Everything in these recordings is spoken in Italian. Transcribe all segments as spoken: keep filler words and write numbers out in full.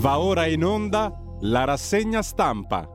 Va ora in onda la rassegna stampa.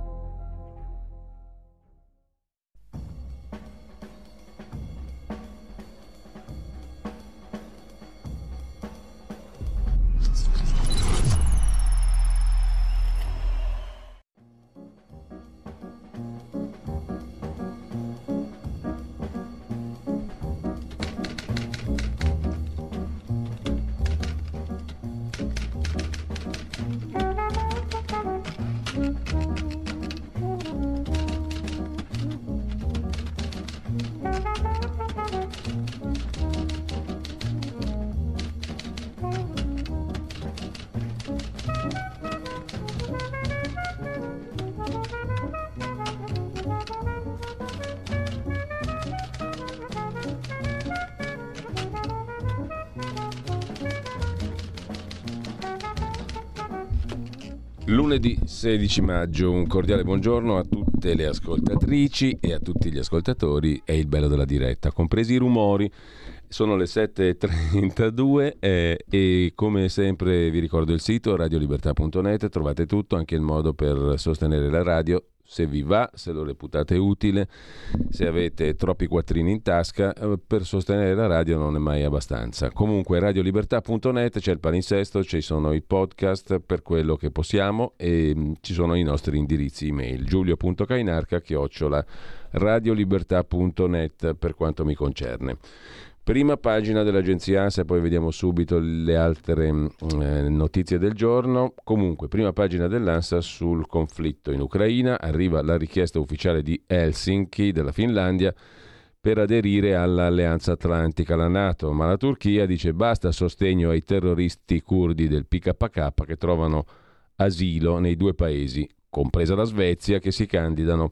Lunedì sedici maggio, un cordiale buongiorno a tutte le ascoltatrici e a tutti gli ascoltatori. È il bello della diretta, compresi i rumori. Sono le sette e trentadue eh, e come sempre vi ricordo il sito radio libertà punto net, trovate tutto, anche il modo per sostenere la radio, se vi va, se lo reputate utile, se avete troppi quattrini in tasca, eh, per sostenere la radio non è mai abbastanza. Comunque radio libertà punto net, c'è il palinsesto, ci sono i podcast per quello che possiamo e mh, ci sono i nostri indirizzi email, giulio punto cainarca chiocciola radio libertà punto net per quanto mi concerne. Prima pagina dell'agenzia ANSA, poi vediamo subito le altre eh, notizie del giorno. Comunque, prima pagina dell'ANSA sul conflitto in Ucraina. Arriva la richiesta ufficiale di Helsinki, della Finlandia, per aderire all'Alleanza Atlantica, la NATO, ma la Turchia dice basta sostegno ai terroristi curdi del P K K che trovano asilo nei due paesi, compresa la Svezia, che si candidano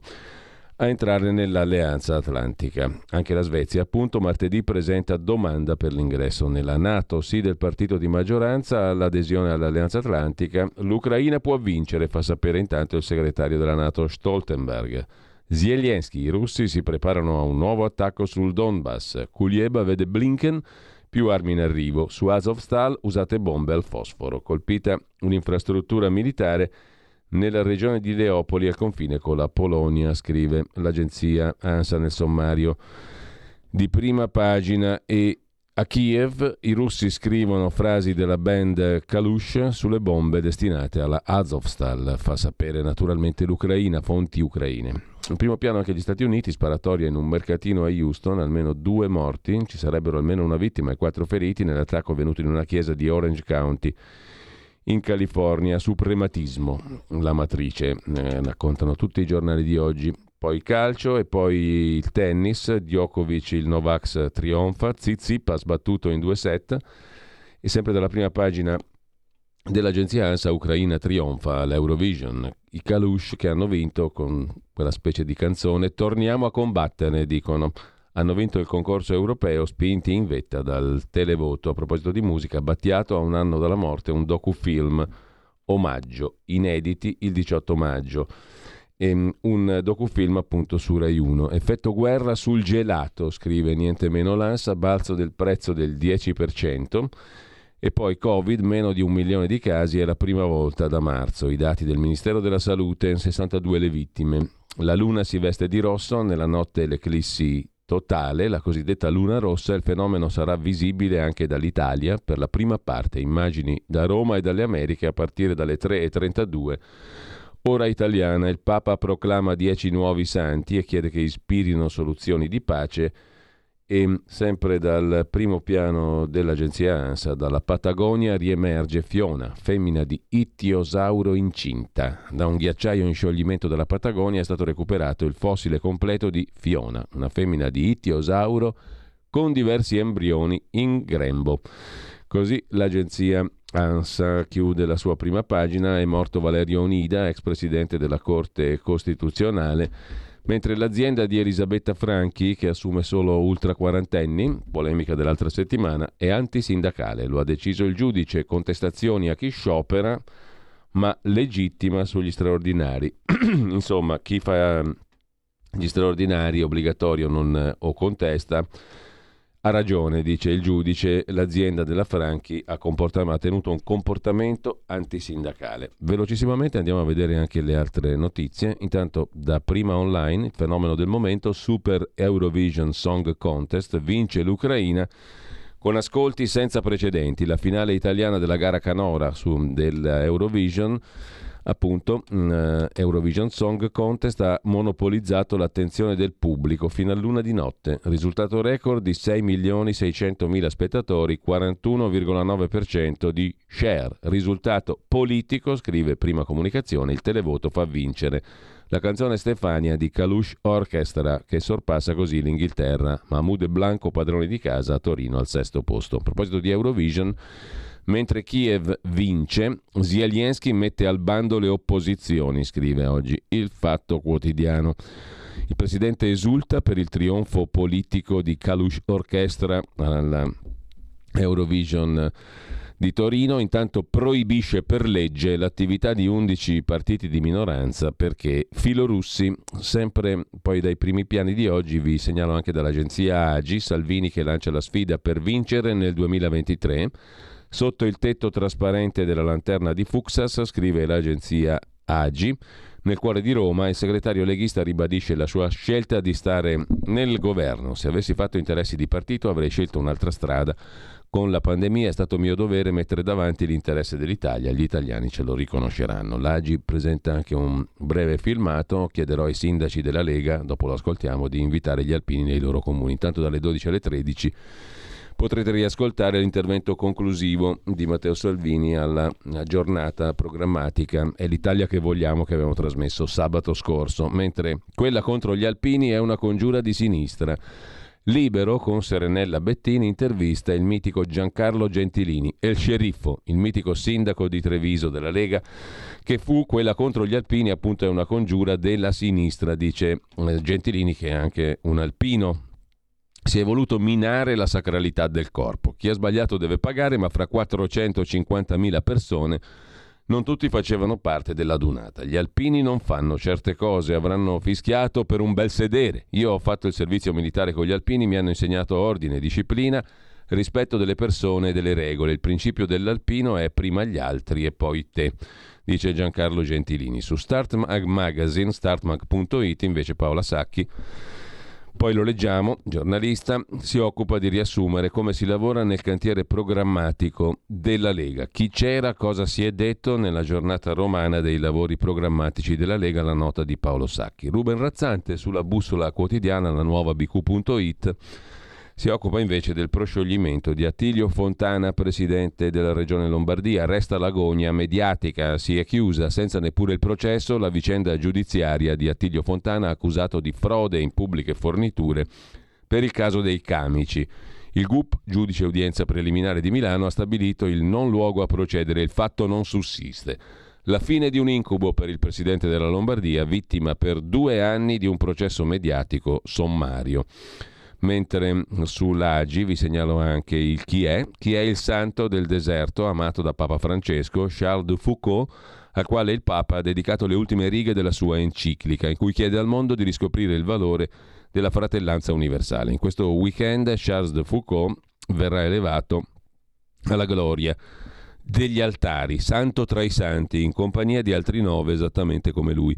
a entrare nell'Alleanza Atlantica. Anche la Svezia, appunto, martedì presenta domanda per l'ingresso nella NATO. Sì del partito di maggioranza all'adesione all'Alleanza Atlantica. L'Ucraina può vincere, fa sapere intanto il segretario della NATO Stoltenberg. Zelensky, i russi si preparano a un nuovo attacco sul Donbass. Kulieba vede Blinken, più armi in arrivo. Su Azovstal usate bombe al fosforo. Colpita un'infrastruttura militare nella regione di Leopoli al confine con la Polonia, scrive l'agenzia ANSA nel sommario di prima pagina. E a Kiev i russi scrivono frasi della band Kalush sulle bombe destinate alla Azovstal, fa sapere naturalmente l'Ucraina, fonti ucraine. In primo piano anche gli Stati Uniti, sparatoria in un mercatino a Houston, almeno due morti, ci sarebbero almeno una vittima e quattro feriti nell'attacco avvenuto in una chiesa di Orange County in California. Suprematismo, la matrice, eh, raccontano tutti i giornali di oggi. Poi calcio e poi il tennis. Djokovic, il Novax trionfa, Tsitsipas battuto in due set. E sempre dalla prima pagina dell'agenzia ANSA, Ucraina trionfa all'Eurovision. I Kalush che hanno vinto con quella specie di canzone torniamo a combattere, dicono. Hanno vinto il concorso europeo, spinti in vetta dal televoto. A proposito di musica, Battiato a un anno dalla morte, un docufilm omaggio, inediti il diciotto maggio. E un docufilm appunto su Rai uno. Effetto guerra sul gelato, scrive niente meno l'ANSA, balzo del prezzo del dieci per cento. E poi Covid, meno di un milione di casi, è la prima volta da marzo. I dati del Ministero della Salute, sessantadue le vittime. La luna si veste di rosso, nella notte l'eclissi totale, la cosiddetta luna rossa. Il fenomeno sarà visibile anche dall'Italia per la prima parte. Immagini da Roma e dalle Americhe a partire dalle tre e trentadue ora italiana. Il Papa proclama dieci nuovi santi e chiede che ispirino soluzioni di pace. E sempre dal primo piano dell'agenzia ANSA, dalla Patagonia riemerge Fiona, femmina di ittiosauro incinta. Da un ghiacciaio in scioglimento della Patagonia è stato recuperato il fossile completo di Fiona, una femmina di ittiosauro con diversi embrioni in grembo. Così l'agenzia ANSA chiude la sua prima pagina. È morto Valerio Onida, ex presidente della Corte Costituzionale. Mentre l'azienda di Elisabetta Franchi, che assume solo ultra quarantenni, polemica dell'altra settimana, è antisindacale. Lo ha deciso il giudice, contestazioni a chi sciopera, ma legittima sugli straordinari. Insomma, chi fa gli straordinari obbligatorio non, o contesta Ha ragione, dice il giudice, l'azienda della Franchi ha, ha tenuto un comportamento antisindacale. Velocissimamente andiamo a vedere anche le altre notizie. Intanto da Prima Online, il fenomeno del momento, Super Eurovision Song Contest, vince l'Ucraina con ascolti senza precedenti. La finale italiana della gara canora su, dell'Eurovision, appunto, uh, Eurovision Song Contest, ha monopolizzato l'attenzione del pubblico fino all'una di notte. Risultato record di sei milioni seicentomila spettatori, quarantuno virgola nove per cento di share. Risultato politico, scrive Prima Comunicazione, il televoto fa vincere la canzone Stefania di Kalush Orchestra, che sorpassa così l'Inghilterra. Mahmoud e Blanco padroni di casa, a Torino al sesto posto. A proposito di Eurovision, mentre Kiev vince, Zelensky mette al bando le opposizioni, scrive oggi Il Fatto Quotidiano. Il presidente esulta per il trionfo politico di Kalush Orchestra alla Eurovision di Torino, intanto proibisce per legge l'attività di undici partiti di minoranza perché filorussi. Sempre poi dai primi piani di oggi vi segnalo anche dall'agenzia Agi, Salvini che lancia la sfida per vincere nel duemilaventitré. Sotto il tetto trasparente della lanterna di Fuksas, scrive l'agenzia Agi, nel cuore di Roma il segretario leghista ribadisce la sua scelta di stare nel governo. Se avessi fatto interessi di partito avrei scelto un'altra strada. Con la pandemia è stato mio dovere mettere davanti l'interesse dell'Italia, gli italiani ce lo riconosceranno. L'Agi presenta anche un breve filmato, chiederò ai sindaci della Lega, dopo lo ascoltiamo, di invitare gli alpini nei loro comuni. Intanto dalle dodici alle tredici potrete riascoltare l'intervento conclusivo di Matteo Salvini alla giornata programmatica È l'Italia che vogliamo, che abbiamo trasmesso sabato scorso, mentre quella contro gli alpini è una congiura di sinistra. Libero, con Serenella Bettini, intervista il mitico Giancarlo Gentilini, El Sceriffo, il mitico sindaco di Treviso della Lega, che fu quella contro gli alpini, appunto è una congiura della sinistra, dice Gentilini, che è anche un alpino. Si è voluto minare la sacralità del corpo. Chi ha sbagliato deve pagare, ma fra quattrocentocinquantamila persone non tutti facevano parte della dunata. Gli alpini non fanno certe cose, avranno fischiato per un bel sedere. Io ho fatto il servizio militare con gli alpini, mi hanno insegnato ordine, disciplina, rispetto delle persone e delle regole. Il principio dell'alpino è prima gli altri e poi te, dice Giancarlo Gentilini. Su Start Mag Magazine, startmag punto it, invece Paola Sacchi, poi lo leggiamo, giornalista, si occupa di riassumere come si lavora nel cantiere programmatico della Lega. Chi c'era, cosa si è detto nella giornata romana dei lavori programmatici della Lega, la nota di Paolo Sacchi. Ruben Razzante sulla bussola quotidiana, la nuova b q punto it, si occupa invece del proscioglimento di Attilio Fontana, presidente della Regione Lombardia. Resta l'agonia mediatica, si è chiusa senza neppure il processo la vicenda giudiziaria di Attilio Fontana, accusato di frode in pubbliche forniture per il caso dei camici. Il G U P, giudice udienza preliminare di Milano, ha stabilito il non luogo a procedere, il fatto non sussiste. La fine di un incubo per il presidente della Lombardia, vittima per due anni di un processo mediatico sommario. Mentre sull'Agi vi segnalo anche il chi è, chi è il santo del deserto amato da Papa Francesco, Charles de Foucault, al quale il Papa ha dedicato le ultime righe della sua enciclica, in cui chiede al mondo di riscoprire il valore della fratellanza universale. In questo weekend Charles de Foucault verrà elevato alla gloria degli altari, santo tra i santi, in compagnia di altri nove esattamente come lui.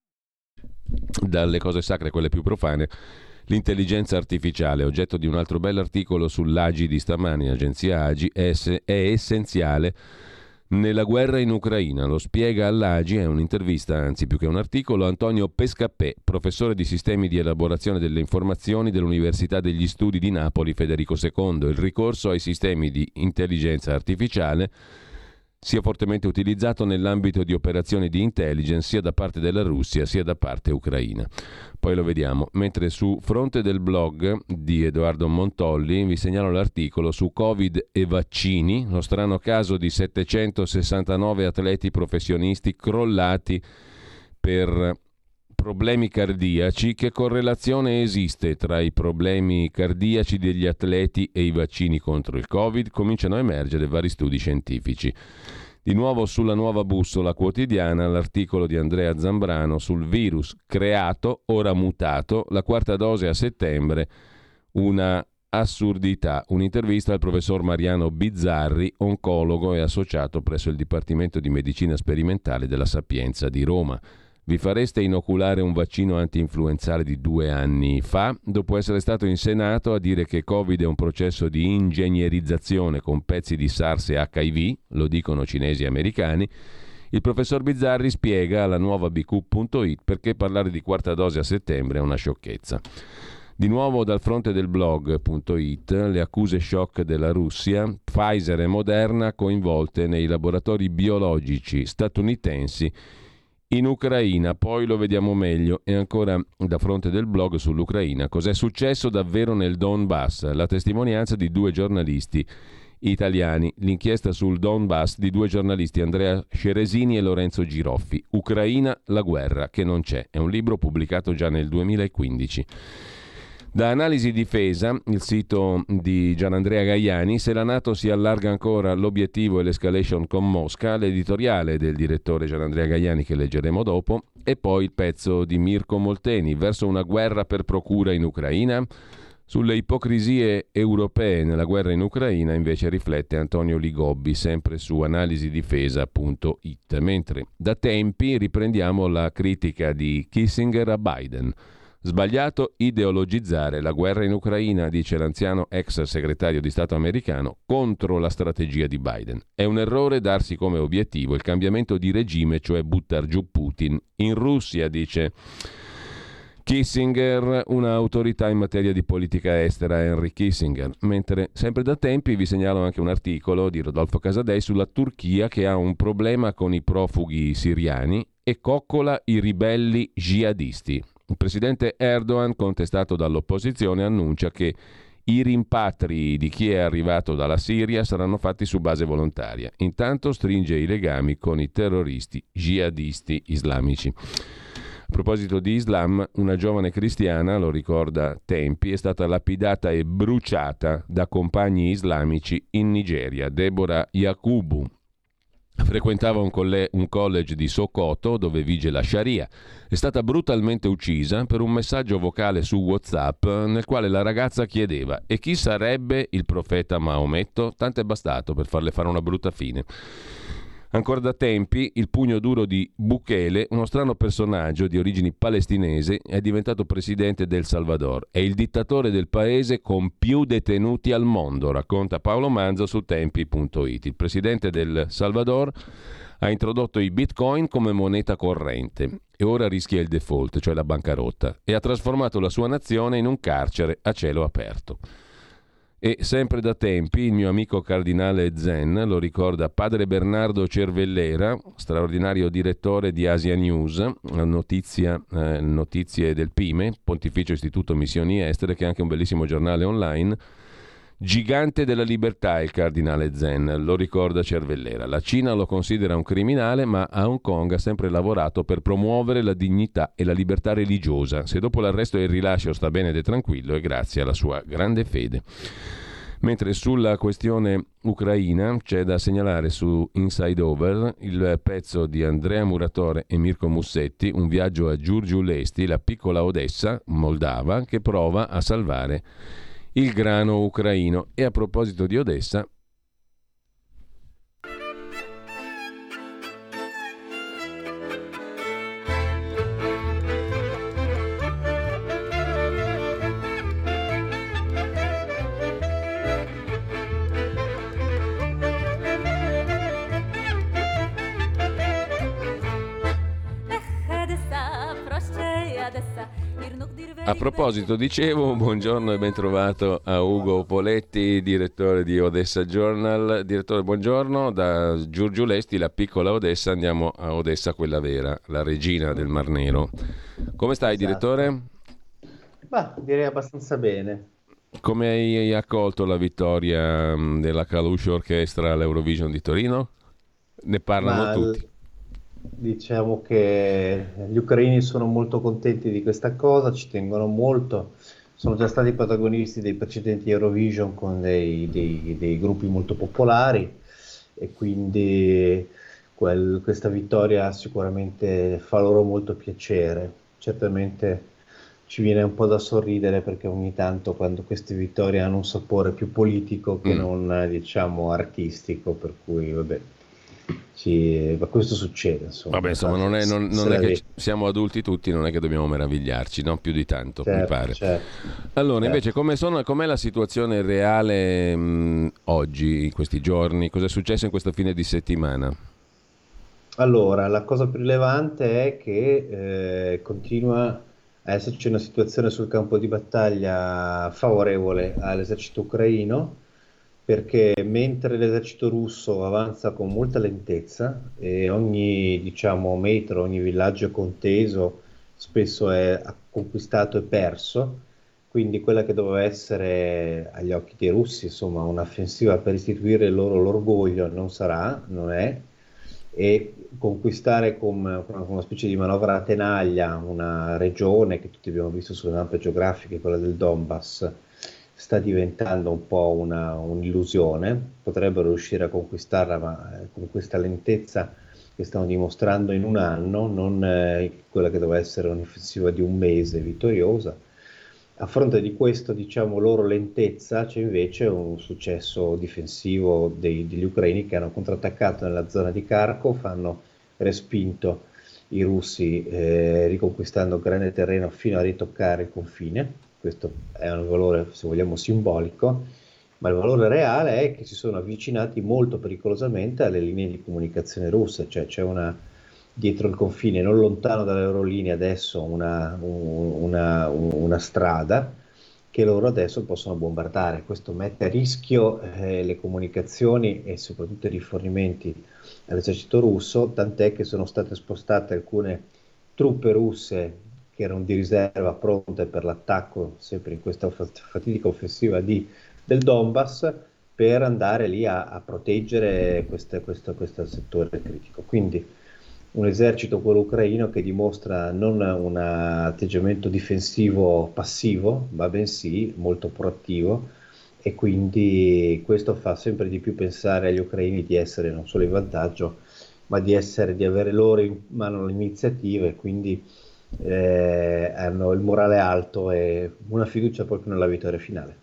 Dalle cose sacre, quelle più profane, l'intelligenza artificiale, oggetto di un altro bell'articolo sull'Agi di stamani, agenzia Agi, è, ess- è essenziale nella guerra in Ucraina. Lo spiega all'Agi, è un'intervista, anzi più che un articolo, Antonio Pescapè, professore di sistemi di elaborazione delle informazioni dell'Università degli Studi di Napoli Federico secondo. Il ricorso ai sistemi di intelligenza artificiale sia fortemente utilizzato nell'ambito di operazioni di intelligence sia da parte della Russia sia da parte ucraina. Poi lo vediamo. Mentre su Fronte del Blog di Edoardo Montolli vi segnalo l'articolo su Covid e vaccini, lo strano caso di settecentosessantanove atleti professionisti crollati per problemi cardiaci. Che correlazione esiste tra i problemi cardiaci degli atleti e i vaccini contro il Covid? Cominciano a emergere vari studi scientifici. Di nuovo sulla nuova bussola quotidiana l'articolo di Andrea Zambrano sul virus creato, ora mutato, la quarta dose a settembre, una assurdità. Un'intervista al professor Mariano Bizzarri, oncologo e associato presso il Dipartimento di Medicina Sperimentale della Sapienza di Roma. Vi fareste inoculare un vaccino anti-influenzale di due anni fa, dopo essere stato in Senato a dire che Covid è un processo di ingegnerizzazione con pezzi di SARS e H I V, lo dicono cinesi e americani. Il professor Bizzarri spiega alla nuova B Q punto it perché parlare di quarta dose a settembre è una sciocchezza. Di nuovo dal fronte del blog punto it le accuse shock della Russia, Pfizer e Moderna coinvolte nei laboratori biologici statunitensi in Ucraina, poi lo vediamo meglio. E ancora da fronte del blog sull'Ucraina, cos'è successo davvero nel Donbass? La testimonianza di due giornalisti italiani, l'inchiesta sul Donbass di due giornalisti, Andrea Ceresini e Lorenzo Giroffi. Ucraina, la guerra che non c'è. È un libro pubblicato già nel duemilaquindici. Da Analisi Difesa, il sito di Gianandrea Gaiani, se la NATO si allarga ancora l'obiettivo e l'escalation con Mosca, l'editoriale del direttore Gianandrea Gaiani che leggeremo dopo, e poi il pezzo di Mirko Molteni, verso una guerra per procura in Ucraina. Sulle ipocrisie europee nella guerra in Ucraina invece riflette Antonio Ligobbi, sempre su analisi difesa punto it. Mentre da tempi riprendiamo la critica di Kissinger a Biden. Sbagliato ideologizzare la guerra in Ucraina, dice l'anziano ex segretario di Stato americano, contro la strategia di Biden. È un errore darsi come obiettivo il cambiamento di regime, cioè buttar giù Putin. In Russia, dice Kissinger, un'autorità in materia di politica estera, Henry Kissinger. Mentre sempre da tempi vi segnalo anche un articolo di Rodolfo Casadei sulla Turchia che ha un problema con i profughi siriani e coccola i ribelli jihadisti. Il presidente Erdogan, contestato dall'opposizione, annuncia che i rimpatri di chi è arrivato dalla Siria saranno fatti su base volontaria. Intanto stringe i legami con i terroristi jihadisti islamici. A proposito di Islam, una giovane cristiana, lo ricorda Tempi, è stata lapidata e bruciata da compagni islamici in Nigeria. Deborah Yakubu frequentava un, colle- un college di Sokoto dove vige la Sharia. È stata brutalmente uccisa per un messaggio vocale su WhatsApp nel quale la ragazza chiedeva: e chi sarebbe il profeta Maometto? Tanto è bastato per farle fare una brutta fine. Ancora da tempi, il pugno duro di Bukele, uno strano personaggio di origini palestinesi, è diventato presidente del Salvador. È il dittatore del paese con più detenuti al mondo, racconta Paolo Manzo su tempi punto it. Il presidente del Salvador ha introdotto i bitcoin come moneta corrente e ora rischia il default, cioè la bancarotta, e ha trasformato la sua nazione in un carcere a cielo aperto. E sempre da tempi il mio amico cardinale Zen, lo ricorda padre Bernardo Cervellera, straordinario direttore di Asia News, notizia, eh, notizie del P I M E, Pontificio Istituto Missioni Estere, che è anche un bellissimo giornale online. Gigante della libertà il cardinale Zen, lo ricorda Cervellera. La Cina lo considera un criminale, ma a Hong Kong ha sempre lavorato per promuovere la dignità e la libertà religiosa. Se dopo l'arresto e il rilascio sta bene ed è tranquillo, è grazie alla sua grande fede. Mentre sulla questione ucraina c'è da segnalare su Inside Over il pezzo di Andrea Muratore e Mirko Mussetti, un viaggio a Giurgiu Lesti, la piccola Odessa, moldava, che prova a salvare il grano ucraino. E a proposito di Odessa, A proposito, dicevo, buongiorno e ben trovato a Ugo Poletti, direttore di Odessa Journal. Direttore, buongiorno. Da Giurgiu Lesti, la piccola Odessa, andiamo a Odessa, quella vera, la regina del Mar Nero. Come stai, esatto, direttore? Bah, direi abbastanza bene. Come hai accolto la vittoria della Kalush Orchestra all'Eurovision di Torino? Ne parlano Ma... tutti. Diciamo che gli ucraini sono molto contenti di questa cosa, ci tengono molto, sono già stati protagonisti dei precedenti Eurovision con dei, dei, dei gruppi molto popolari e quindi quel, questa vittoria sicuramente fa loro molto piacere. Certamente ci viene un po' da sorridere, perché ogni tanto quando queste vittorie hanno un sapore più politico che Mm. non, diciamo, artistico, per cui vabbè, ci- ma questo succede, insomma. Vabbè, insomma, non è, non- Se non è la che vede. ci- siamo adulti tutti, non è che dobbiamo meravigliarci, no? Più di tanto, mi Certo, pare. certo, Allora, invece, certo. come sono, com'è la situazione reale mh, oggi, in questi giorni? Cosa è successo in questo fine di settimana? Allora, la cosa più rilevante è che eh, continua a esserci una situazione sul campo di battaglia favorevole all'esercito ucraino, perché mentre l'esercito russo avanza con molta lentezza e ogni, diciamo, metro, ogni villaggio è conteso, spesso è conquistato e perso, quindi quella che doveva essere agli occhi dei russi, insomma, un'offensiva per restituire loro l'orgoglio non sarà, non è, e conquistare come, come una specie di manovra a tenaglia una regione che tutti abbiamo visto sulle mappe geografiche, quella del Donbass, sta diventando un po' una, un'illusione. Potrebbero riuscire a conquistarla, ma eh, con questa lentezza che stanno dimostrando in un anno, non eh, quella che doveva essere un'offensiva di un mese vittoriosa. A fronte di questo, diciamo, loro lentezza, c'è invece un successo difensivo dei- degli ucraini, che hanno contrattaccato nella zona di Kharkov, hanno respinto i russi, eh, riconquistando grande terreno fino a ritoccare il confine. Questo è un valore, se vogliamo, simbolico, ma il valore reale è che si sono avvicinati molto pericolosamente alle linee di comunicazione russe, cioè c'è una, dietro il confine, non lontano dalle loro linee, adesso una, una- una strada che loro adesso possono bombardare. Questo mette a rischio eh, le comunicazioni e soprattutto i rifornimenti all'esercito russo, tant'è che sono state spostate alcune truppe russe che erano di riserva pronte per l'attacco, sempre in questa fatidica offensiva di, del Donbass, per andare lì a, a proteggere queste- questo, questo settore critico. Quindi un esercito, quello ucraino, che dimostra non un atteggiamento difensivo passivo, ma bensì molto proattivo, e quindi questo fa sempre di più pensare agli ucraini di essere non solo in vantaggio, ma di essere, di avere loro in mano l'iniziativa, e quindi eh, hanno il morale alto e una fiducia proprio nella vittoria finale.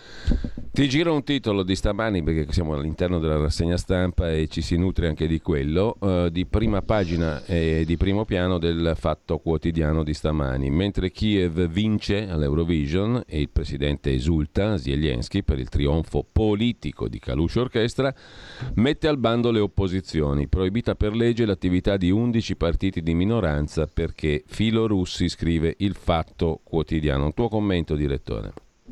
Ti giro un titolo di stamani, perché siamo all'interno della rassegna stampa e ci si nutre anche di quello, eh, di prima pagina e di primo piano del Fatto Quotidiano di stamani. Mentre Kiev vince all'Eurovision e il presidente esulta, Zelensky, per il trionfo politico di Kalush Orchestra, mette al bando le opposizioni. Proibita per legge l'attività di undici partiti di minoranza perché filorussi, scrive il Fatto Quotidiano. Un tuo commento, direttore?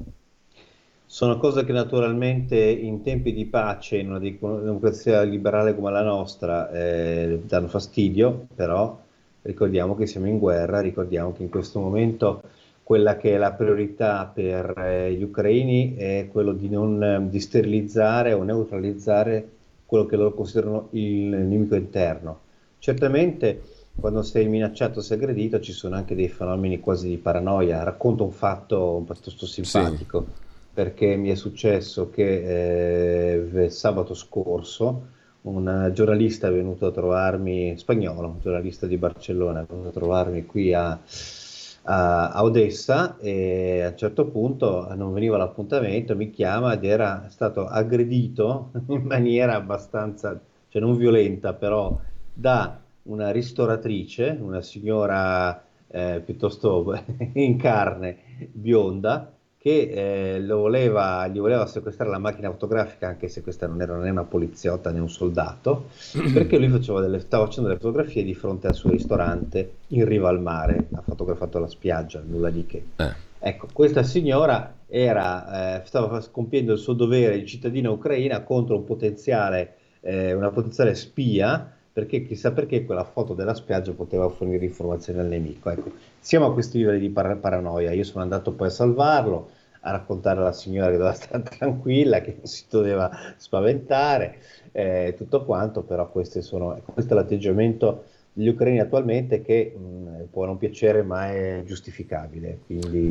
Sono cose che naturalmente in tempi di pace, in una di- democrazia liberale come la nostra, eh, danno fastidio, però ricordiamo che siamo in guerra, ricordiamo che in questo momento quella che è la priorità per eh, gli ucraini è quello di non eh, di sterilizzare o neutralizzare quello che loro considerano il nemico interno. Certamente quando sei minacciato, sei aggredito, ci sono anche dei fenomeni quasi di paranoia. Racconto un fatto piuttosto Sì. simpatico, perché mi è successo che eh, sabato scorso un giornalista è venuto a trovarmi, spagnolo, un giornalista di Barcellona, è venuto a trovarmi qui a, a- a Odessa, e a un certo punto non veniva l'appuntamento, mi chiama ed era stato aggredito in maniera abbastanza, cioè non violenta, però da una ristoratrice, una signora eh, piuttosto in carne, bionda, che eh, lo voleva, gli voleva sequestrare la macchina fotografica, anche se questa non era né una poliziotta né un soldato, perché lui faceva delle, stava facendo delle fotografie di fronte al suo ristorante in riva al mare, ha fotografato la spiaggia, nulla di che. Eh. Ecco, questa signora era, eh, stava compiendo il suo dovere di cittadina ucraina contro un potenziale, eh, una potenziale spia, perché chissà perché quella foto della spiaggia poteva fornire informazioni al nemico. Ecco, siamo a questi livelli di par- paranoia. Io sono andato poi a salvarlo, a raccontare alla signora che doveva stare tranquilla, che non si doveva spaventare, eh, tutto quanto, però questi sono, ecco, questo è l'atteggiamento degli ucraini attualmente, che mh, può non piacere, ma è giustificabile. Quindi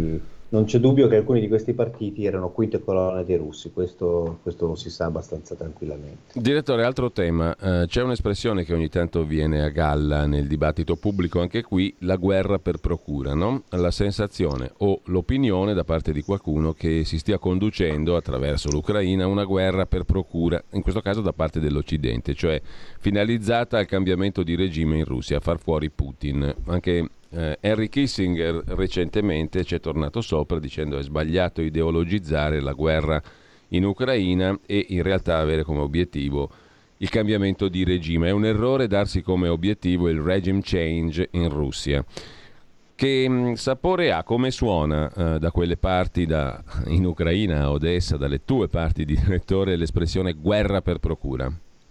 non c'è dubbio che alcuni di questi partiti erano quinte colonne dei russi, questo, questo lo si sa abbastanza tranquillamente. Direttore, altro tema, eh, c'è un'espressione che ogni tanto viene a galla nel dibattito pubblico, anche qui, la guerra per procura, no? La sensazione o l'opinione da parte di qualcuno che si stia conducendo attraverso l'Ucraina una guerra per procura, in questo caso da parte dell'Occidente, cioè finalizzata al cambiamento di regime in Russia, a far fuori Putin. Anche Eh, Henry Kissinger recentemente ci è tornato sopra dicendo è sbagliato ideologizzare la guerra in Ucraina e in realtà avere come obiettivo il cambiamento di regime. È un errore darsi come obiettivo il regime change in Russia. Che mh, sapore ha, come suona eh, da quelle parti, da, in Ucraina, a Odessa, dalle tue parti di direttore, l'espressione guerra per procura?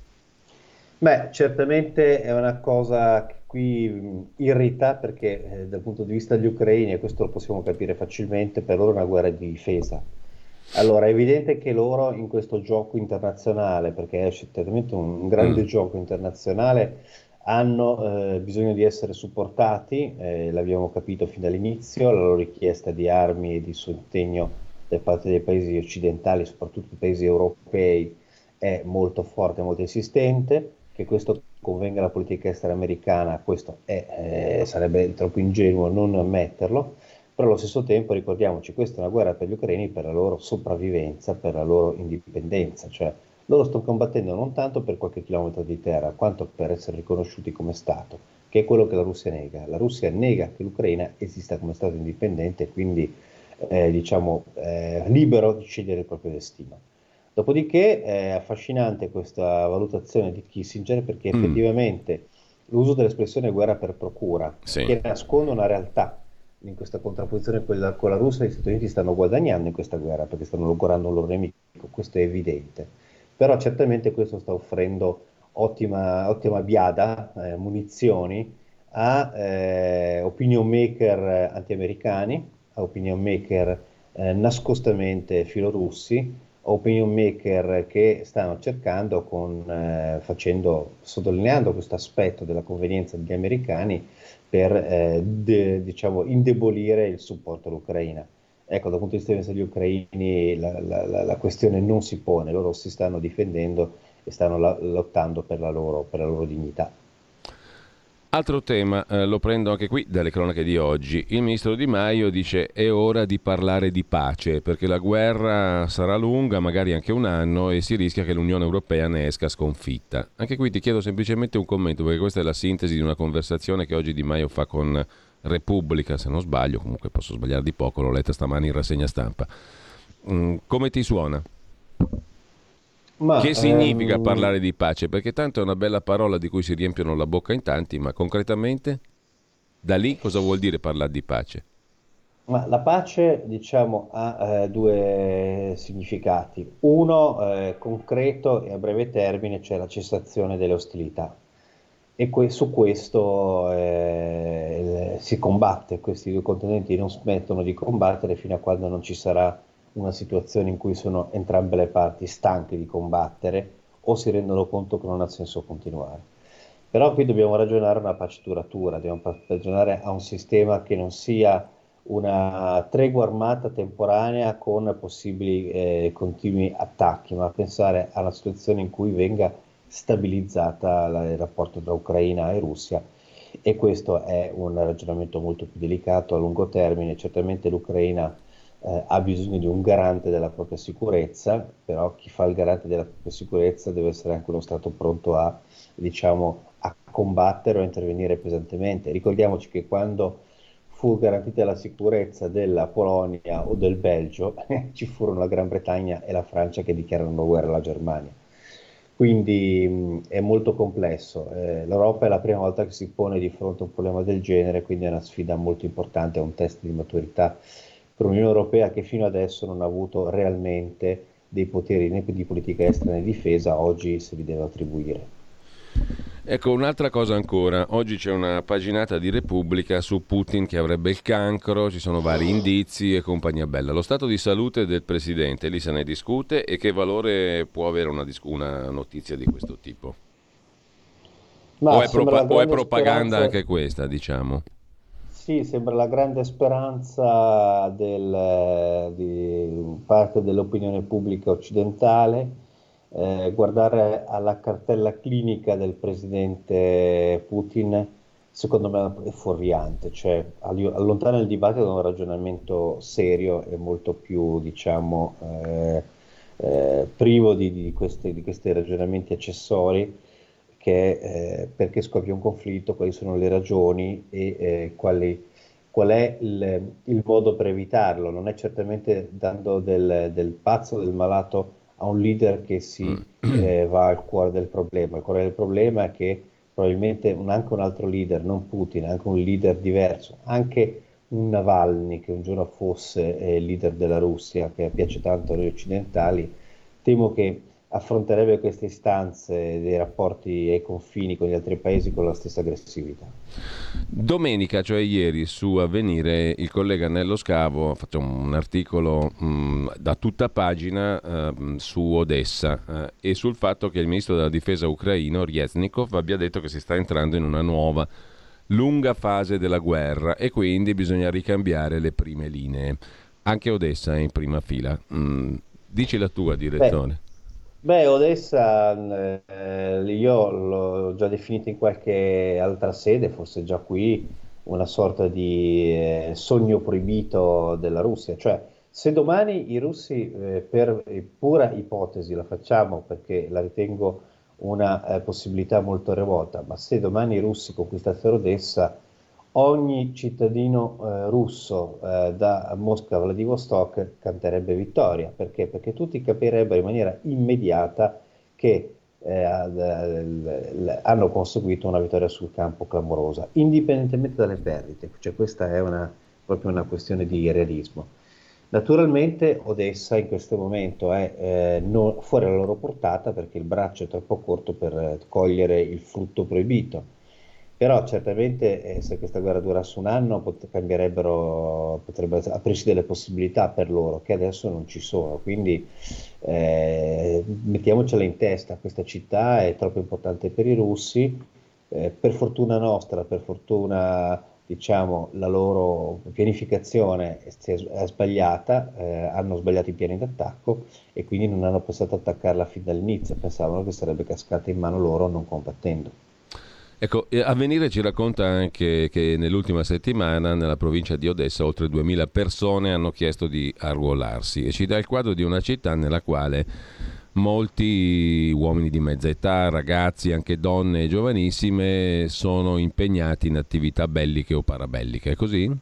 Beh, certamente è una cosa che qui mh, irrita perché eh, dal punto di vista degli ucraini, e questo lo possiamo capire facilmente, per loro è una guerra di difesa. Allora, è evidente che loro in questo gioco internazionale, perché è certamente un, un grande Mm. gioco internazionale, hanno eh, bisogno di essere supportati, eh, l'abbiamo capito fin dall'inizio, la loro richiesta di armi e di sostegno da parte dei paesi occidentali, soprattutto i paesi europei, è molto forte, molto insistente. Che questo convenga alla politica estera americana, questo è, eh, sarebbe troppo ingenuo non ammetterlo, però allo stesso tempo ricordiamoci, questa è una guerra per gli ucraini per la loro sopravvivenza, per la loro indipendenza, cioè loro stanno combattendo non tanto per qualche chilometro di terra, quanto per essere riconosciuti come Stato, che è quello che la Russia nega. La Russia nega che l'Ucraina esista come Stato indipendente e quindi eh, diciamo eh, libero di scegliere il proprio destino. Dopodiché è affascinante questa valutazione di Kissinger perché Mm. effettivamente l'uso dell'espressione guerra per procura, Sì. che nasconde una realtà in questa contrapposizione con la, con la Russia, gli Stati Uniti stanno guadagnando in questa guerra perché stanno logorando un loro nemico, questo è evidente. Però certamente questo sta offrendo ottima, ottima biada, eh, munizioni a eh, opinion maker anti-americani, a opinion maker eh, nascostamente filorussi, opinion maker che stanno cercando, con, eh, facendo, sottolineando questo aspetto della convenienza degli americani per eh, de, diciamo, indebolire il supporto all'Ucraina. Ecco, dal punto di vista degli ucraini la, la, la, la questione non si pone, loro si stanno difendendo e stanno la, lottando per la loro, per la loro dignità. Altro tema, eh, lo prendo anche qui dalle cronache di oggi. Il ministro Di Maio dice è ora di parlare di pace perché la guerra sarà lunga, magari anche un anno, e si rischia che l'Unione Europea ne esca sconfitta. Anche qui ti chiedo semplicemente un commento perché questa è la sintesi di una conversazione che oggi Di Maio fa con Repubblica, se non sbaglio, comunque posso sbagliare di poco, l'ho letta stamani in rassegna stampa. Mm, come ti suona? Ma, Che significa ehm, parlare di pace? Perché tanto è una bella parola di cui si riempiono la bocca in tanti, ma concretamente da lì cosa vuol dire parlare di pace? Ma la pace, diciamo, ha eh, due significati. Uno, eh, concreto e a breve termine, cioè la cessazione delle ostilità. E que- su questo eh, si combatte, questi due continenti non smettono di combattere fino a quando non ci sarà una situazione in cui sono entrambe le parti stanche di combattere o si rendono conto che non ha senso continuare. Però qui dobbiamo ragionare a una pace duratura, dobbiamo pa- ragionare a un sistema che non sia una tregua armata temporanea con possibili eh, continui attacchi, ma pensare a una situazione in cui venga stabilizzata la- il rapporto tra Ucraina e Russia. E questo è un ragionamento molto più delicato a lungo termine. Certamente l'Ucraina eh, ha bisogno di un garante della propria sicurezza, però chi fa il garante della propria sicurezza deve essere anche uno Stato pronto a, diciamo, a combattere o a intervenire pesantemente. Ricordiamoci che quando fu garantita la sicurezza della Polonia o del Belgio, ci furono la Gran Bretagna e la Francia che dichiararono guerra alla Germania. Quindi mh, è molto complesso. Eh, L'Europa è la prima volta che si pone di fronte a un problema del genere, quindi è una sfida molto importante, è un test di maturità per l'Unione Europea che fino adesso non ha avuto realmente dei poteri né di politica estera né di difesa, oggi se li deve attribuire. Ecco, un'altra cosa ancora. Oggi c'è una paginata di Repubblica su Putin che avrebbe il cancro, ci sono vari indizi e compagnia bella. Lo stato di salute del presidente, lì se ne discute, e che valore può avere una, dis- una notizia di questo tipo? O Ma è, sembra propa- la o è grande propaganda speranza. anche questa, diciamo? Sì, sembra la grande speranza del- di parte dell'opinione pubblica occidentale. Eh, guardare alla cartella clinica del presidente Putin, secondo me è fuorviante, cioè alli- allontana il dibattito da un ragionamento serio e molto più, diciamo, eh, eh, privo di, di questi, di questi ragionamenti accessori che eh, perché scoppia un conflitto, quali sono le ragioni e eh, quali- qual è il, il modo per evitarlo. Non è certamente dando del, del pazzo, del malato a un leader che si eh, va al cuore del problema. Il cuore del problema è che probabilmente un- anche un altro leader, non Putin, anche un leader diverso, anche un Navalny che un giorno fosse eh, leader della Russia, che piace tanto a noi occidentali, temo che affronterebbe queste istanze dei rapporti ai confini con gli altri paesi con la stessa aggressività. Domenica, cioè ieri, su Avvenire, il collega Nello Scavo ha fatto un articolo mh, da tutta pagina eh, su Odessa eh, e sul fatto che il ministro della difesa ucraino, Ryeznikov, abbia detto che si sta entrando in una nuova lunga fase della guerra e quindi bisogna ricambiare le prime linee. Anche Odessa è in prima fila. Mm, dici la tua, Beh, direttore. beh, Odessa, eh, io l'ho già definita in qualche altra sede, forse già qui, una sorta di eh, sogno proibito della Russia. Cioè, se domani i russi, eh, per pura ipotesi, la facciamo perché la ritengo una eh, possibilità molto remota, ma se domani i russi conquistassero Odessa, ogni cittadino eh, russo eh, da Mosca a Vladivostok canterebbe vittoria. Perché? Perché tutti capirebbero in maniera immediata che eh, ad- l- l- hanno conseguito una vittoria sul campo clamorosa, indipendentemente dalle perdite. Cioè, questa è una, proprio una questione di realismo. Naturalmente Odessa in questo momento è eh, no- fuori dalla loro portata perché il braccio è troppo corto per eh, cogliere il frutto proibito. Però certamente eh, se questa guerra durasse un anno pot- cambierebbero, potrebbe aprirsi delle possibilità per loro che adesso non ci sono. Quindi eh, mettiamocela in testa, questa città è troppo importante per i russi. Eh, per fortuna nostra, per fortuna diciamo la loro pianificazione è, è sbagliata, eh, hanno sbagliato i piani d'attacco e quindi non hanno pensato ad attaccarla fin dall'inizio, pensavano che sarebbe cascata in mano loro non combattendo. Ecco, eh, Avvenire ci racconta anche che nell'ultima settimana nella provincia di Odessa oltre duemila persone hanno chiesto di arruolarsi e ci dà il quadro di una città nella quale molti uomini di mezza età, ragazzi, anche donne giovanissime sono impegnati in attività belliche o parabelliche. È così?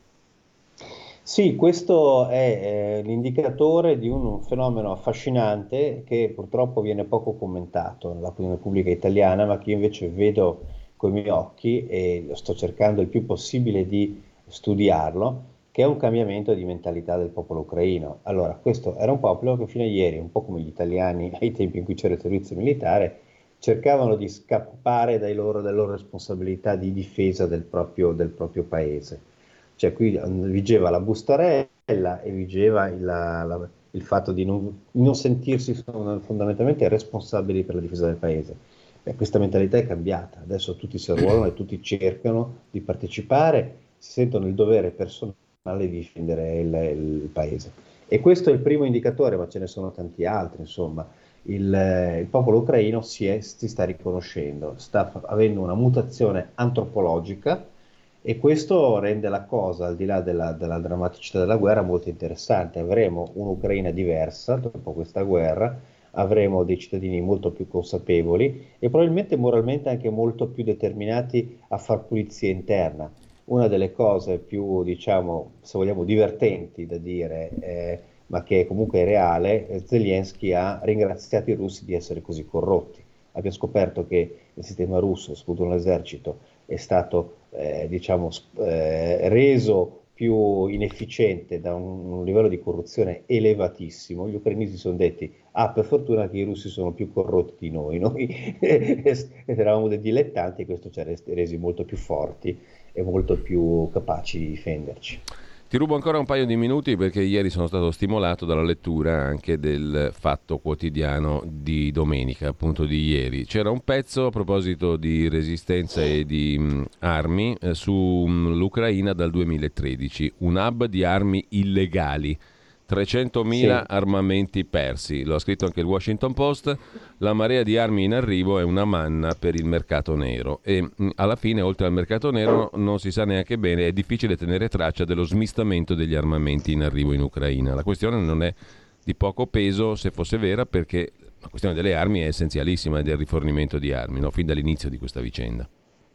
Sì, questo è eh, l'indicatore di un fenomeno affascinante che purtroppo viene poco commentato nell'opinione pubblica italiana, ma che io invece vedo con i miei occhi e lo sto cercando il più possibile di studiarlo, che è un cambiamento di mentalità del popolo ucraino. Allora, questo era un popolo che fino a ieri, un po' come gli italiani ai tempi in cui c'era il servizio militare, cercavano di scappare dai loro, dalle loro responsabilità di difesa del proprio, del proprio paese. Cioè qui eh, vigeva la bustarella e vigeva il, la- la- il fatto di non, non sentirsi fond- fondamentalmente responsabili per la difesa del paese. Beh, questa mentalità è cambiata, adesso tutti si arruolano e tutti cercano di partecipare, si sentono il dovere personale di difendere il, il paese. E questo è il primo indicatore, ma ce ne sono tanti altri, insomma. Il, eh, il popolo ucraino si, è- si sta riconoscendo, sta fa- avendo una mutazione antropologica e questo rende la cosa, al di là della, della drammaticità della guerra, molto interessante. Avremo un'Ucraina diversa dopo questa guerra, avremo dei cittadini molto più consapevoli e probabilmente moralmente anche molto più determinati a far pulizia interna. Una delle cose più, diciamo, se vogliamo, divertenti da dire, eh, ma che comunque è reale, eh, Zelensky ha ringraziato i russi di essere così corrotti. Abbiamo scoperto che il sistema russo, soprattutto l'esercito, è stato eh, diciamo, sp- eh, reso più inefficiente da un, un livello di corruzione elevatissimo. Gli ucraini si sono detti: ah, per fortuna che i russi sono più corrotti di noi, noi eravamo dei dilettanti e questo ci ha resi molto più forti e molto più capaci di difenderci. Ti rubo ancora un paio di minuti perché ieri sono stato stimolato dalla lettura anche del Fatto Quotidiano di domenica, appunto di ieri. C'era un pezzo a proposito di resistenza e di mh, armi eh, sull'Ucraina dal duemilatredici, un hub di armi illegali. trecentomila sì. Armamenti persi, lo ha scritto anche il Washington Post. La marea di armi in arrivo è una manna per il mercato nero e mh, alla fine, oltre al mercato nero, non si sa neanche bene, è difficile tenere traccia dello smistamento degli armamenti in arrivo in Ucraina. La questione non è di poco peso, se fosse vera, perché la questione delle armi è essenzialissima, del rifornimento di armi, no? Fin dall'inizio di questa vicenda.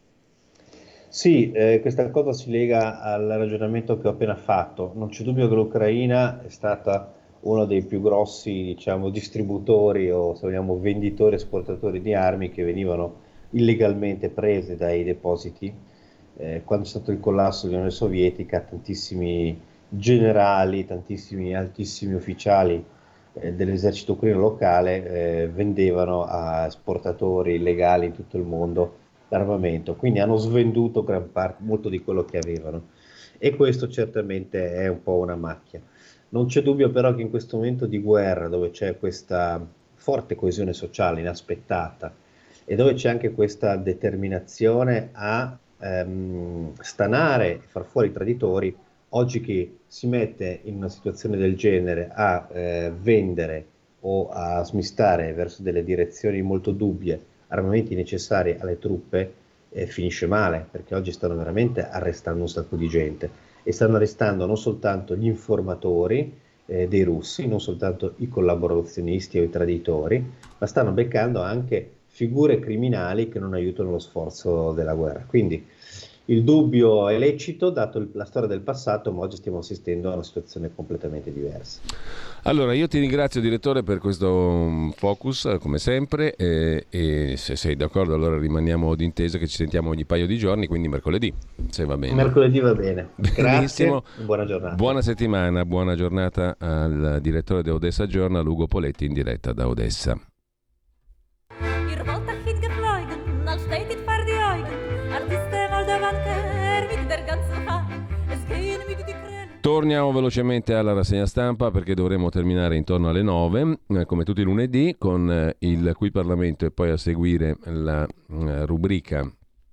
Sì, eh, questa cosa si lega al ragionamento che ho appena fatto. Non c'è dubbio che l'Ucraina è stata uno dei più grossi, diciamo, distributori o, se vogliamo, venditori, esportatori di armi che venivano illegalmente prese dai depositi. Eh, quando c'è stato il collasso dell'Unione Sovietica, tantissimi generali, tantissimi altissimi ufficiali eh, dell'esercito ucraino locale eh, vendevano a esportatori illegali in tutto il mondo l'armamento, quindi hanno svenduto gran parte, molto di quello che avevano, e questo certamente è un po' una macchia. Non c'è dubbio però che in questo momento di guerra, dove c'è questa forte coesione sociale inaspettata e dove c'è anche questa determinazione a ehm, stanare e far fuori i traditori, oggi chi si mette in una situazione del genere a eh, vendere o a smistare verso delle direzioni molto dubbie armamenti necessari alle truppe eh, finisce male, perché oggi stanno veramente arrestando un sacco di gente e stanno arrestando non soltanto gli informatori eh, dei russi, non soltanto i collaborazionisti o i traditori, ma stanno beccando anche figure criminali che non aiutano lo sforzo della guerra. Quindi il dubbio è lecito, dato il, la storia del passato, ma oggi stiamo assistendo a una situazione completamente diversa. Allora, io ti ringrazio, direttore, per questo focus, come sempre, e, e se sei d'accordo allora rimaniamo d'intesa che ci sentiamo ogni paio di giorni, quindi mercoledì, se va bene. Mercoledì va bene. Benissimo. Grazie, buona giornata. Buona settimana, buona giornata al direttore di Odessa Journal, Ugo Poletti, in diretta da Odessa. Torniamo velocemente alla rassegna stampa perché dovremo terminare intorno alle nove, eh, come tutti i lunedì, con eh, il Qui Parlamento e poi a seguire la eh, rubrica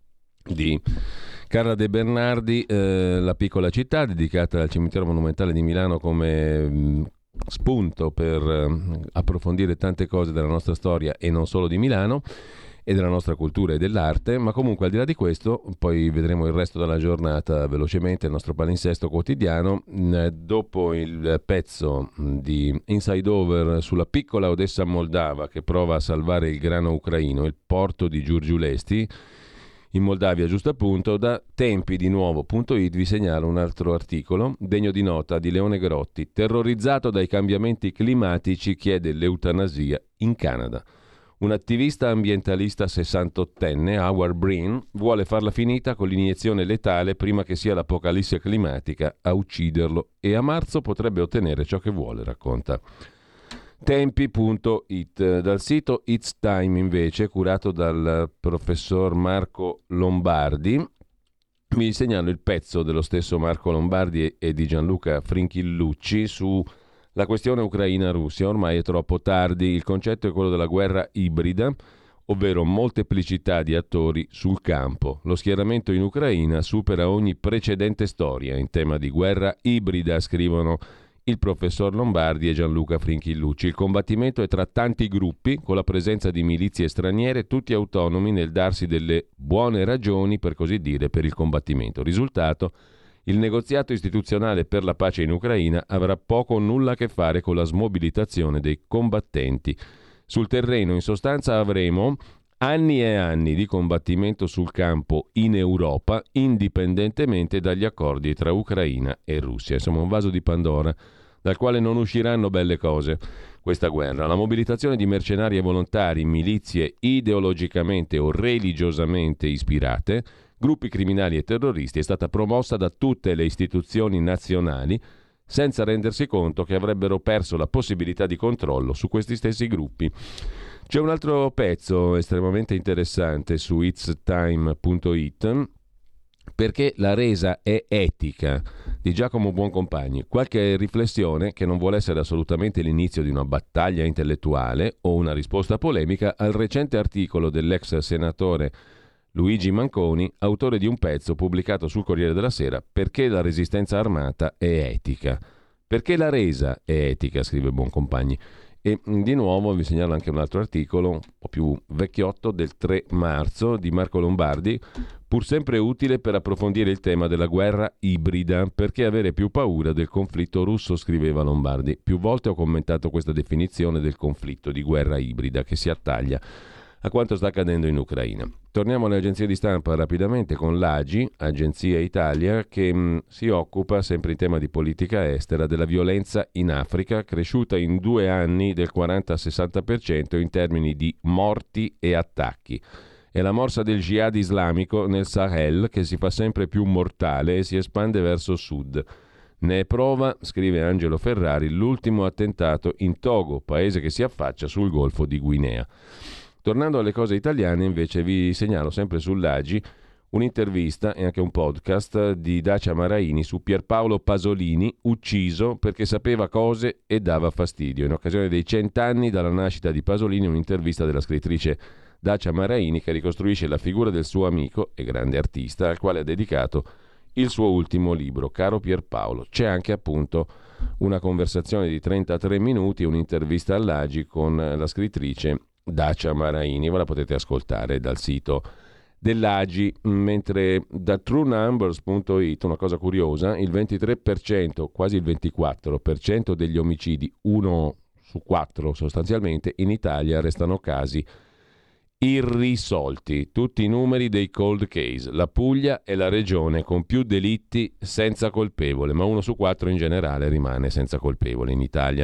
di Carla De Bernardi, eh, La piccola città, dedicata al cimitero monumentale di Milano come mh, spunto per eh, approfondire tante cose della nostra storia e non solo di Milano e della nostra cultura e dell'arte, ma comunque al di là di questo, poi vedremo il resto della giornata velocemente, il nostro palinsesto quotidiano. Dopo il pezzo di Inside Over sulla piccola Odessa moldava che prova a salvare il grano ucraino, il porto di Giurgiulesti in Moldavia, giusto appunto, da tempi di nuovo punto it vi segnalo un altro articolo degno di nota di Leone Grotti: terrorizzato dai cambiamenti climatici chiede l'eutanasia in Canada. Un attivista ambientalista sessantottenne, Howard Breen, vuole farla finita con l'iniezione letale prima che sia l'apocalisse climatica a ucciderlo e a marzo potrebbe ottenere ciò che vuole, racconta tempi punto it. Dal sito It's Time, invece, curato dal professor Marco Lombardi, vi segnalo il pezzo dello stesso Marco Lombardi e di Gianluca Frinchillucci su la questione Ucraina-Russia. Ormai è troppo tardi, il concetto è quello della guerra ibrida, ovvero molteplicità di attori sul campo. Lo schieramento in Ucraina supera ogni precedente storia in tema di guerra ibrida, scrivono il professor Lombardi e Gianluca Frinchillucci. Il combattimento è tra tanti gruppi, con la presenza di milizie straniere, tutti autonomi nel darsi delle buone ragioni, per così dire, per il combattimento. Risultato: il negoziato istituzionale per la pace in Ucraina avrà poco o nulla a che fare con la smobilitazione dei combattenti. Sul terreno, in sostanza, avremo anni e anni di combattimento sul campo in Europa, indipendentemente dagli accordi tra Ucraina e Russia. Insomma, un vaso di Pandora dal quale non usciranno belle cose questa guerra. La mobilitazione di mercenari e volontari, milizie ideologicamente o religiosamente ispirate, gruppi criminali e terroristi, è stata promossa da tutte le istituzioni nazionali senza rendersi conto che avrebbero perso la possibilità di controllo su questi stessi gruppi. C'è un altro pezzo estremamente interessante su its time punto it perché la resa è etica di Giacomo Buoncompagni. Qualche riflessione che non vuole essere assolutamente l'inizio di una battaglia intellettuale o una risposta polemica al recente articolo dell'ex senatore Luigi Manconi, autore di un pezzo pubblicato sul Corriere della Sera, Perché la resistenza armata è etica. Perché la resa è etica, scrive Buoncompagni. E di nuovo vi segnalo anche un altro articolo, un po' più vecchiotto, del tre marzo di Marco Lombardi, pur sempre utile per approfondire il tema della guerra ibrida. Perché avere più paura del conflitto russo, scriveva Lombardi. Più volte ho commentato questa definizione del conflitto di guerra ibrida che si attaglia a quanto sta accadendo in Ucraina. Torniamo alle agenzie di stampa rapidamente con l'A G I, Agenzia Italia, che mh, si occupa, sempre in tema di politica estera, della violenza in Africa, cresciuta in due anni del quaranta sessanta per cento in termini di morti e attacchi. È la morsa del jihad islamico nel Sahel che si fa sempre più mortale e si espande verso sud. Ne è prova, scrive Angelo Ferrari, l'ultimo attentato in Togo, paese che si affaccia sul Golfo di Guinea. Tornando alle cose italiane, invece, vi segnalo sempre sull'A G I un'intervista e anche un podcast di Dacia Maraini su Pierpaolo Pasolini, ucciso perché sapeva cose e dava fastidio. In occasione dei cent'anni dalla nascita di Pasolini, un'intervista della scrittrice Dacia Maraini che ricostruisce la figura del suo amico e grande artista al quale ha dedicato il suo ultimo libro, Caro Pierpaolo. C'è anche appunto una conversazione di trentatré minuti, un'intervista all'A G I con la scrittrice Dacia Maraini, ve la potete ascoltare dal sito dell'A G I, mentre da true numbers punto it, una cosa curiosa, il ventitré per cento, quasi il ventiquattro per cento degli omicidi, uno su quattro sostanzialmente, in Italia restano casi irrisolti. Tutti i numeri dei cold case. La Puglia è la regione con più delitti senza colpevole, ma uno su quattro in generale rimane senza colpevole in Italia.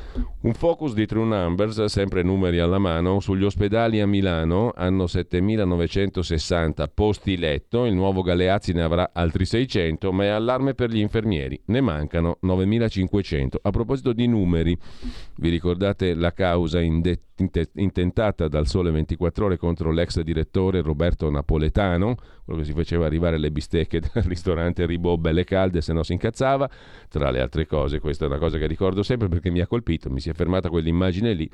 Un focus di True Numbers, sempre numeri alla mano, sugli ospedali a Milano hanno settemilanovecentosessanta posti letto, il nuovo Galeazzi ne avrà altri seicento, ma è allarme per gli infermieri, ne mancano novemilacinquecento. A proposito di numeri, vi ricordate la causa inde- intentata dal Sole ventiquattro Ore contro l'ex direttore Roberto Napoletano, quello che si faceva arrivare le bistecche dal ristorante Ribot belle calde, se no si incazzava, tra le altre cose. Questa è una cosa che ricordo sempre perché mi ha colpito, mi si è fermata quell'immagine lì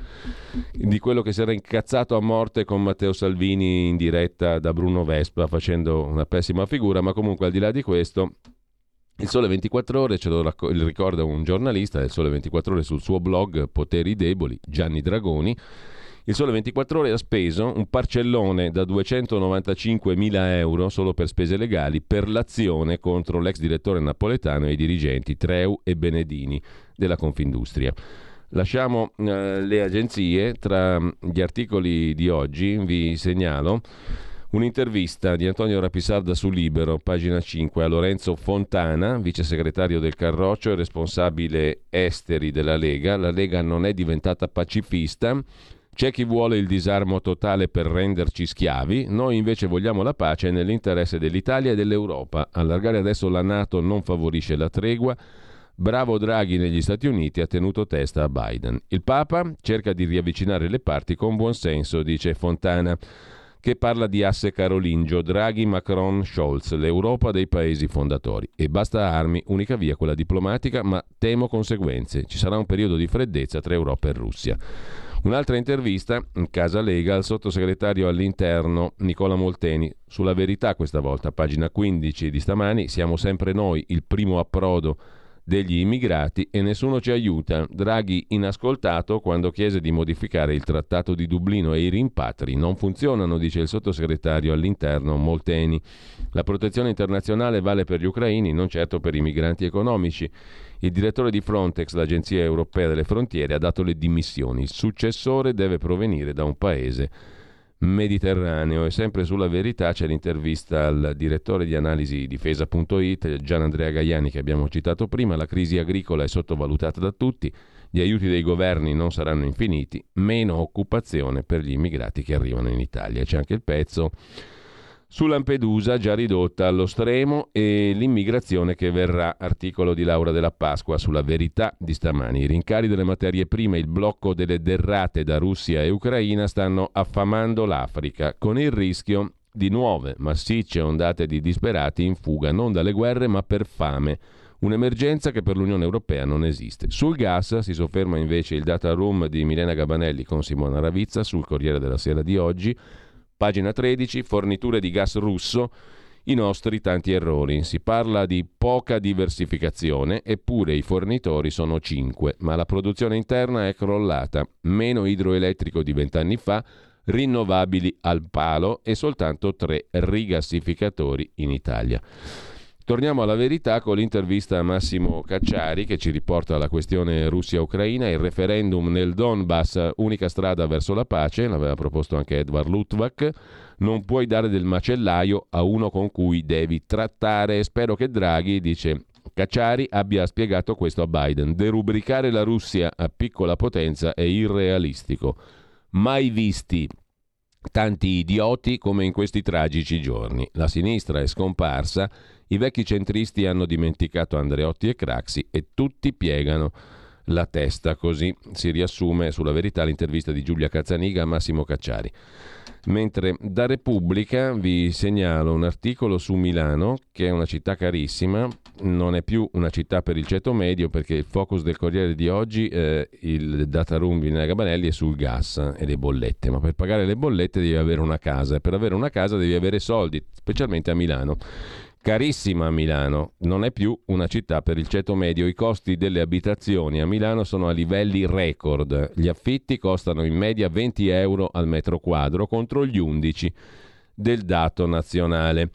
di quello che si era incazzato a morte con Matteo Salvini in diretta da Bruno Vespa facendo una pessima figura. Ma comunque, al di là di questo, il Sole ventiquattro Ore, ce lo racco- ricorda un giornalista del Sole ventiquattro Ore sul suo blog Poteri Deboli, Gianni Dragoni. Il Sole ventiquattro Ore ha speso un parcellone da duecentonovantacinquemila euro solo per spese legali per l'azione contro l'ex direttore Napoletano e i dirigenti Treu e Benedini della Confindustria. Lasciamo eh, le agenzie. Tra gli articoli di oggi vi segnalo un'intervista di Antonio Rapisarda su Libero, pagina cinque, a Lorenzo Fontana, vice segretario del Carroccio e responsabile esteri della Lega. La Lega non è diventata pacifista. C'è chi vuole il disarmo totale per renderci schiavi, noi invece vogliamo la pace nell'interesse dell'Italia e dell'Europa. Allargare adesso la NATO non favorisce la tregua. Bravo Draghi negli Stati Uniti, ha tenuto testa a Biden. Il Papa cerca di riavvicinare le parti con buonsenso, dice Fontana, che parla di asse carolingio, Draghi, Macron, Scholz, l'Europa dei paesi fondatori. E basta armi, unica via quella diplomatica, ma temo conseguenze. Ci sarà un periodo di freddezza tra Europa e Russia. Un'altra intervista in Casa Lega al sottosegretario all'interno Nicola Molteni, sulla Verità questa volta, pagina quindici di stamani. Siamo sempre noi il primo approdo degli immigrati e nessuno ci aiuta. Draghi inascoltato quando chiese di modificare il trattato di Dublino e i rimpatri non funzionano, dice il sottosegretario all'interno Molteni. La protezione internazionale vale per gli ucraini, non certo per i migranti economici. Il direttore di Frontex, l'Agenzia Europea delle Frontiere, ha dato le dimissioni. Il successore deve provenire da un paese mediterraneo. E sempre sulla Verità c'è l'intervista al direttore di analisi difesa punto it, Gian Andrea Gaiani, che abbiamo citato prima. La crisi agricola è sottovalutata da tutti, gli aiuti dei governi non saranno infiniti, meno occupazione per gli immigrati che arrivano in Italia. C'è anche il pezzo su Lampedusa, già ridotta allo stremo, e l'immigrazione che verrà, articolo di Laura Della Pasqua sulla Verità di stamani. I rincari delle materie prime, il blocco delle derrate da Russia e Ucraina stanno affamando l'Africa, con il rischio di nuove massicce ondate di disperati in fuga, non dalle guerre ma per fame. Un'emergenza che per l'Unione Europea non esiste. Sul gas si sofferma invece il data room di Milena Gabanelli con Simona Ravizza sul Corriere della Sera di oggi. Pagina tredici, forniture di gas russo, i nostri tanti errori. Si parla di poca diversificazione, eppure i fornitori sono cinque, ma la produzione interna è crollata. Meno idroelettrico di vent'anni fa, rinnovabili al palo e soltanto tre rigassificatori in Italia. Torniamo alla verità con l'intervista a Massimo Cacciari che ci riporta alla questione Russia-Ucraina, il referendum nel Donbass, unica strada verso la pace, l'aveva proposto anche Edward Luttwak. Non puoi dare del macellaio a uno con cui devi trattare. Spero che Draghi, dice Cacciari, abbia spiegato questo a Biden. Derubricare la Russia a piccola potenza è irrealistico. Mai visti tanti idioti come in questi tragici giorni. La sinistra è scomparsa, i vecchi centristi hanno dimenticato Andreotti e Craxi e tutti piegano la testa. Così si riassume sulla Verità l'intervista di Giulia Cazzaniga a Massimo Cacciari. Mentre da Repubblica vi segnalo un articolo su Milano, che è una città carissima, non è più una città per il ceto medio, perché il focus del Corriere di oggi, eh, il data room di Milena Gabanelli, è sul gas e le bollette, ma per pagare le bollette devi avere una casa e per avere una casa devi avere soldi, specialmente a Milano. Carissima Milano, non è più una città per il ceto medio, i costi delle abitazioni a Milano sono a livelli record, gli affitti costano in media venti euro al metro quadro contro gli undici del dato nazionale,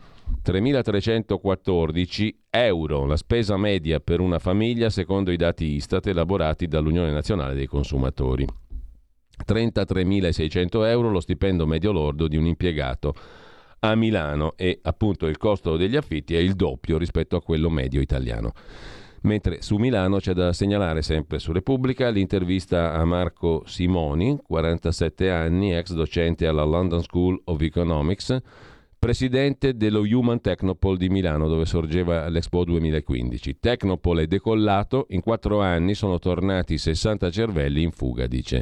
tremilatrecentoquattordici euro la spesa media per una famiglia secondo i dati Istat elaborati dall'Unione Nazionale dei Consumatori, trentatremilaseicento euro lo stipendio medio lordo di un impiegato a Milano e appunto il costo degli affitti è il doppio rispetto a quello medio italiano. Mentre su Milano c'è da segnalare sempre su Repubblica l'intervista a Marco Simoni, quarantasette anni, ex docente alla London School of Economics, presidente dello Human Technopole di Milano dove sorgeva l'Expo duemilaquindici. Technopole è decollato, in quattro anni sono tornati sessanta cervelli in fuga, dice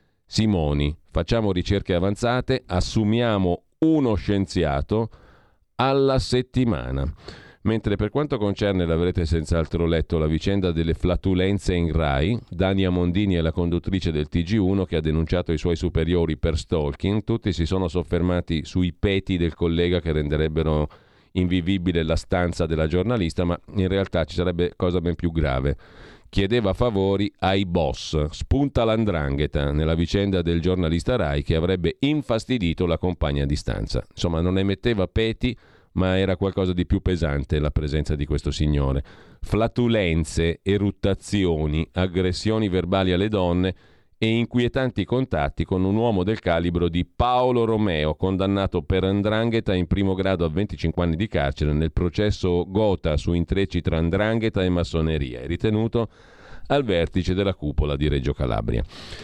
Simoni. Facciamo ricerche avanzate, assumiamo uno scienziato alla settimana. Mentre per quanto concerne, l'avrete senz'altro letto, la vicenda delle flatulenze in Rai, Dania Mondini è la conduttrice del T G uno che ha denunciato i suoi superiori per stalking. Tutti si sono soffermati sui peti del collega che renderebbero invivibile la stanza della giornalista, ma in realtà ci sarebbe cosa ben più grave. Chiedeva favori ai boss. Spunta l'andrangheta nella vicenda del giornalista Rai che avrebbe infastidito la compagna di stanza. Insomma, non emetteva peti, ma era qualcosa di più pesante la presenza di questo signore. Flatulenze, eruttazioni, aggressioni verbali alle donne e inquietanti contatti con un uomo del calibro di Paolo Romeo, condannato per 'ndrangheta in primo grado a venticinque anni di carcere nel processo Gotha su intrecci tra 'ndrangheta e massoneria, è ritenuto al vertice della cupola di Reggio Calabria.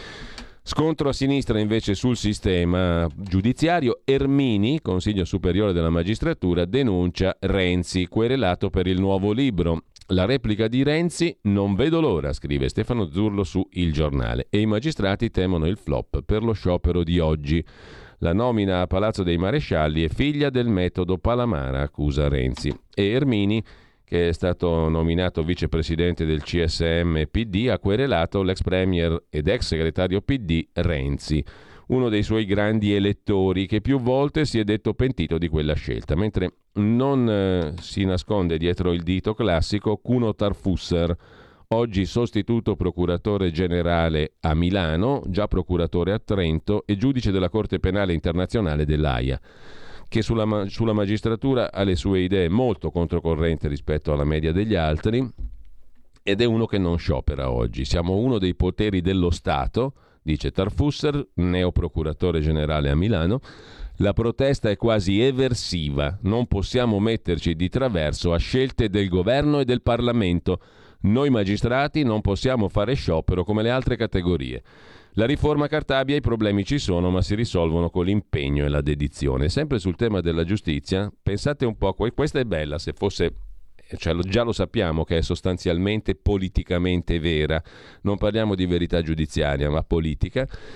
Scontro a sinistra invece sul sistema giudiziario. Ermini, Consiglio Superiore della Magistratura, denuncia Renzi, querelato per il nuovo libro. La replica di Renzi, non vedo l'ora, scrive Stefano Zurlo su Il Giornale, e i magistrati temono il flop per lo sciopero di oggi. La nomina a Palazzo dei Marescialli è figlia del metodo Palamara, accusa Renzi. E Ermini, che è stato nominato vicepresidente del C S M P D, ha querelato l'ex premier ed ex segretario P D Renzi, uno dei suoi grandi elettori che più volte si è detto pentito di quella scelta, mentre non eh, si nasconde dietro il dito classico Cuno Tarfusser, oggi sostituto procuratore generale a Milano, già procuratore a Trento e giudice della Corte Penale Internazionale dell'Aia, che sulla, sulla magistratura ha le sue idee molto controcorrenti rispetto alla media degli altri ed è uno che non sciopera oggi. Siamo uno dei poteri dello Stato, dice Tarfusser, neoprocuratore generale a Milano. La protesta è quasi eversiva, non possiamo metterci di traverso a scelte del governo e del Parlamento. Noi magistrati non possiamo fare sciopero come le altre categorie. La riforma Cartabia, i problemi ci sono, ma si risolvono con l'impegno e la dedizione. Sempre sul tema della giustizia, pensate un po', questa è bella, se fosse, cioè già lo sappiamo che è sostanzialmente politicamente vera, non parliamo di verità giudiziaria, ma politica.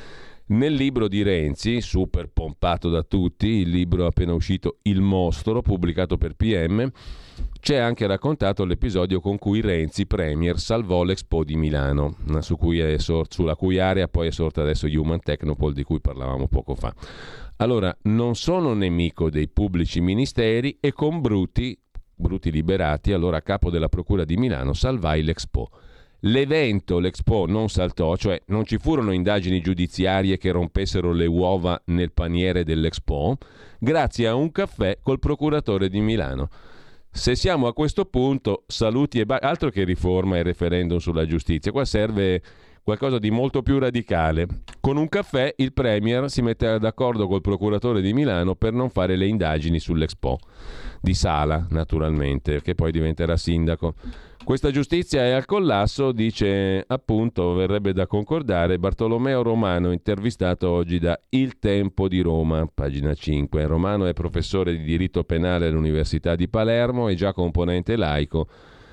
Nel libro di Renzi, super pompato da tutti, il libro appena uscito Il Mostro, pubblicato per P M, c'è anche raccontato l'episodio con cui Renzi, premier, salvò l'Expo di Milano, su cui è sor- sulla cui area poi è sorta adesso Human Technopole, di cui parlavamo poco fa. Allora, non sono nemico dei pubblici ministeri e con Bruti, Bruti liberati, allora capo della Procura di Milano, salvai l'Expo. L'evento, l'Expo, non saltò, cioè non ci furono indagini giudiziarie che rompessero le uova nel paniere dell'Expo, grazie a un caffè col procuratore di Milano. Se siamo a questo punto, saluti e ba- altro che riforma e referendum sulla giustizia, qua serve qualcosa di molto più radicale. Con un caffè il premier si mette d'accordo col procuratore di Milano per non fare le indagini sull'Expo, di Sala naturalmente, che poi diventerà sindaco. Questa giustizia è al collasso, dice appunto, verrebbe da concordare Bartolomeo Romano, intervistato oggi da Il Tempo di Roma, pagina cinque. Romano è professore di diritto penale all'Università di Palermo e già componente laico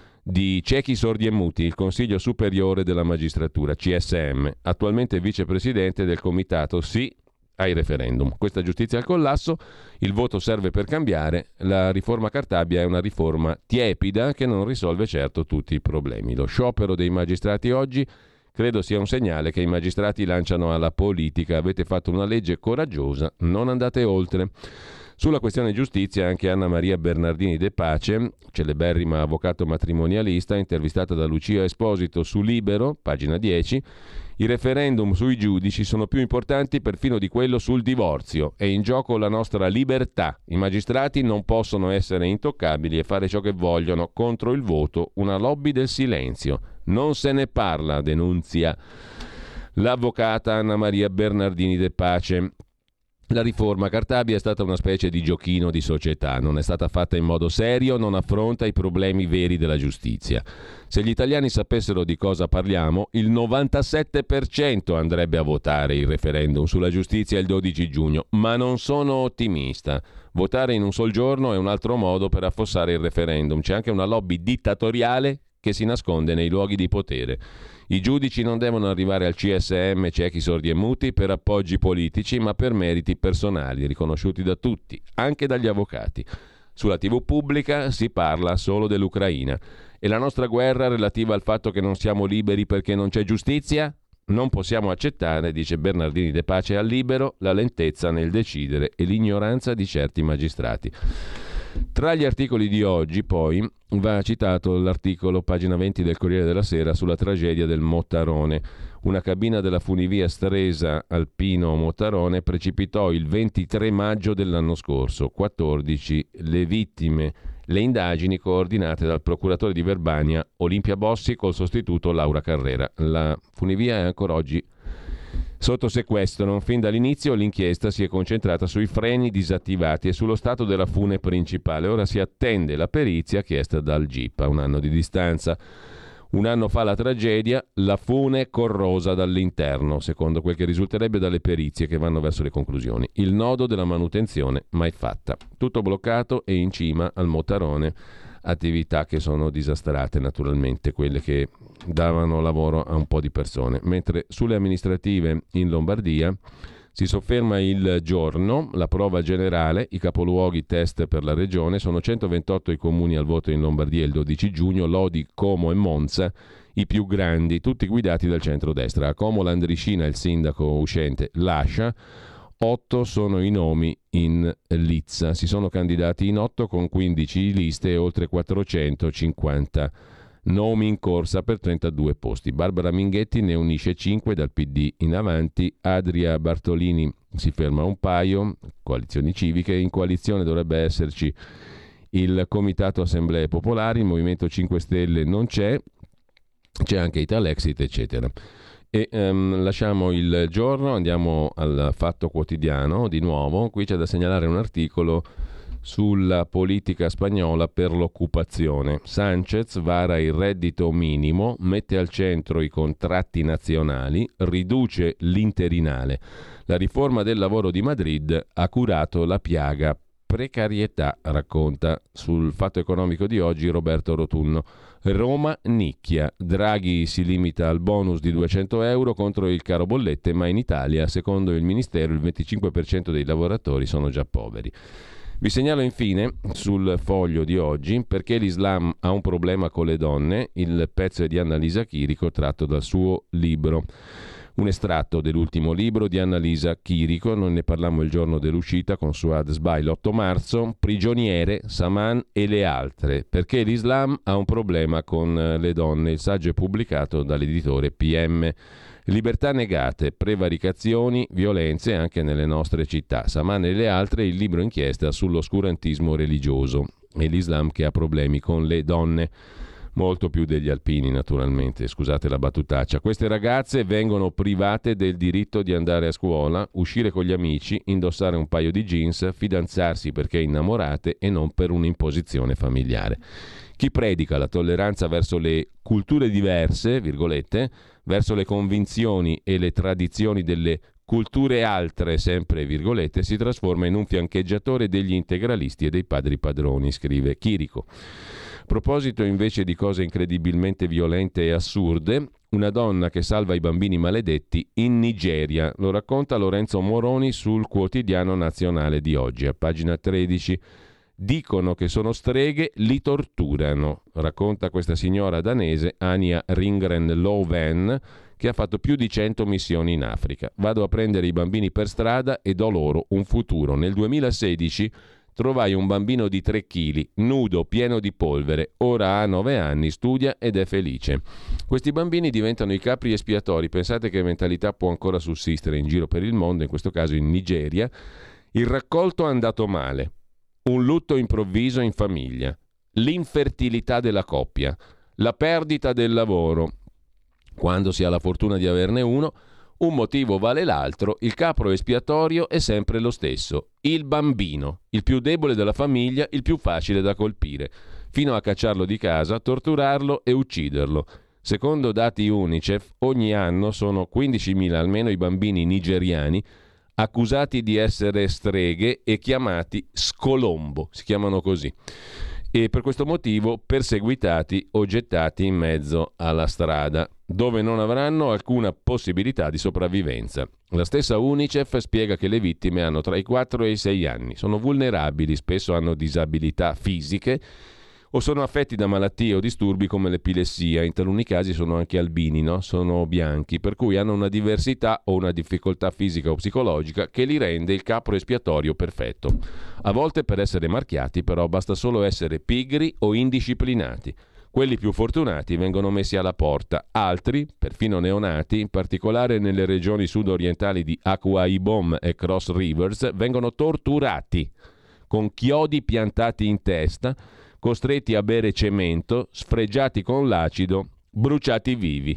di Ciechi Sordi e Muti, il Consiglio Superiore della Magistratura, C S M, attualmente vicepresidente del comitato Sì ai referendum. Questa giustizia al collasso, il voto serve per cambiare, la riforma Cartabia è una riforma tiepida che non risolve certo tutti i problemi. Lo sciopero dei magistrati oggi credo sia un segnale che i magistrati lanciano alla politica: avete fatto una legge coraggiosa, non andate oltre. Sulla questione giustizia anche Anna Maria Bernardini De Pace, celeberrima avvocato matrimonialista, intervistata da Lucia Esposito su Libero, pagina dieci, i referendum sui giudici sono più importanti perfino di quello sul divorzio. È in gioco la nostra libertà. I magistrati non possono essere intoccabili e fare ciò che vogliono contro il voto, una lobby del silenzio. Non se ne parla, denunzia l'avvocata Anna Maria Bernardini De Pace. La riforma Cartabia è stata una specie di giochino di società, non è stata fatta in modo serio, non affronta i problemi veri della giustizia. Se gli italiani sapessero di cosa parliamo, il novantasette per cento andrebbe a votare il referendum sulla giustizia il dodici giugno, ma non sono ottimista. Votare in un sol giorno è un altro modo per affossare il referendum. C'è anche una lobby dittatoriale che si nasconde nei luoghi di potere. I giudici non devono arrivare al C S M, ciechi, sordi e muti, per appoggi politici, ma per meriti personali, riconosciuti da tutti, anche dagli avvocati. Sulla tivù pubblica si parla solo dell'Ucraina. E la nostra guerra relativa al fatto che non siamo liberi perché non c'è giustizia? Non possiamo accettare, dice Bernardini De Pace al Libero, la lentezza nel decidere e l'ignoranza di certi magistrati. Tra gli articoli di oggi, poi, va citato l'articolo, pagina venti del Corriere della Sera, sulla tragedia del Mottarone. Una cabina della funivia Stresa Alpino Mottarone precipitò il ventitré maggio dell'anno scorso. quattordici le vittime. Le indagini coordinate dal procuratore di Verbania Olimpia Bossi col sostituto Laura Carrera. La funivia è ancora oggi sotto sequestro. Fin dall'inizio l'inchiesta si è concentrata sui freni disattivati e sullo stato della fune principale. Ora si attende la perizia chiesta dal G I P a un anno di distanza. Un anno fa la tragedia, la fune corrosa dall'interno, secondo quel che risulterebbe dalle perizie che vanno verso le conclusioni. Il nodo della manutenzione mai fatta. Tutto bloccato e in cima al Mottarone attività che sono disastrate, naturalmente, quelle che davano lavoro a un po' di persone. Mentre sulle amministrative in Lombardia si sofferma Il Giorno, la prova generale, i capoluoghi test per la regione, sono centoventotto i comuni al voto in Lombardia il dodici giugno, Lodi, Como e Monza i più grandi, tutti guidati dal centrodestra. A Como Landricina, il sindaco uscente, lascia. Otto sono i nomi in lizza. Si sono candidati in otto con quindici liste e oltre quattrocentocinquanta nomi in corsa per trentadue posti. Barbara Minghetti ne unisce cinque dal P D in avanti. Adria Bartolini si ferma un paio, coalizioni civiche. In coalizione dovrebbe esserci il Comitato Assemblee Popolari, il Movimento cinque Stelle non c'è, c'è anche Italexit, eccetera. E um, lasciamo Il Giorno, andiamo al Fatto Quotidiano di nuovo. Qui c'è da segnalare un articolo sulla politica spagnola per l'occupazione. Sánchez vara il reddito minimo, mette al centro i contratti nazionali, riduce l'interinale. La riforma del lavoro di Madrid ha curato la piaga precarietà, racconta sul Fatto Economico di oggi Roberto Rotunno. Roma nicchia, Draghi si limita al bonus di duecento euro contro il caro bollette, ma in Italia, secondo il Ministero, il venticinque per cento dei lavoratori sono già poveri. Vi segnalo infine sul Foglio di oggi perché l'Islam ha un problema con le donne, il pezzo è di Annalisa Chirico tratto dal suo libro. Un estratto dell'ultimo libro di Annalisa Chirico, noi ne parlammo il giorno dell'uscita con Suad Sbai l'otto marzo, Prigioniere, Saman e le altre, perché l'Islam ha un problema con le donne. Il saggio è pubblicato dall'editore P M. Libertà negate, prevaricazioni, violenze anche nelle nostre città. Saman e le altre, il libro inchiesta sull'oscurantismo religioso e l'Islam che ha problemi con le donne. Molto più degli alpini, naturalmente, scusate la battutaccia. Queste ragazze vengono private del diritto di andare a scuola, uscire con gli amici, indossare un paio di jeans, fidanzarsi perché innamorate e non per un'imposizione familiare. Chi predica la tolleranza verso le culture diverse, virgolette, verso le convinzioni e le tradizioni delle culture altre, sempre virgolette, si trasforma in un fiancheggiatore degli integralisti e dei padri padroni, scrive Chirico. A proposito invece di cose incredibilmente violente e assurde, una donna che salva i bambini maledetti in Nigeria. Lo racconta Lorenzo Moroni sul Quotidiano Nazionale di oggi, a pagina tredici. Dicono che sono streghe, li torturano, racconta questa signora danese Anja Ringren Loven, che ha fatto più di cento missioni in Africa. Vado a prendere i bambini per strada e do loro un futuro. Nel duemilasedici trovai un bambino di tre chili, nudo, pieno di polvere. Ora ha nove anni, studia ed è felice. Questi bambini diventano i capri espiatori. Pensate che mentalità può ancora sussistere in giro per il mondo, in questo caso in Nigeria. Il raccolto è andato male. Un lutto improvviso in famiglia. L'infertilità della coppia. La perdita del lavoro. Quando si ha la fortuna di averne uno, un motivo vale l'altro, il capro espiatorio è sempre lo stesso, il bambino, il più debole della famiglia, il più facile da colpire, fino a cacciarlo di casa, torturarlo e ucciderlo. Secondo dati UNICEF, ogni anno sono quindicimila almeno i bambini nigeriani accusati di essere streghe e chiamati scolombo, si chiamano così. E per questo motivo perseguitati o gettati in mezzo alla strada, dove non avranno alcuna possibilità di sopravvivenza. La stessa UNICEF spiega che le vittime hanno tra i quattro e i sei anni, sono vulnerabili, spesso hanno disabilità fisiche o sono affetti da malattie o disturbi come l'epilessia, in taluni casi sono anche albini, no? Sono bianchi, per cui hanno una diversità o una difficoltà fisica o psicologica che li rende il capro espiatorio perfetto. A volte per essere marchiati però basta solo essere pigri o indisciplinati. Quelli più fortunati vengono messi alla porta, altri, perfino neonati, in particolare nelle regioni sud-orientali di Akwa Ibom e Cross Rivers, vengono torturati con chiodi piantati in testa, costretti a bere cemento, sfregiati con l'acido, bruciati vivi.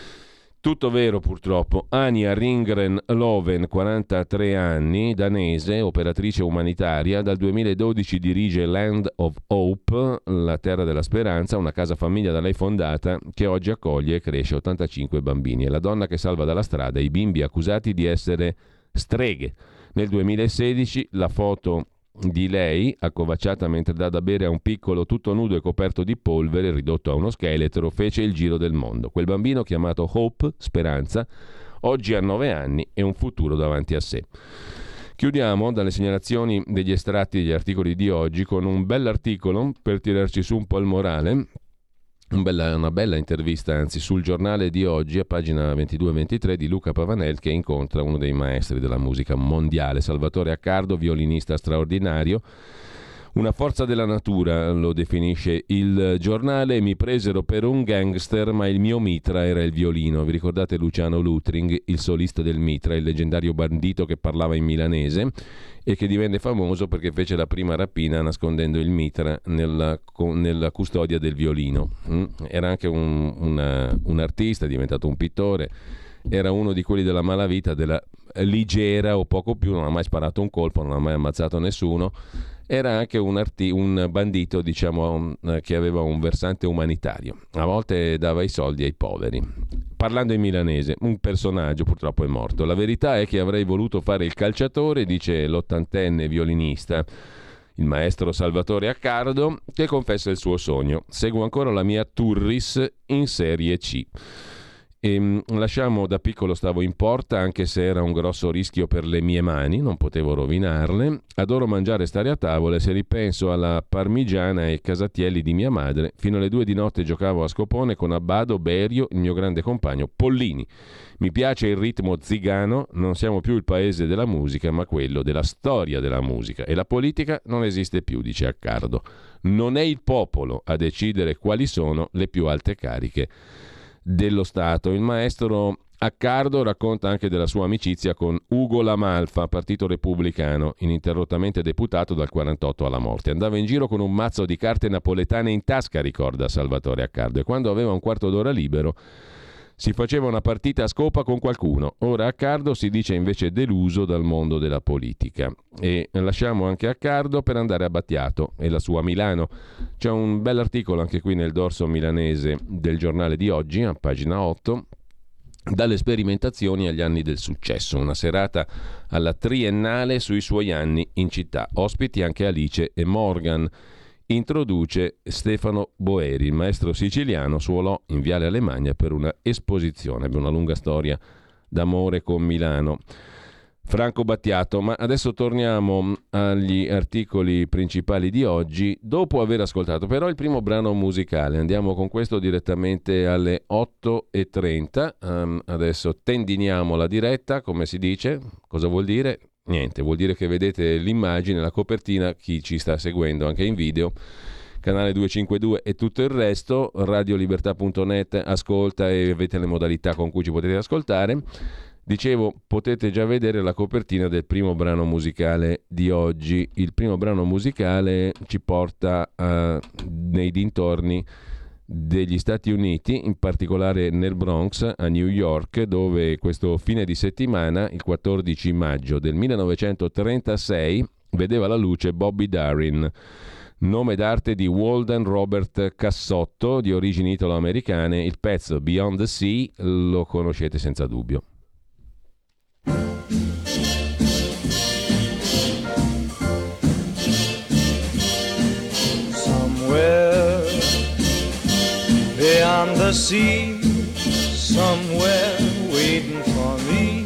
Tutto vero purtroppo. Anja Ringren Loven, quarantatré anni, danese, operatrice umanitaria, dal duemiladodici dirige Land of Hope, la terra della speranza, una casa famiglia da lei fondata che oggi accoglie e cresce ottantacinque bambini. È la donna che salva dalla strada i bimbi accusati di essere streghe. Nel duemilasedici la foto di lei, accovacciata mentre dà da bere a un piccolo tutto nudo e coperto di polvere, ridotto a uno scheletro, fece il giro del mondo. Quel bambino chiamato Hope, Speranza, oggi ha nove anni e un futuro davanti a sé. Chiudiamo dalle segnalazioni degli estratti degli articoli di oggi con un bell'articolo per tirarci su un po' il morale. Un bella, una bella intervista, anzi, sul Giornale di oggi, a pagina ventidue ventitré, di Luca Pavanel, che incontra uno dei maestri della musica mondiale, Salvatore Accardo, violinista straordinario. Una forza della natura, lo definisce il giornale. Mi presero per un gangster, ma il mio mitra era il violino. Vi ricordate Luciano Lutring, il solista del Mitra, il leggendario bandito che parlava in milanese e che divenne famoso perché fece la prima rapina nascondendo il mitra nella, nella custodia del violino. Era anche un, una, un artista, è diventato un pittore. Era uno di quelli della malavita, della leggera o poco più, non ha mai sparato un colpo, non ha mai ammazzato nessuno. Era anche un, arti- un bandito, diciamo, che aveva un versante umanitario. A volte dava i soldi ai poveri. Parlando in milanese, un personaggio purtroppo è morto. La verità è che avrei voluto fare il calciatore, dice l'ottantenne violinista. il maestro Salvatore Accardo, che confessa il suo sogno. Seguo ancora la mia Turris in Serie C. E lasciamo, da piccolo stavo in porta, anche se era un grosso rischio per le mie mani, non potevo rovinarle. Adoro mangiare e stare a tavola, e se ripenso alla parmigiana e casatielli di mia madre, fino alle due di notte giocavo a scopone con Abbado, Berio, il mio grande compagno Pollini. Mi piace il ritmo zigano, non siamo più il paese della musica, ma quello della storia della musica, e la politica non esiste più, dice Accardo. Non è il popolo a decidere quali sono le più alte cariche dello Stato. Il maestro Accardo racconta anche della sua amicizia con Ugo La Malfa, partito repubblicano, ininterrottamente deputato dal quarantotto alla morte. Andava in giro con un mazzo di carte napoletane in tasca, ricorda Salvatore Accardo, e quando aveva un quarto d'ora libero si faceva una partita a scopa con qualcuno. Ora Accardo si dice invece deluso dal mondo della politica. E lasciamo anche Accardo per andare a Battiato e la sua Milano. C'è un bell'articolo anche qui nel dorso milanese del giornale di oggi, a pagina otto, dalle sperimentazioni agli anni del successo, una serata alla triennale sui suoi anni in città. Ospiti anche Alice e Morgan. Introduce Stefano Boeri, il maestro siciliano, suonò in Viale Alemagna per una esposizione. Ebbe una lunga storia d'amore con Milano. Franco Battiato, ma adesso torniamo agli articoli principali di oggi, dopo aver ascoltato però il primo brano musicale. Andiamo con questo direttamente alle otto e trenta. Um, adesso tendiniamo la diretta, come si dice. Cosa vuol dire? Niente, vuol dire che vedete l'immagine, la copertina, chi ci sta seguendo anche in video, canale duecentocinquantadue e tutto il resto, radiolibertà punto net, ascolta e avete le modalità con cui ci potete ascoltare. Dicevo, potete già vedere la copertina del primo brano musicale di oggi. Il primo brano musicale ci porta uh, nei dintorni degli Stati Uniti, in particolare nel Bronx, a New York, dove questo fine di settimana, il quattordici maggio del millenovecentotrentasei, vedeva la luce Bobby Darin, nome d'arte di Walden Robert Cassotto, di origini italo-americane. Il pezzo Beyond the Sea lo conoscete senza dubbio. Somewhere beyond the sea, somewhere waiting for me,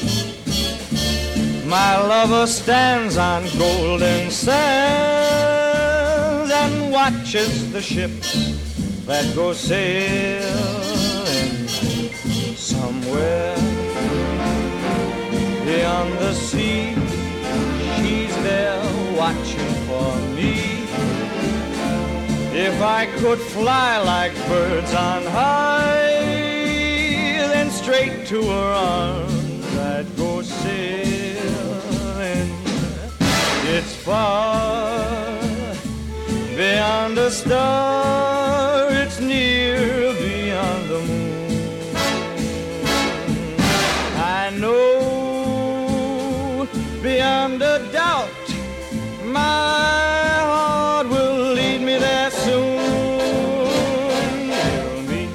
my lover stands on golden sands and watches the ships that go sailing. Somewhere beyond the sea, she's there watching for me. If I could fly like birds on high, then straight to her arms I'd go sailing. It's far beyond a star, it's near beyond the moon. I know beyond a doubt my heart will lead me there soon. We'll meet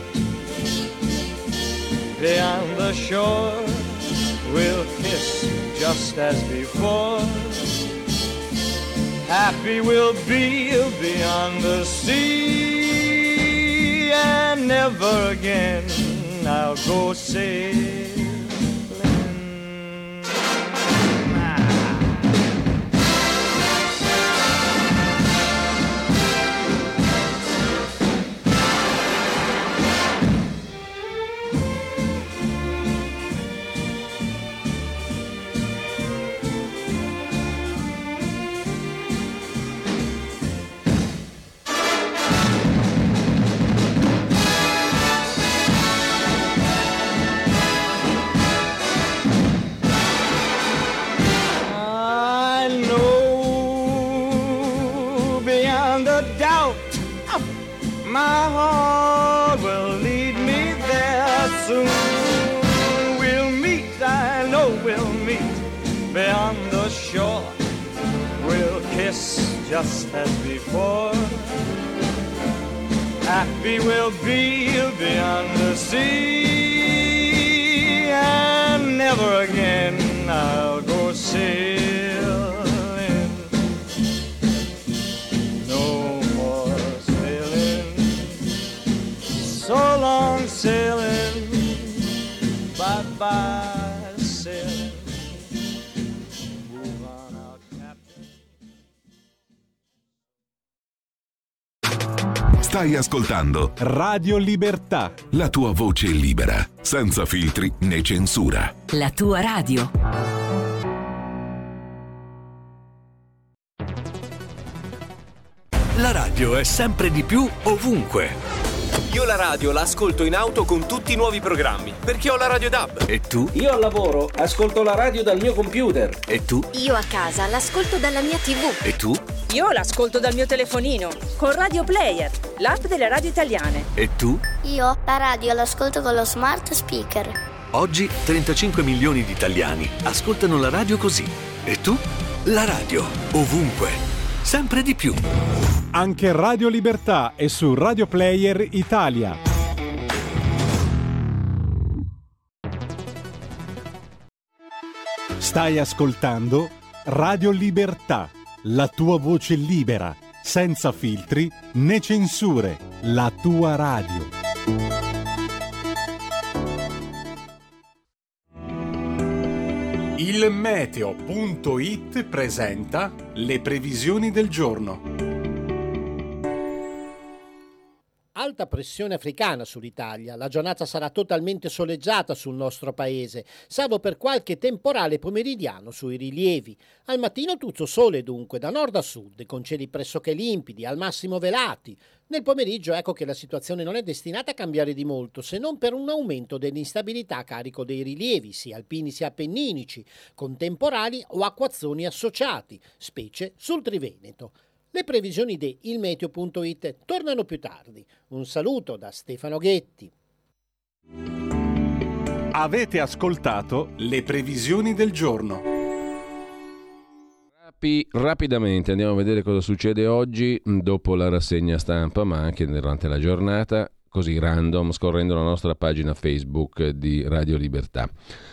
beyond the shore, we'll kiss just as before. Happy we'll be beyond the sea, and never again I'll go sailing. My heart will lead me there soon. We'll meet, I know we'll meet beyond the shore. We'll kiss just as before. Happy we'll be beyond the sea, and never again I'll go sailing. Stai ascoltando Radio Libertà. La tua voce libera, senza filtri né censura. La tua radio. La radio è sempre di più ovunque. Io la radio la ascolto in auto con tutti i nuovi programmi, perché ho la Radio D A B. E tu? Io al lavoro ascolto la radio dal mio computer. E tu? Io a casa l'ascolto dalla mia tivù. E tu? Io l'ascolto dal mio telefonino, con Radio Player, l'app delle radio italiane. E tu? Io la radio l'ascolto con lo smart speaker. Oggi trentacinque milioni di italiani ascoltano la radio così. E tu? La radio, ovunque, sempre di più. Anche Radio Libertà è su Radio Player Italia. Stai ascoltando Radio Libertà, la tua voce libera, senza filtri né censure, la tua radio. Il meteo punto it presenta le previsioni del giorno. Alta pressione africana sull'Italia. La giornata sarà totalmente soleggiata sul nostro paese, salvo per qualche temporale pomeridiano sui rilievi. Al mattino tutto sole dunque, da nord a sud, con cieli pressoché limpidi, al massimo velati. Nel pomeriggio ecco che la situazione non è destinata a cambiare di molto, se non per un aumento dell'instabilità a carico dei rilievi, sia alpini sia appenninici, con temporali o acquazzoni associati, specie sul Triveneto. Le previsioni di il meteo punto it tornano più tardi. Un saluto da Stefano Ghetti. Avete ascoltato le previsioni del giorno. Rapi, rapidamente andiamo a vedere cosa succede oggi dopo la rassegna stampa, ma anche durante la giornata, così random, scorrendo la nostra pagina Facebook di Radio Libertà.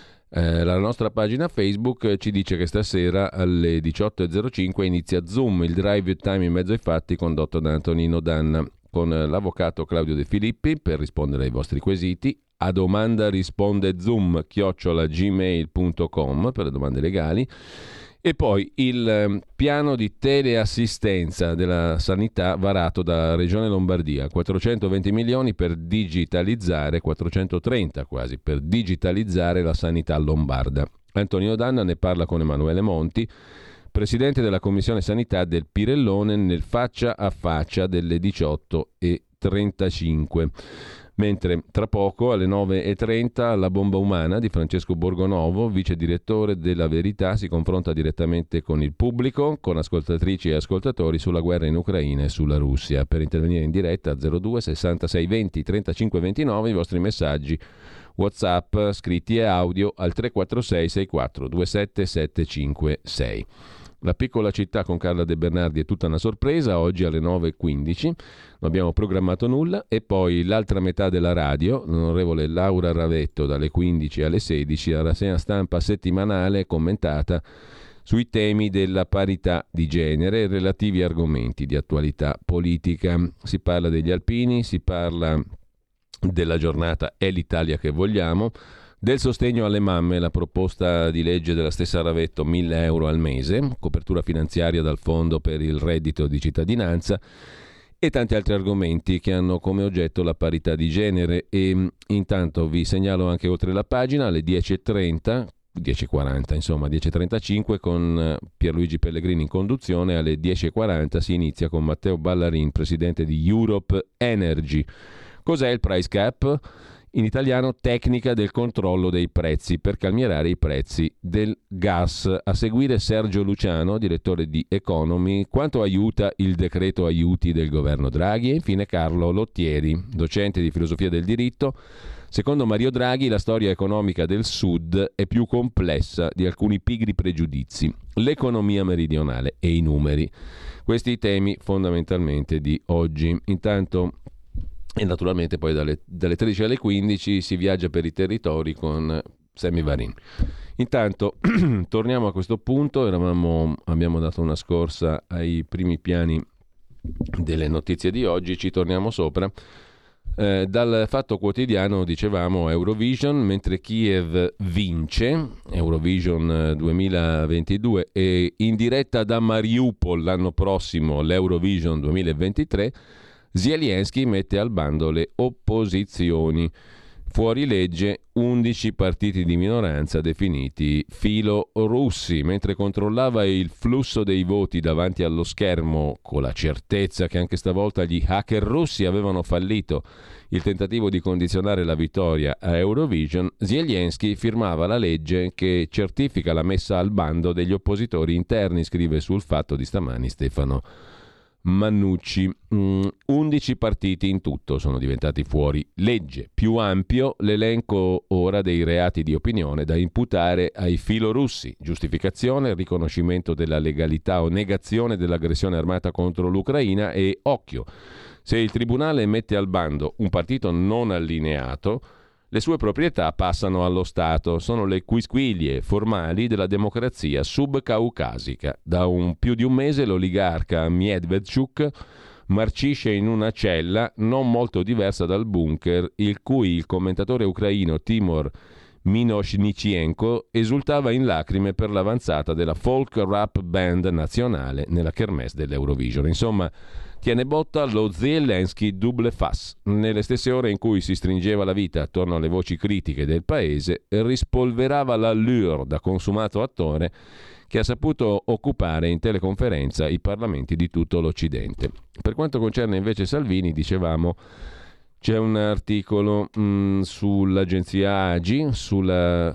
Eh, la nostra pagina Facebook ci dice che stasera alle diciotto e zero cinque inizia Zoom, il drive time in mezzo ai fatti, condotto da Antonino Danna, con l'avvocato Claudio De Filippi per rispondere ai vostri quesiti. A domanda risponde Zoom chiocciola gmail punto com per le domande legali. E poi il piano di teleassistenza della sanità varato da Regione Lombardia, quattrocentoventi milioni per digitalizzare, quattrocentotrenta quasi, per digitalizzare la sanità lombarda. Antonino Danna ne parla con Emanuele Monti, presidente della Commissione Sanità del Pirellone, nel faccia a faccia delle diciotto e trentacinque. Mentre tra poco alle nove e trenta La bomba umana di Francesco Borgonovo, vice direttore della Verità, si confronta direttamente con il pubblico, con ascoltatrici e ascoltatori sulla guerra in Ucraina e sulla Russia. Per intervenire in diretta zero due sessantasei venti trentacinque ventinove i vostri messaggi WhatsApp scritti e audio al tre quattro sei sei quattro due sette sette cinque sei. La piccola città con Carla De Bernardi è tutta una sorpresa, oggi alle nove e quindici, non abbiamo programmato nulla, e poi l'altra metà della radio, l'onorevole Laura Ravetto, dalle quindici alle sedici, la rassegna stampa settimanale commentata sui temi della parità di genere e relativi argomenti di attualità politica. Si parla degli alpini, si parla della giornata È l'Italia che vogliamo, del sostegno alle mamme, la proposta di legge della stessa Ravetto, mille euro al mese, copertura finanziaria dal fondo per il reddito di cittadinanza, e tanti altri argomenti che hanno come oggetto la parità di genere. E intanto vi segnalo anche oltre la pagina alle dieci e trenta, dieci e quaranta insomma, dieci e trentacinque con Pierluigi Pellegrini in conduzione, alle dieci e quaranta si inizia con Matteo Ballarin, presidente di Europe Energy. Cos'è il price cap? In italiano, tecnica del controllo dei prezzi per calmierare i prezzi del gas. A seguire Sergio Luciano, direttore di Economy, quanto aiuta il decreto aiuti del governo Draghi, e infine Carlo Lottieri, docente di filosofia del diritto. Secondo Mario Draghi la storia economica del Sud è più complessa di alcuni pigri pregiudizi, l'economia meridionale e i numeri. Questi i temi fondamentalmente di oggi. Intanto, e naturalmente poi dalle, dalle tredici alle quindici si viaggia per i territori con Sammy Varin. Intanto torniamo a questo punto, eravamo, abbiamo dato una scorsa ai primi piani delle notizie di oggi, ci torniamo sopra. Eh, dal Fatto Quotidiano dicevamo Eurovision, mentre Kiev vince, Eurovision duemilaventidue, e in diretta da Mariupol l'anno prossimo l'Eurovision duemilaventitré. Zelensky mette al bando le opposizioni. Fuori legge undici partiti di minoranza definiti filo-russi, mentre controllava il flusso dei voti davanti allo schermo, con la certezza che anche stavolta gli hacker russi avevano fallito il tentativo di condizionare la vittoria a Eurovision. Zelensky firmava la legge che certifica la messa al bando degli oppositori interni, scrive sul Fatto di stamani Stefano Mannucci. Mm, undici partiti in tutto sono diventati fuori legge. Più ampio l'elenco ora dei reati di opinione da imputare ai filorussi: giustificazione, riconoscimento della legalità o negazione dell'aggressione armata contro l'Ucraina e, occhio, se il tribunale mette al bando un partito non allineato, le sue proprietà passano allo Stato. Sono le quisquilie formali della democrazia subcaucasica. Da un più di un mese l'oligarca Medvedchuk marcisce in una cella non molto diversa dal bunker il cui il commentatore ucraino Timur Minoshnichenko esultava in lacrime per l'avanzata della folk rap band nazionale nella kermesse dell'Eurovision. Insomma, tiene botta lo Zelensky double face. Nelle stesse ore in cui si stringeva la vita attorno alle voci critiche del paese, rispolverava l'allure da consumato attore che ha saputo occupare in teleconferenza i parlamenti di tutto l'Occidente. Per quanto concerne invece Salvini, dicevamo, c'è un articolo mh, sull'agenzia Agi, sulla,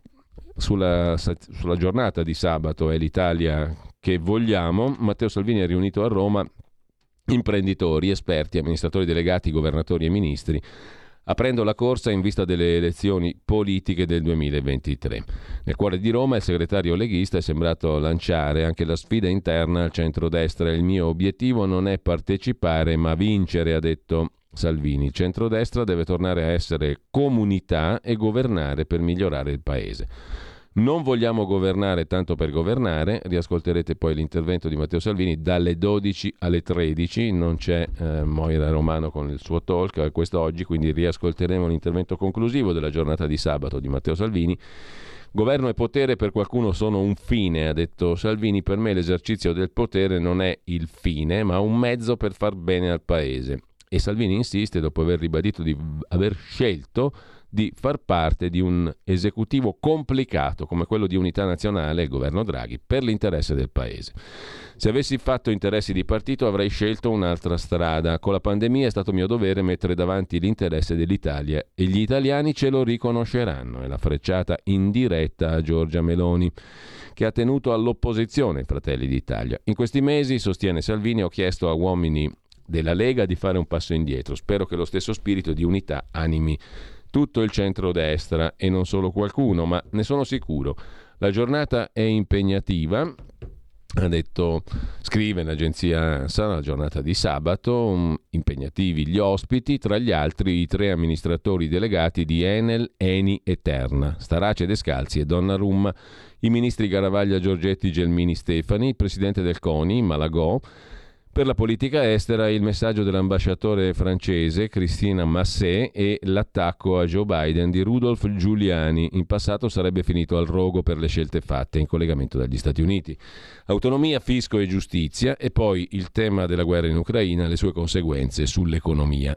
sulla, sulla giornata di sabato, è l'Italia che vogliamo. Matteo Salvini ha riunito a Roma imprenditori, esperti, amministratori delegati, governatori e ministri, aprendo la corsa in vista delle elezioni politiche del duemilaventitré. Nel cuore di Roma il segretario leghista è sembrato lanciare anche la sfida interna al centrodestra. Il mio obiettivo non è partecipare ma vincere, ha detto Salvini. Il centrodestra deve tornare a essere comunità e governare per migliorare il paese. Non vogliamo governare tanto per governare. Riascolterete poi l'intervento di Matteo Salvini dalle dodici alle tredici. Non c'è eh, Moira Romano con il suo talk eh, quest'oggi, quindi riascolteremo l'intervento conclusivo della giornata di sabato di Matteo Salvini. Governo e potere per qualcuno sono un fine, ha detto Salvini. Per me l'esercizio del potere non è il fine, ma un mezzo per far bene al paese. E Salvini insiste, dopo aver ribadito di aver scelto di far parte di un esecutivo complicato come quello di Unità Nazionale, il governo Draghi, per l'interesse del paese. Se avessi fatto interessi di partito avrei scelto un'altra strada. Con la pandemia è stato mio dovere mettere davanti l'interesse dell'Italia e gli italiani ce lo riconosceranno. È la frecciata indiretta a Giorgia Meloni, che ha tenuto all'opposizione Fratelli d'Italia. In questi mesi, sostiene Salvini, ho chiesto a uomini della Lega di fare un passo indietro. Spero che lo stesso spirito di unità animi tutto il centrodestra e non solo qualcuno, ma ne sono sicuro. La giornata è impegnativa, ha detto, scrive l'agenzia ANSA, la giornata di sabato, um, impegnativi gli ospiti, tra gli altri i tre amministratori delegati di Enel, Eni e Terna, Starace, Descalzi e Donnarumma, i ministri Garavaglia, Giorgetti, Gelmini, Stefani, il presidente del CONI, Malagò. Per la politica estera il messaggio dell'ambasciatore francese Christine Massé e l'attacco a Joe Biden di Rudolph Giuliani. In passato sarebbe finito al rogo per le scelte fatte in collegamento dagli Stati Uniti. Autonomia, fisco e giustizia, e poi il tema della guerra in Ucraina e le sue conseguenze sull'economia.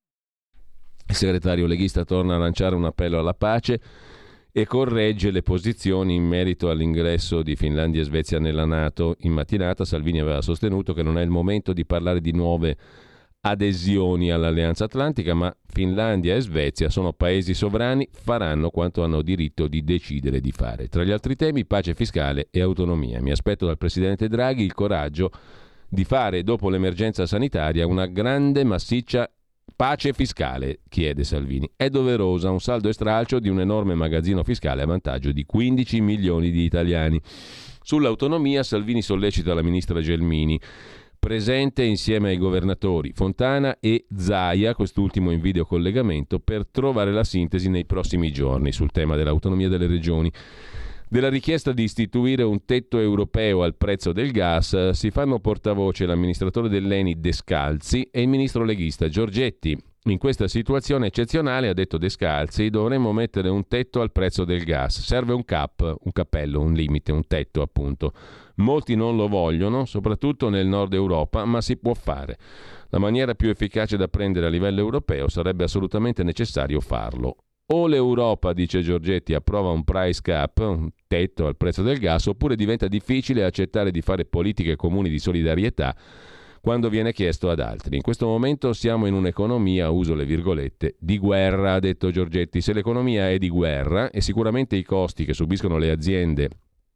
Il segretario leghista torna a lanciare un appello alla pace e corregge le posizioni in merito all'ingresso di Finlandia e Svezia nella NATO. In mattinata Salvini aveva sostenuto che non è il momento di parlare di nuove adesioni all'Alleanza Atlantica, ma Finlandia e Svezia sono paesi sovrani, faranno quanto hanno diritto di decidere di fare. Tra gli altri temi, pace fiscale e autonomia. Mi aspetto dal presidente Draghi il coraggio di fare, dopo l'emergenza sanitaria, una grande massiccia pace fiscale, chiede Salvini. È doverosa, un saldo e stralcio di un enorme magazzino fiscale a vantaggio di quindici milioni di italiani. Sull'autonomia Salvini sollecita la ministra Gelmini, presente insieme ai governatori Fontana e Zaia, quest'ultimo in videocollegamento, per trovare la sintesi nei prossimi giorni sul tema dell'autonomia delle regioni. Della richiesta di istituire un tetto europeo al prezzo del gas si fanno portavoce l'amministratore dell'Eni Descalzi e il ministro leghista Giorgetti. In questa situazione eccezionale, ha detto Descalzi, dovremmo mettere un tetto al prezzo del gas. Serve un cap, un cappello, un limite, un tetto appunto. Molti non lo vogliono, soprattutto nel nord Europa, ma si può fare. La maniera più efficace da prendere a livello europeo sarebbe assolutamente necessario farlo. O l'Europa, dice Giorgetti, approva un price cap, un tetto al prezzo del gas, oppure diventa difficile accettare di fare politiche comuni di solidarietà quando viene chiesto ad altri. In questo momento siamo in un'economia, uso le virgolette, di guerra, ha detto Giorgetti. Se l'economia è di guerra e sicuramente i costi che subiscono le aziende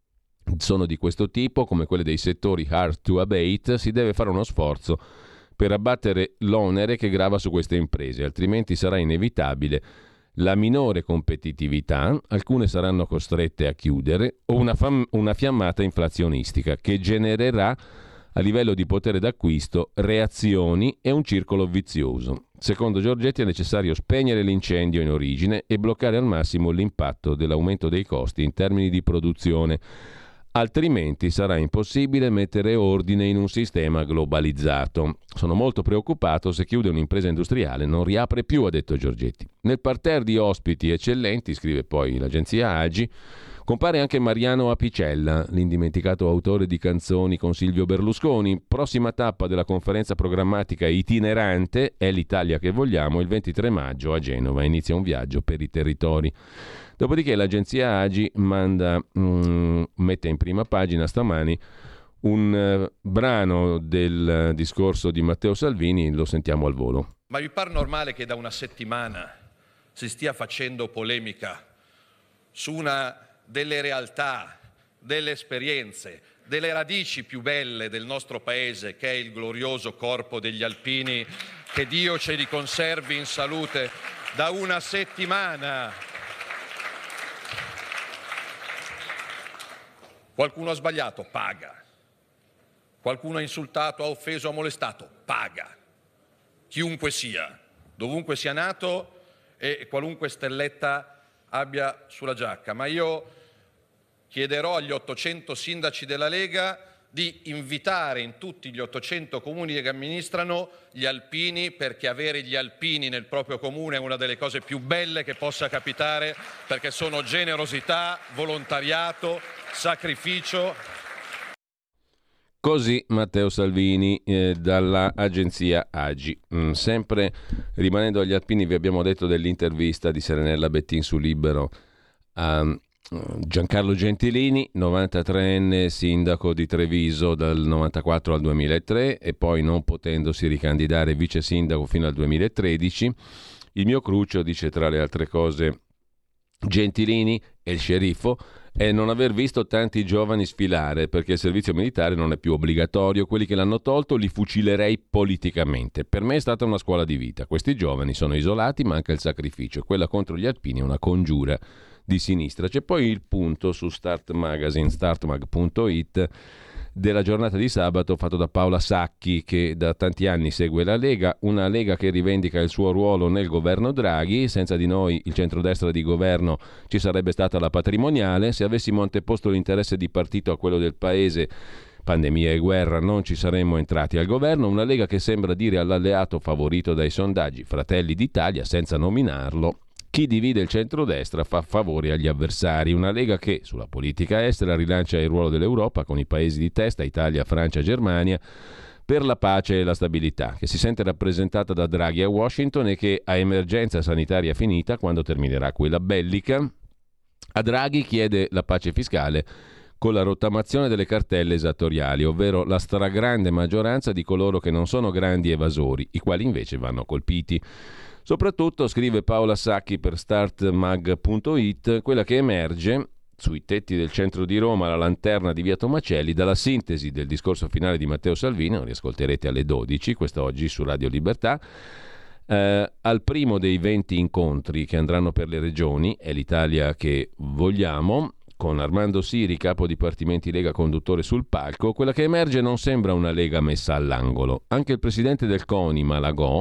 sono di questo tipo, come quelli dei settori hard to abate, si deve fare uno sforzo per abbattere l'onere che grava su queste imprese, altrimenti sarà inevitabile la minore competitività, alcune saranno costrette a chiudere, o una, fam- una fiammata inflazionistica che genererà a livello di potere d'acquisto reazioni e un circolo vizioso. Secondo Giorgetti è necessario spegnere l'incendio in origine e bloccare al massimo l'impatto dell'aumento dei costi in termini di produzione. Altrimenti sarà impossibile mettere ordine in un sistema globalizzato. Sono molto preoccupato, se chiude un'impresa industriale non riapre più, ha detto Giorgetti. Nel parterre di ospiti eccellenti, scrive poi l'agenzia Agi, compare anche Mariano Apicella, l'indimenticato autore di canzoni con Silvio Berlusconi. Prossima tappa della conferenza programmatica itinerante È l'Italia che vogliamo, il ventitré maggio a Genova. Inizia un viaggio per i territori. Dopodiché l'agenzia Agi manda, mm, mette in prima pagina stamani un uh, brano del uh, discorso di Matteo Salvini, lo sentiamo al volo. Ma vi pare normale che da una settimana si stia facendo polemica su una delle realtà, delle esperienze, delle radici più belle del nostro paese, che è il glorioso corpo degli alpini, che Dio ce li conservi in salute, da una settimana? Qualcuno ha sbagliato? Paga. Qualcuno ha insultato, ha offeso, ha molestato? Paga. Chiunque sia, dovunque sia nato e qualunque stelletta abbia sulla giacca. Ma io chiederò agli ottocento sindaci della Lega di invitare in tutti gli ottocento comuni che amministrano gli alpini, perché avere gli alpini nel proprio comune è una delle cose più belle che possa capitare, perché sono generosità, volontariato, sacrificio. Così Matteo Salvini eh, dalla agenzia Agi. Mm, sempre rimanendo agli alpini, vi abbiamo detto dell'intervista di Serenella Bettin su Libero a Giancarlo Gentilini, novantatreenne sindaco di Treviso dal novantaquattro al duemilatré e poi non potendosi ricandidare vice sindaco fino al duemilatredici. Il mio cruccio, dice tra le altre cose Gentilini e il sceriffo, è non aver visto tanti giovani sfilare, perché il servizio militare non è più obbligatorio. Quelli che l'hanno tolto li fucilerei politicamente. Per me è stata una scuola di vita. Questi giovani sono isolati, manca il sacrificio. Quella contro gli alpini è una congiura di sinistra. C'è poi il punto su Start Magazine, startmag punto it, della giornata di sabato, fatto da Paola Sacchi, che da tanti anni segue la Lega, una Lega che rivendica il suo ruolo nel governo Draghi. Senza di noi il centrodestra di governo ci sarebbe stata la patrimoniale. Se avessimo anteposto l'interesse di partito a quello del paese, pandemia e guerra, non ci saremmo entrati al governo. Una Lega che sembra dire all'alleato favorito dai sondaggi, Fratelli d'Italia, senza nominarlo: chi divide il centrodestra fa favori agli avversari. Una Lega che sulla politica estera rilancia il ruolo dell'Europa con i paesi di testa, Italia, Francia, Germania, per la pace e la stabilità, che si sente rappresentata da Draghi a Washington e che a emergenza sanitaria finita, quando terminerà quella bellica, a Draghi chiede la pace fiscale con la rottamazione delle cartelle esattoriali, ovvero la stragrande maggioranza di coloro che non sono grandi evasori, i quali invece vanno colpiti. Soprattutto, scrive Paola Sacchi per startmag punto it, quella che emerge sui tetti del centro di Roma, la lanterna di via Tomacelli, dalla sintesi del discorso finale di Matteo Salvini, lo riascolterete alle dodici, quest'oggi su Radio Libertà, eh, al primo dei venti incontri che andranno per le regioni, È l'Italia che vogliamo, con Armando Siri, capo dipartimenti Lega, conduttore sul palco. Quella che emerge non sembra una Lega messa all'angolo. Anche il presidente del CONI, Malagò,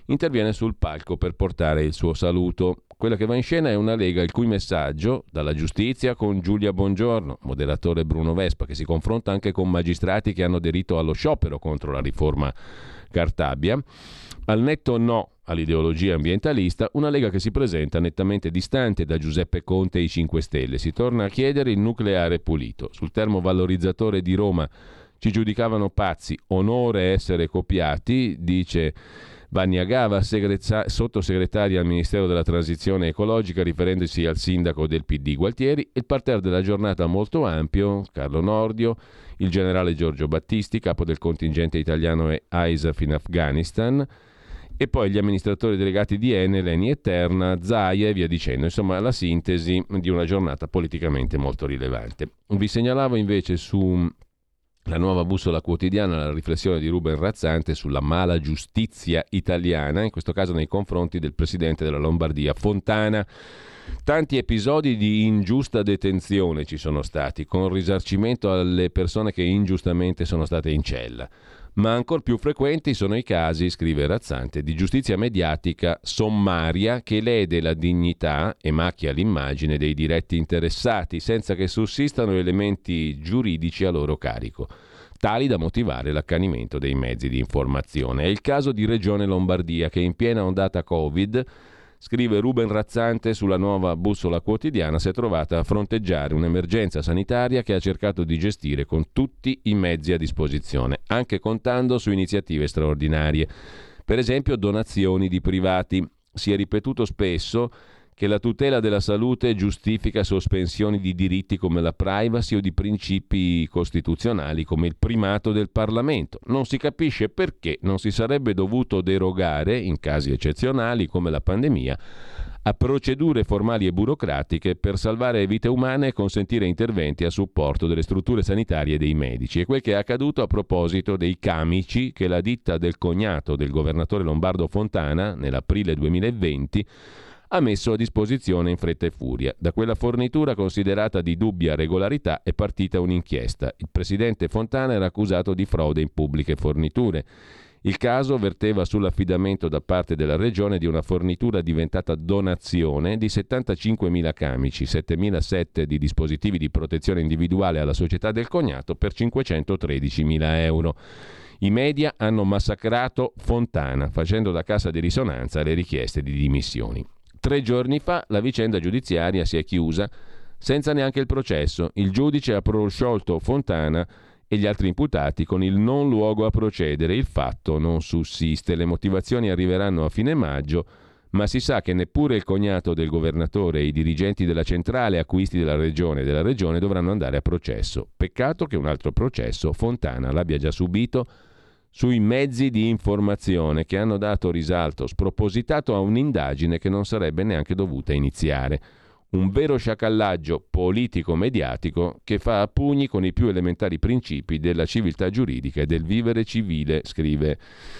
interviene sul palco per portare il suo saluto. Quella che va in scena è una Lega il cui messaggio, dalla giustizia con Giulia Bongiorno, moderatore Bruno Vespa, che si confronta anche con magistrati che hanno aderito allo sciopero contro la riforma Cartabia, al netto no all'ideologia ambientalista, una Lega che si presenta nettamente distante da Giuseppe Conte e i cinque Stelle. Si torna a chiedere il nucleare pulito. Sul termovalorizzatore di Roma ci giudicavano pazzi, onore essere copiati, dice Vannia Gava, segreta- sottosegretaria al Ministero della Transizione Ecologica, riferendosi al sindaco del P D Gualtieri. Il parterre della giornata molto ampio, Carlo Nordio, il generale Giorgio Battisti, capo del contingente italiano e ISAF in Afghanistan, e poi gli amministratori delegati di Enel, Eni e Terna, Zaia e via dicendo. Insomma, la sintesi di una giornata politicamente molto rilevante. Vi segnalavo invece su La Nuova Bussola Quotidiana la riflessione di Ruben Razzante sulla mala giustizia italiana, in questo caso nei confronti del presidente della Lombardia, Fontana. Tanti episodi di ingiusta detenzione ci sono stati, con risarcimento alle persone che ingiustamente sono state in cella. Ma ancor più frequenti sono i casi, scrive Razzante, di giustizia mediatica sommaria che lede la dignità e macchia l'immagine dei diretti interessati, senza che sussistano elementi giuridici a loro carico, tali da motivare l'accanimento dei mezzi di informazione. È il caso di Regione Lombardia, che in piena ondata Covid, scrive Ruben Razzante sulla Nuova Bussola Quotidiana, si è trovata a fronteggiare un'emergenza sanitaria che ha cercato di gestire con tutti i mezzi a disposizione, anche contando su iniziative straordinarie. Per esempio donazioni di privati. Si è ripetuto spesso che la tutela della salute giustifica sospensioni di diritti come la privacy o di principi costituzionali come il primato del Parlamento. Non si capisce perché non si sarebbe dovuto derogare, in casi eccezionali come la pandemia, a procedure formali e burocratiche per salvare vite umane e consentire interventi a supporto delle strutture sanitarie e dei medici. È quel che è accaduto a proposito dei camici che la ditta del cognato del governatore lombardo Fontana, nell'aprile duemilaventi, ha messo a disposizione in fretta e furia. Da quella fornitura considerata di dubbia regolarità è partita un'inchiesta. Il presidente Fontana era accusato di frode in pubbliche forniture. Il caso verteva sull'affidamento da parte della regione di una fornitura diventata donazione di settantacinquemila camici, settemilasette di dispositivi di protezione individuale alla società del cognato per cinquecentotredicimila euro. I media hanno massacrato Fontana, facendo da cassa di risonanza le richieste di dimissioni. Tre giorni fa la vicenda giudiziaria si è chiusa senza neanche il processo. Il giudice ha prosciolto Fontana e gli altri imputati con il non luogo a procedere. Il fatto non sussiste. Le motivazioni arriveranno a fine maggio, ma si sa che neppure il cognato del governatore e i dirigenti della centrale acquisti della regione e della regione dovranno andare a processo. Peccato che un altro processo Fontana l'abbia già subito sui mezzi di informazione che hanno dato risalto spropositato a un'indagine che non sarebbe neanche dovuta iniziare. Un vero sciacallaggio politico-mediatico che fa a pugni con i più elementari principi della civiltà giuridica e del vivere civile, scrive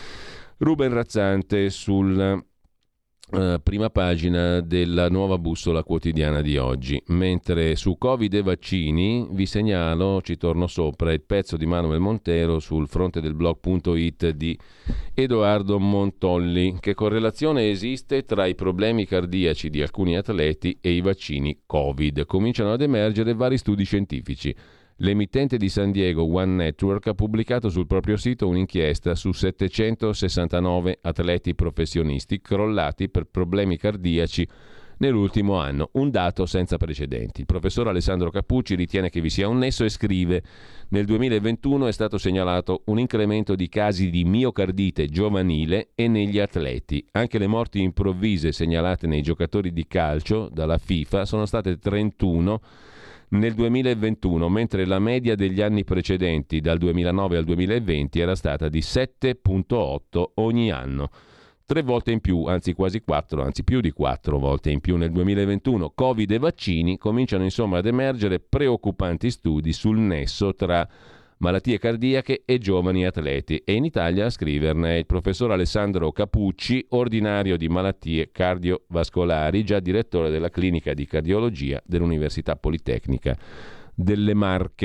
Ruben Razzante sul Uh, prima pagina della Nuova Bussola Quotidiana di oggi. Mentre su Covid e vaccini vi segnalo, ci torno sopra, il pezzo di Manuel Montero sul fronte del blog punto it di Edoardo Montolli. Che correlazione esiste tra i problemi cardiaci di alcuni atleti e i vaccini Covid? Cominciano ad emergere vari studi scientifici. L'emittente di San Diego One Network ha pubblicato sul proprio sito un'inchiesta su settecentosessantanove atleti professionisti crollati per problemi cardiaci nell'ultimo anno, un dato senza precedenti. Il professor Alessandro Capucci ritiene che vi sia un nesso e scrive: nel duemilaventuno è stato segnalato un incremento di casi di miocardite giovanile e negli atleti. Anche le morti improvvise segnalate nei giocatori di calcio dalla FIFA sono state trentuno nel duemilaventuno, mentre la media degli anni precedenti, dal duemilanove al duemilaventi, era stata di sette virgola otto ogni anno. Tre volte in più, anzi quasi quattro, anzi più di quattro volte in più nel duemilaventuno. Covid e vaccini. Cominciano insomma ad emergere preoccupanti studi sul nesso tra malattie cardiache e giovani atleti, e in Italia a scriverne è il professor Alessandro Capucci, ordinario di malattie cardiovascolari, già direttore della clinica di cardiologia dell'Università Politecnica delle Marche.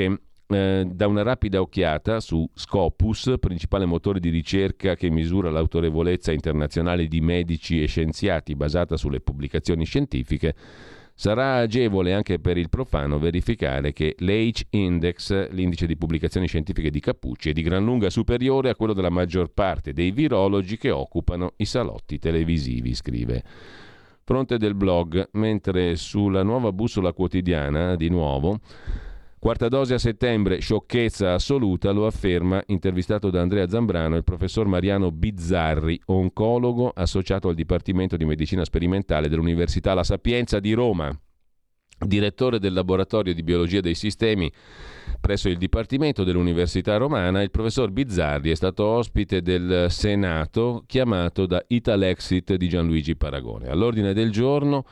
Eh, da una rapida occhiata su Scopus, principale motore di ricerca che misura l'autorevolezza internazionale di medici e scienziati basata sulle pubblicazioni scientifiche, sarà agevole anche per il profano verificare che l'H-Index, l'indice di pubblicazioni scientifiche di Cappucci, è di gran lunga superiore a quello della maggior parte dei virologi che occupano i salotti televisivi, scrive Fronte del Blog, mentre sulla Nuova Bussola Quotidiana, di nuovo, quarta dose a settembre, sciocchezza assoluta, lo afferma, intervistato da Andrea Zambrano, il professor Mariano Bizzarri, oncologo associato al Dipartimento di Medicina Sperimentale dell'Università La Sapienza di Roma, direttore del laboratorio di biologia dei sistemi presso il Dipartimento dell'Università Romana. Il professor Bizzarri è stato ospite del Senato chiamato da Italexit di Gianluigi Paragone. All'ordine del giorno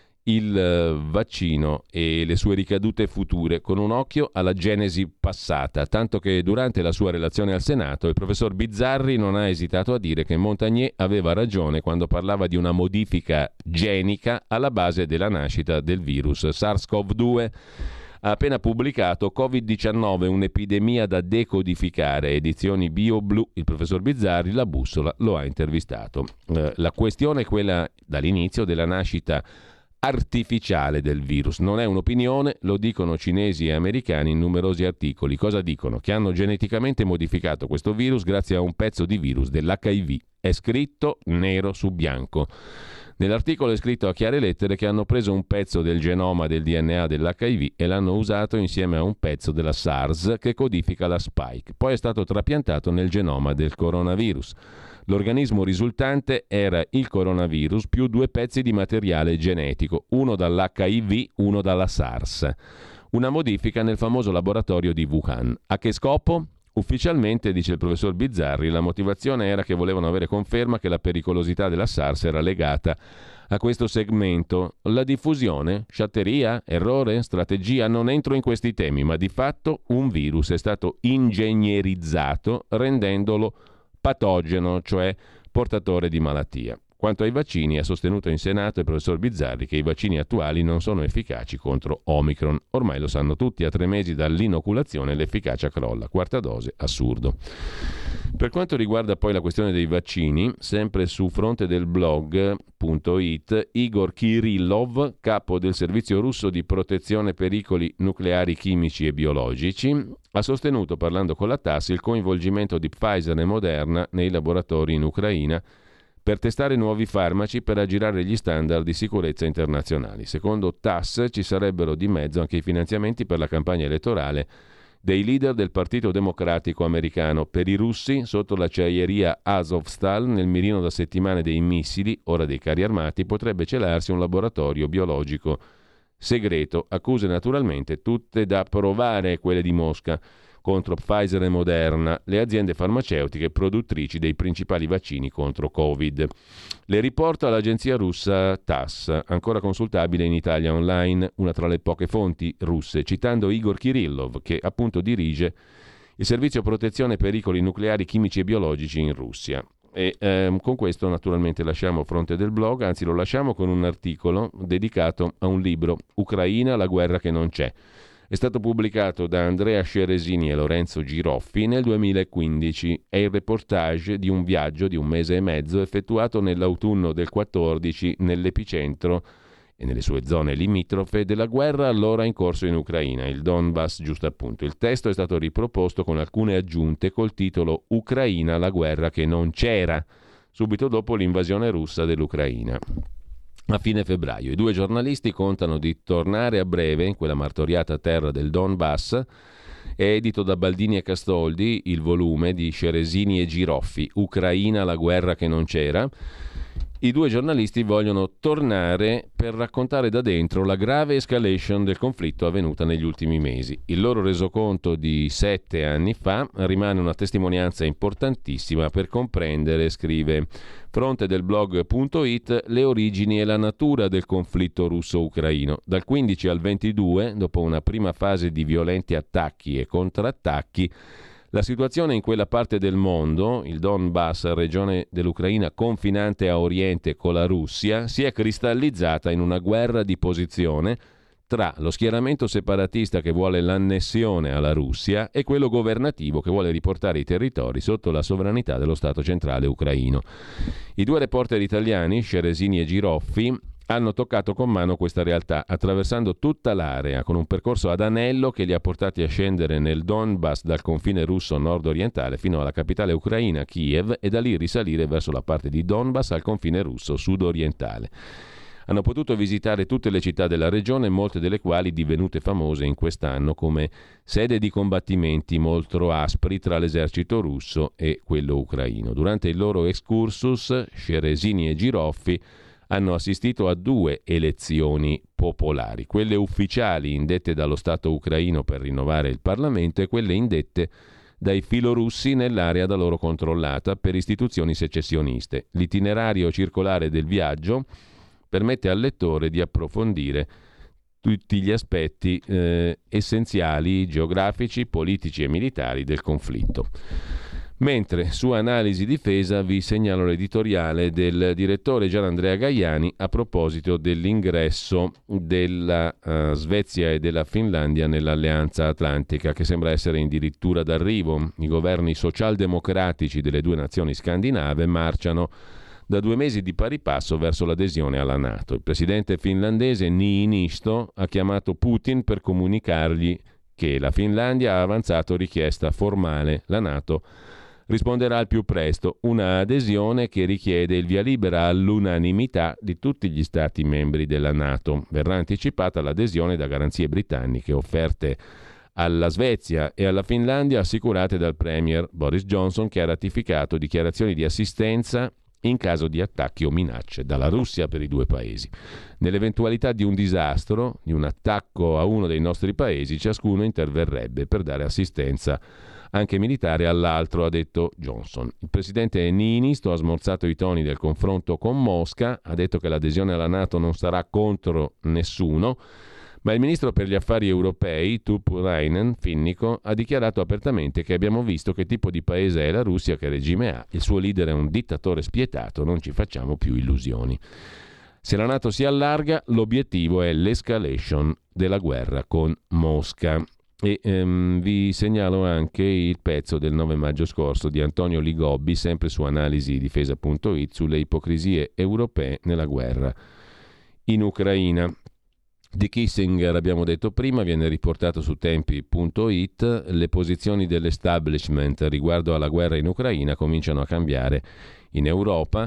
il vaccino e le sue ricadute future, con un occhio alla genesi passata, tanto che durante la sua relazione al Senato il professor Bizzarri non ha esitato a dire che Montagnier aveva ragione quando parlava di una modifica genica alla base della nascita del virus SARS-CoV due. Ha appena pubblicato Covid diciannove, un'epidemia da decodificare, edizioni BioBlu. Il professor Bizzarri, La Bussola, lo ha intervistato. Eh, la questione è quella dall'inizio della nascita artificiale del virus. Non è un'opinione, lo dicono cinesi e americani in numerosi articoli. Cosa dicono? Che hanno geneticamente modificato questo virus grazie a un pezzo di virus dell'H I V. È scritto nero su bianco. Nell'articolo è scritto a chiare lettere che hanno preso un pezzo del genoma del D N A dell'H I V e l'hanno usato insieme a un pezzo della SARS che codifica la spike. Poi è stato trapiantato nel genoma del coronavirus. L'organismo risultante era il coronavirus più due pezzi di materiale genetico, uno dall'H I V, uno dalla SARS. Una modifica nel famoso laboratorio di Wuhan. A che scopo? Ufficialmente, dice il professor Bizzarri, la motivazione era che volevano avere conferma che la pericolosità della SARS era legata a questo segmento. La diffusione? Sciatteria? Errore? Strategia? Non entro in questi temi, ma di fatto un virus è stato ingegnerizzato rendendolo patogeno, cioè portatore di malattia. Quanto ai vaccini, ha sostenuto in Senato il professor Bizzarri che i vaccini attuali non sono efficaci contro Omicron. Ormai lo sanno tutti, a tre mesi dall'inoculazione l'efficacia crolla. Quarta dose, assurdo. Per quanto riguarda poi la questione dei vaccini, sempre su fronte del blog punto it, Igor Kirillov, capo del servizio russo di protezione pericoli nucleari, chimici e biologici, ha sostenuto, parlando con la TASS, il coinvolgimento di Pfizer e Moderna nei laboratori in Ucraina per testare nuovi farmaci per aggirare gli standard di sicurezza internazionali. Secondo TASS ci sarebbero di mezzo anche i finanziamenti per la campagna elettorale dei leader del Partito Democratico americano. Per i russi, sotto l'acciaieria Azovstal, nel mirino da settimane dei missili, ora dei carri armati, potrebbe celarsi un laboratorio biologico segreto. Accuse naturalmente tutte da provare, quelle di Mosca, contro Pfizer e Moderna, le aziende farmaceutiche produttrici dei principali vaccini contro Covid. Le riporta l'agenzia russa TASS, ancora consultabile in Italia online, una tra le poche fonti russe, citando Igor Kirillov, che appunto dirige il servizio protezione pericoli nucleari, chimici e biologici in Russia. E ehm, con questo naturalmente lasciamo fronte del blog, anzi lo lasciamo con un articolo dedicato a un libro, Ucraina, la guerra che non c'è. È stato pubblicato da Andrea Sceresini e Lorenzo Giroffi nel duemilaquindici. È il reportage di un viaggio di un mese e mezzo effettuato nell'autunno del quattordici nell'epicentro e nelle sue zone limitrofe della guerra allora in corso in Ucraina, il Donbass giusto appunto. Il testo è stato riproposto con alcune aggiunte col titolo Ucraina, la guerra che non c'era, subito dopo l'invasione russa dell'Ucraina. A fine febbraio i due giornalisti contano di tornare a breve in quella martoriata terra del Donbass. È edito da Baldini e Castoldi il volume di Sceresini e Giroffi, Ucraina, la guerra che non c'era. I due giornalisti vogliono tornare per raccontare da dentro la grave escalation del conflitto avvenuta negli ultimi mesi. Il loro resoconto di sette anni fa rimane una testimonianza importantissima per comprendere, scrive Fronte del blog punto it, le origini e la natura del conflitto russo-ucraino. Dal quindici al ventidue, dopo una prima fase di violenti attacchi e contrattacchi, la situazione in quella parte del mondo, il Donbass, regione dell'Ucraina confinante a oriente con la Russia, si è cristallizzata in una guerra di posizione tra lo schieramento separatista che vuole l'annessione alla Russia e quello governativo che vuole riportare i territori sotto la sovranità dello Stato centrale ucraino. I due reporter italiani, Ceresini e Giroffi, hanno toccato con mano questa realtà, attraversando tutta l'area con un percorso ad anello che li ha portati a scendere nel Donbass dal confine russo nord-orientale fino alla capitale ucraina, Kiev, e da lì risalire verso la parte di Donbass al confine russo sud-orientale. Hanno potuto visitare tutte le città della regione, molte delle quali divenute famose in quest'anno come sede di combattimenti molto aspri tra l'esercito russo e quello ucraino. Durante il loro excursus, Ceresini e Giroffi hanno assistito a due elezioni popolari, quelle ufficiali indette dallo Stato ucraino per rinnovare il Parlamento e quelle indette dai filorussi nell'area da loro controllata per istituzioni secessioniste. L'itinerario circolare del viaggio permette al lettore di approfondire tutti gli aspetti eh, essenziali, geografici, politici e militari del conflitto. Mentre su Analisi Difesa vi segnalo l'editoriale del direttore Gianandrea Gaiani a proposito dell'ingresso della uh, Svezia e della Finlandia nell'Alleanza Atlantica, che sembra essere addirittura d'arrivo. I governi socialdemocratici delle due nazioni scandinave marciano da due mesi di pari passo verso l'adesione alla NATO. Il presidente finlandese Niinisto ha chiamato Putin per comunicargli che la Finlandia ha avanzato richiesta formale. La NATO risponderà al più presto, una adesione che richiede il via libera all'unanimità di tutti gli Stati membri della NATO. Verrà anticipata l'adesione da garanzie britanniche offerte alla Svezia e alla Finlandia, assicurate dal premier Boris Johnson, che ha ratificato dichiarazioni di assistenza in caso di attacchi o minacce dalla Russia per i due paesi. Nell'eventualità di un disastro, di un attacco a uno dei nostri paesi, ciascuno interverrebbe per dare assistenza anche militare all'altro, ha detto Johnson. Il presidente Niinisto ha smorzato i toni del confronto con Mosca, ha detto che l'adesione alla NATO non sarà contro nessuno, ma il ministro per gli affari europei, Tuppurainen Finnico, ha dichiarato apertamente che abbiamo visto che tipo di paese è la Russia, che regime ha, il suo leader è un dittatore spietato, non ci facciamo più illusioni. Se la NATO si allarga, l'obiettivo è l'escalation della guerra con Mosca. E ehm, vi segnalo anche il pezzo del nove maggio scorso di Antonio Ligobbi, sempre su analisi difesa punto it, sulle ipocrisie europee nella guerra in Ucraina. Di Kissinger abbiamo detto prima, viene riportato su tempi punto it, le posizioni dell'establishment riguardo alla guerra in Ucraina cominciano a cambiare in Europa.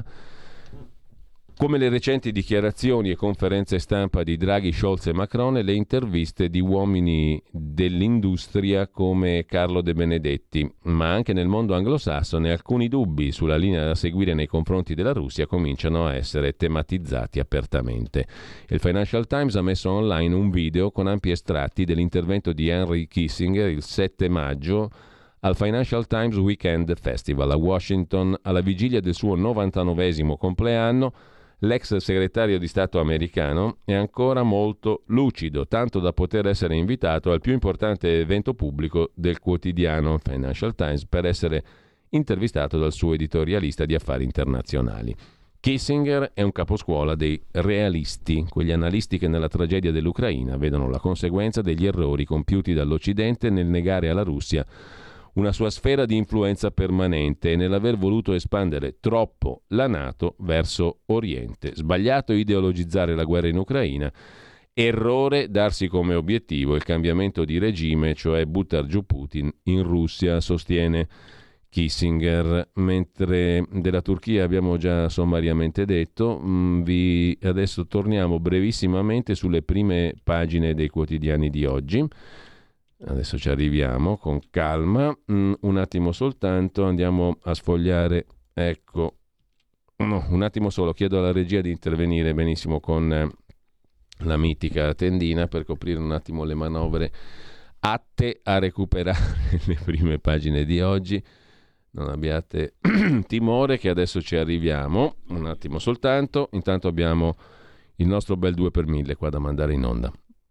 Come le recenti dichiarazioni e conferenze stampa di Draghi, Scholz e Macron e le interviste di uomini dell'industria come Carlo De Benedetti, ma anche nel mondo anglosassone alcuni dubbi sulla linea da seguire nei confronti della Russia cominciano a essere tematizzati apertamente. Il Financial Times ha messo online un video con ampi estratti dell'intervento di Henry Kissinger il sette maggio al Financial Times Weekend Festival a Washington, alla vigilia del suo novantanovesimo compleanno. L'ex segretario di Stato americano è ancora molto lucido, tanto da poter essere invitato al più importante evento pubblico del quotidiano Financial Times per essere intervistato dal suo editorialista di affari internazionali. Kissinger è un caposcuola dei realisti, quegli analisti che nella tragedia dell'Ucraina vedono la conseguenza degli errori compiuti dall'Occidente nel negare alla Russia una sua sfera di influenza permanente e nell'aver voluto espandere troppo la NATO verso Oriente. Sbagliato ideologizzare la guerra in Ucraina, errore darsi come obiettivo il cambiamento di regime, cioè buttar giù Putin in Russia, sostiene Kissinger. Mentre della Turchia abbiamo già sommariamente detto, vi adesso torniamo brevissimamente sulle prime pagine dei quotidiani di oggi. Adesso ci arriviamo con calma, mm, un attimo soltanto, andiamo a sfogliare, ecco, no, un attimo solo, chiedo alla regia di intervenire benissimo con eh, la mitica tendina per coprire un attimo le manovre atte a recuperare le prime pagine di oggi. Non abbiate timore che adesso ci arriviamo, un attimo soltanto, intanto abbiamo il nostro bel due per mille qua da mandare in onda.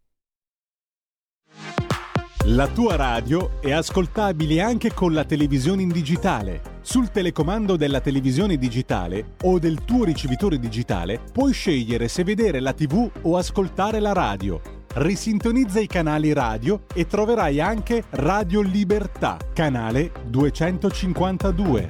La tua radio è ascoltabile anche con la televisione in digitale. Sul telecomando della televisione digitale o del tuo ricevitore digitale puoi scegliere se vedere la tivù o ascoltare la radio. Risintonizza i canali radio e troverai anche Radio Libertà, canale duecentocinquantadue.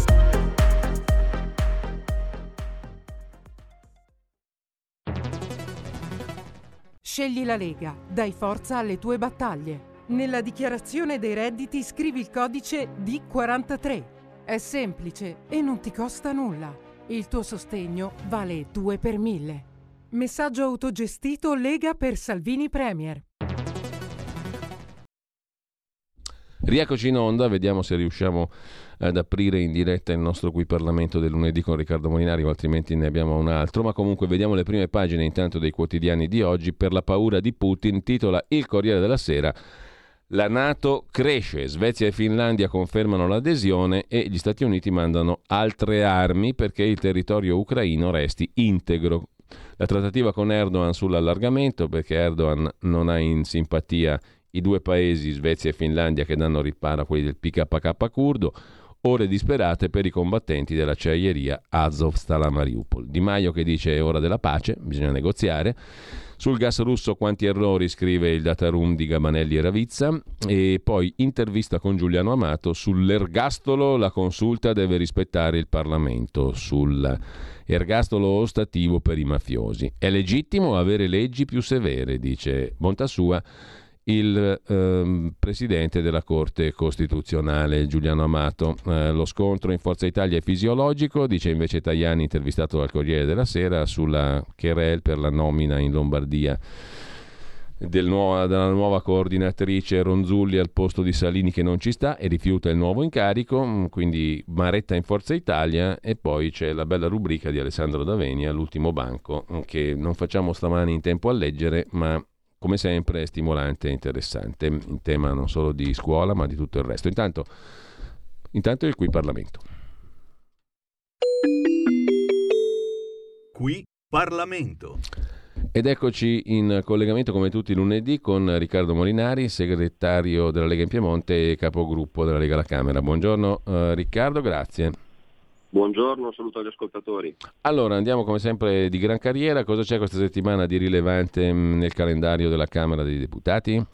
Scegli la Lega, dai forza alle tue battaglie. Nella dichiarazione dei redditi scrivi il codice D quarantatré. È semplice e non ti costa nulla. Il tuo sostegno vale due per mille. Messaggio autogestito Lega per Salvini Premier. Rieccoci in onda, vediamo se riusciamo ad aprire in diretta il nostro Qui Parlamento del lunedì con Riccardo Molinari, o altrimenti ne abbiamo un altro, ma comunque vediamo le prime pagine intanto dei quotidiani di oggi. Per la paura di Putin, titola il Corriere della Sera: la NATO cresce, Svezia e Finlandia confermano l'adesione e gli Stati Uniti mandano altre armi perché il territorio ucraino resti integro. La trattativa con Erdogan sull'allargamento, perché Erdogan non ha in simpatia i due paesi, Svezia e Finlandia, che danno riparo a quelli del P K K curdo. Ore disperate per i combattenti della acciaieria Azovstal a Mariupol. Di Maio che dice è ora della pace, bisogna negoziare. Sul gas russo quanti errori, scrive il data room di Gabanelli e Ravizza. E poi intervista con Giuliano Amato sull'ergastolo, la consulta deve rispettare il Parlamento. Sull'ergastolo ostativo per i mafiosi. È legittimo avere leggi più severe, dice Montasua, il eh, presidente della Corte Costituzionale Giuliano Amato. Eh, lo scontro in Forza Italia è fisiologico, dice invece Tajani, intervistato dal Corriere della Sera, sulla querel per la nomina in Lombardia del nuova, della nuova coordinatrice Ronzulli al posto di Salini, che non ci sta e rifiuta il nuovo incarico. Quindi Maretta in Forza Italia, e poi c'è la bella rubrica di Alessandro D'Avenia, l'ultimo banco, che non facciamo stamani in tempo a leggere, ma come sempre è stimolante e interessante, in tema non solo di scuola ma di tutto il resto. Intanto, intanto il Qui Parlamento. Qui Parlamento. Ed eccoci in collegamento come tutti i lunedì con Riccardo Molinari, segretario della Lega in Piemonte e capogruppo della Lega alla Camera. Buongiorno eh, Riccardo, grazie. Buongiorno, saluto agli ascoltatori. Allora, andiamo come sempre di gran carriera. Cosa c'è questa settimana di rilevante nel calendario della Camera dei Deputati?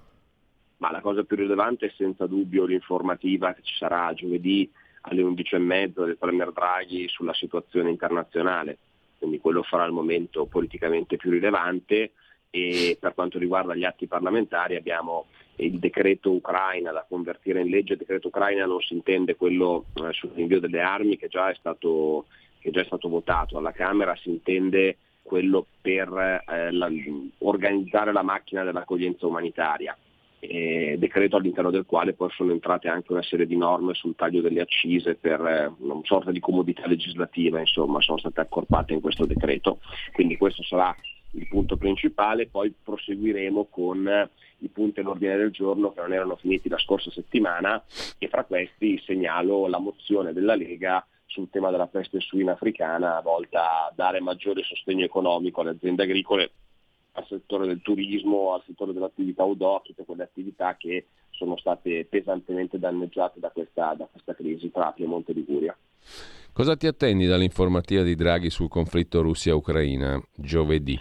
Ma la cosa più rilevante è senza dubbio l'informativa che ci sarà giovedì alle undici e mezza del Premier Draghi sulla situazione internazionale. Quindi quello farà il momento politicamente più rilevante. E per quanto riguarda gli atti parlamentari abbiamo il decreto Ucraina da convertire in legge. Il decreto Ucraina non si intende quello eh, sull'invio delle armi che già è stato che già è stato votato alla Camera, si intende quello per eh, la, organizzare la macchina dell'accoglienza umanitaria, eh, decreto all'interno del quale poi sono entrate anche una serie di norme sul taglio delle accise per eh, una sorta di comodità legislativa, insomma sono state accorpate in questo decreto, quindi questo sarà il punto principale. Poi proseguiremo con i punti all'ordine del giorno che non erano finiti la scorsa settimana, e fra questi segnalo la mozione della Lega sul tema della peste suina africana, volta a dare maggiore sostegno economico alle aziende agricole, al settore del turismo, al settore dell'attività outdoor, tutte quelle attività che sono state pesantemente danneggiate da questa, da questa crisi tra Piemonte e Liguria. Cosa ti attendi dall'informativa di Draghi sul conflitto Russia-Ucraina giovedì?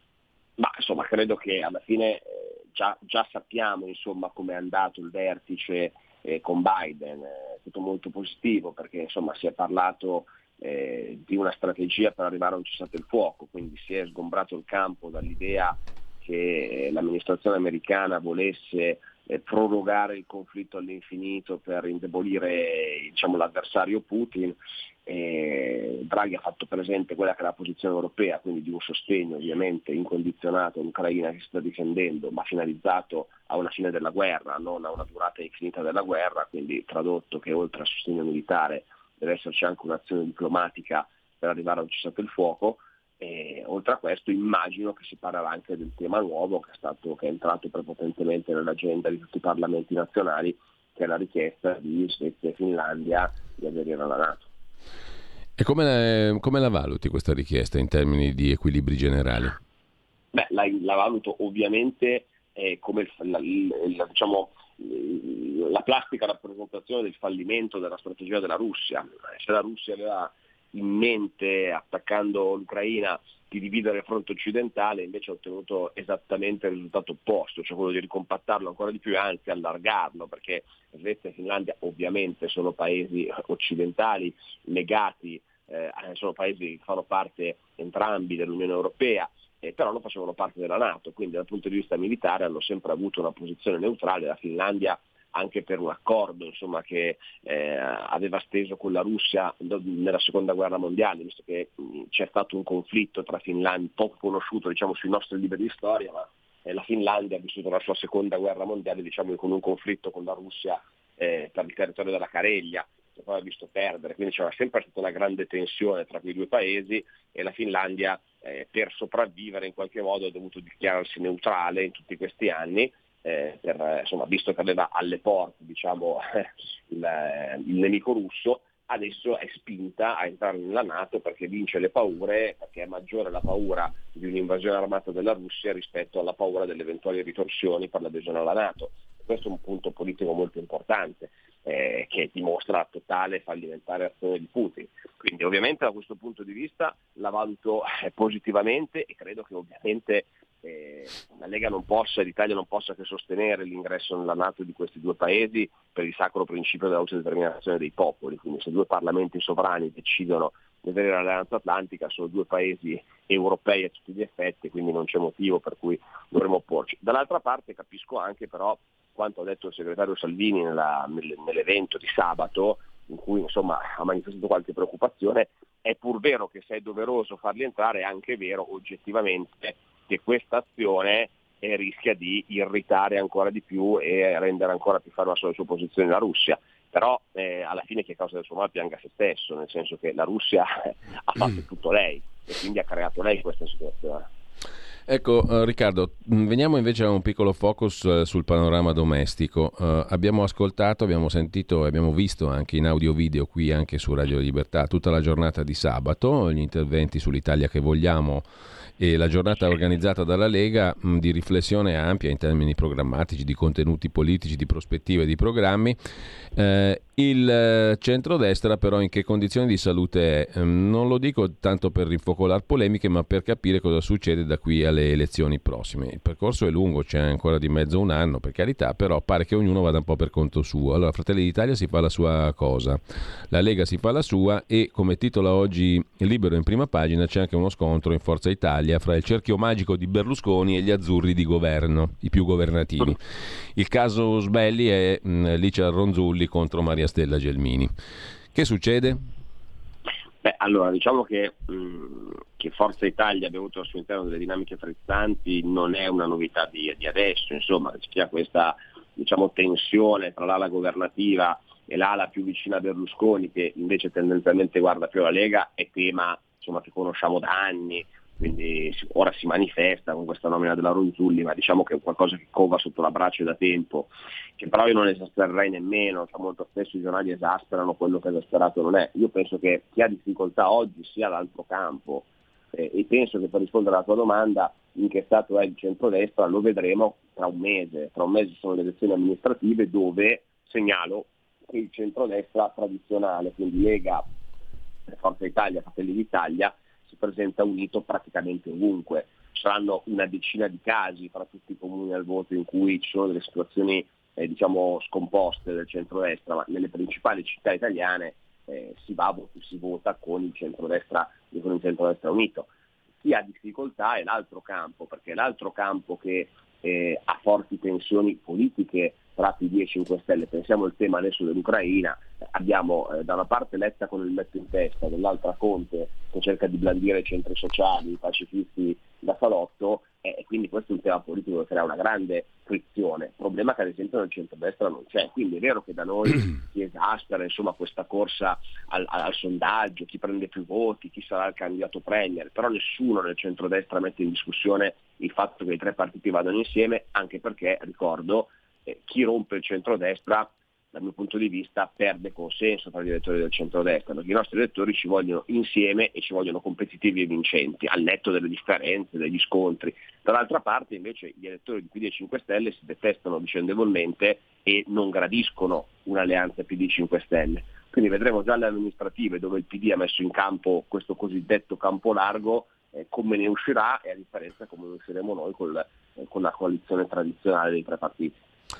Ma insomma credo che alla fine eh, già, già sappiamo insomma come è andato il vertice eh, con Biden, è stato molto positivo perché insomma si è parlato eh, di una strategia per arrivare a un cessate il fuoco, quindi si è sgombrato il campo dall'idea che l'amministrazione americana volesse eh, prorogare il conflitto all'infinito per indebolire diciamo, l'avversario Putin. Eh, Draghi ha fatto presente quella che è la posizione europea, quindi di un sostegno ovviamente incondizionato all'Ucraina che si sta difendendo, ma finalizzato a una fine della guerra, non a una durata infinita della guerra, quindi tradotto che oltre al sostegno militare deve esserci anche un'azione diplomatica per arrivare a un cessate il fuoco. E oltre a questo immagino che si parlerà anche del tema nuovo che è, stato, che è entrato prepotentemente nell'agenda di tutti i parlamenti nazionali, che è la richiesta di Svezia e Finlandia di aderire alla NATO. E come la, come la valuti questa richiesta in termini di equilibri generali? Beh, la, la valuto ovviamente eh, come la, la, diciamo, la plastica rappresentazione del fallimento della strategia della Russia. Se la Russia aveva in mente, attaccando l'Ucraina, di dividere il fronte occidentale, invece ha ottenuto esattamente il risultato opposto, cioè quello di ricompattarlo ancora di più e anzi allargarlo, perché Svezia e Finlandia ovviamente sono paesi occidentali legati, eh, sono paesi che fanno parte entrambi dell'Unione Europea, eh, però non facevano parte della NATO, quindi dal punto di vista militare hanno sempre avuto una posizione neutrale. La Finlandia, anche per un accordo insomma, che eh, aveva steso con la Russia nella seconda guerra mondiale, visto che mh, c'è stato un conflitto tra Finlandia, poco conosciuto diciamo, sui nostri libri di storia, ma eh, la Finlandia ha vissuto la sua seconda guerra mondiale diciamo, con un conflitto con la Russia eh, per il territorio della Careglia, che poi ha visto perdere, quindi c'era sempre stata una grande tensione tra quei due paesi e la Finlandia eh, per sopravvivere in qualche modo ha dovuto dichiararsi neutrale in tutti questi anni. Eh, per, insomma, visto che aveva alle porte diciamo, il, il nemico russo, adesso è spinta a entrare nella NATO perché vince le paure, perché è maggiore la paura di un'invasione armata della Russia rispetto alla paura delle eventuali ritorsioni per l'adesione alla NATO. Questo è un punto politico molto importante eh, che dimostra la totale fallimentare azione di Putin. Quindi ovviamente da questo punto di vista la valuto eh, positivamente e credo che ovviamente Eh, la Lega non possa, l'Italia non possa che sostenere l'ingresso nella NATO di questi due paesi per il sacro principio dell'autodeterminazione dei popoli. Quindi se due parlamenti sovrani decidono di avere l'alleanza atlantica sono due paesi europei a tutti gli effetti, quindi non c'è motivo per cui dovremmo opporci. Dall'altra parte capisco anche però quanto ha detto il segretario Salvini nella, nell'evento di sabato, in cui insomma ha manifestato qualche preoccupazione. È pur vero che se è doveroso farli entrare, è anche vero oggettivamente che questa azione eh, rischia di irritare ancora di più e rendere ancora più ferma sulla sua posizione la Russia. Però eh, alla fine chi è causa del suo male pianga se stesso, nel senso che la Russia ha fatto tutto lei e quindi ha creato lei questa situazione. Ecco uh, Riccardo, veniamo invece a un piccolo focus uh, sul panorama domestico. Uh, abbiamo ascoltato, abbiamo sentito e abbiamo visto anche in audio video qui anche su Radio Libertà tutta la giornata di sabato, gli interventi sull'Italia che vogliamo e la giornata organizzata dalla Lega mh, di riflessione ampia in termini programmatici, di contenuti politici, di prospettive, di programmi. Eh, il eh, centrodestra però in che condizioni di salute è? Eh, non lo dico tanto per rinfocolare polemiche, ma per capire cosa succede da qui alle elezioni prossime. Il percorso è lungo, c'è ancora di mezzo un anno, per carità, però pare che ognuno vada un po' per conto suo. Allora Fratelli d'Italia si fa la sua cosa, la Lega si fa la sua e come titola oggi Libero in prima pagina c'è anche uno scontro in Forza Italia fra il cerchio magico di Berlusconi e gli azzurri di governo, i più governativi. Il caso Sbelli è mh, Licia Ronzulli contro Maria Stella Gelmini. Che succede? Beh, allora diciamo che, mh, che Forza Italia abbia avuto al suo interno delle dinamiche frizzanti non è una novità di, di adesso, insomma, c'è questa diciamo, tensione tra l'ala governativa e l'ala più vicina a Berlusconi, che invece tendenzialmente guarda più alla Lega, è tema insomma, che conosciamo da anni. Quindi ora si manifesta con questa nomina della Ronzulli, ma diciamo che è qualcosa che cova sotto la braccia da tempo, che però io non esaspererei nemmeno, cioè molto spesso i giornali esasperano quello che esasperato non è. Io penso che chi ha difficoltà oggi sia l'altro campo eh, e penso che per rispondere alla tua domanda in che stato è il centrodestra lo vedremo tra un mese. Tra un mese sono le elezioni amministrative dove segnalo che il centrodestra tradizionale, quindi Lega, Forza Italia, Fratelli d'Italia, si presenta unito praticamente ovunque. Ci saranno una decina di casi fra tutti i comuni al voto in cui ci sono delle situazioni eh, diciamo scomposte del centrodestra, ma nelle principali città italiane eh, si va si vota con il centrodestra, con il centrodestra unito. Chi ha difficoltà è l'altro campo, perché l'altro campo che eh, ha forti tensioni politiche tra P D e cinque Stelle. Pensiamo al tema adesso dell'Ucraina, abbiamo eh, da una parte Letta con il metto in testa, dall'altra Conte che cerca di blandire i centri sociali, i pacifisti da salotto, eh, e quindi questo è un tema politico che crea una grande frizione, problema che ad esempio nel centrodestra non c'è. Quindi è vero che da noi si esaspera insomma questa corsa al, al, al sondaggio, chi prende più voti, chi sarà il candidato premier, però nessuno nel centrodestra mette in discussione il fatto che i tre partiti vadano insieme, anche perché, ricordo, eh, chi rompe il centrodestra dal mio punto di vista perde consenso tra gli elettori del centrodestra, perché i nostri elettori ci vogliono insieme e ci vogliono competitivi e vincenti, al netto delle differenze, degli scontri. Dall'altra parte invece gli elettori di P D e cinque Stelle si detestano vicendevolmente e non gradiscono un'alleanza P D cinque Stelle. Quindi vedremo già le amministrative dove il P D ha messo in campo questo cosiddetto campo largo, eh, come ne uscirà, e a differenza come ne usciremo noi col, eh, con la coalizione tradizionale dei tre partiti.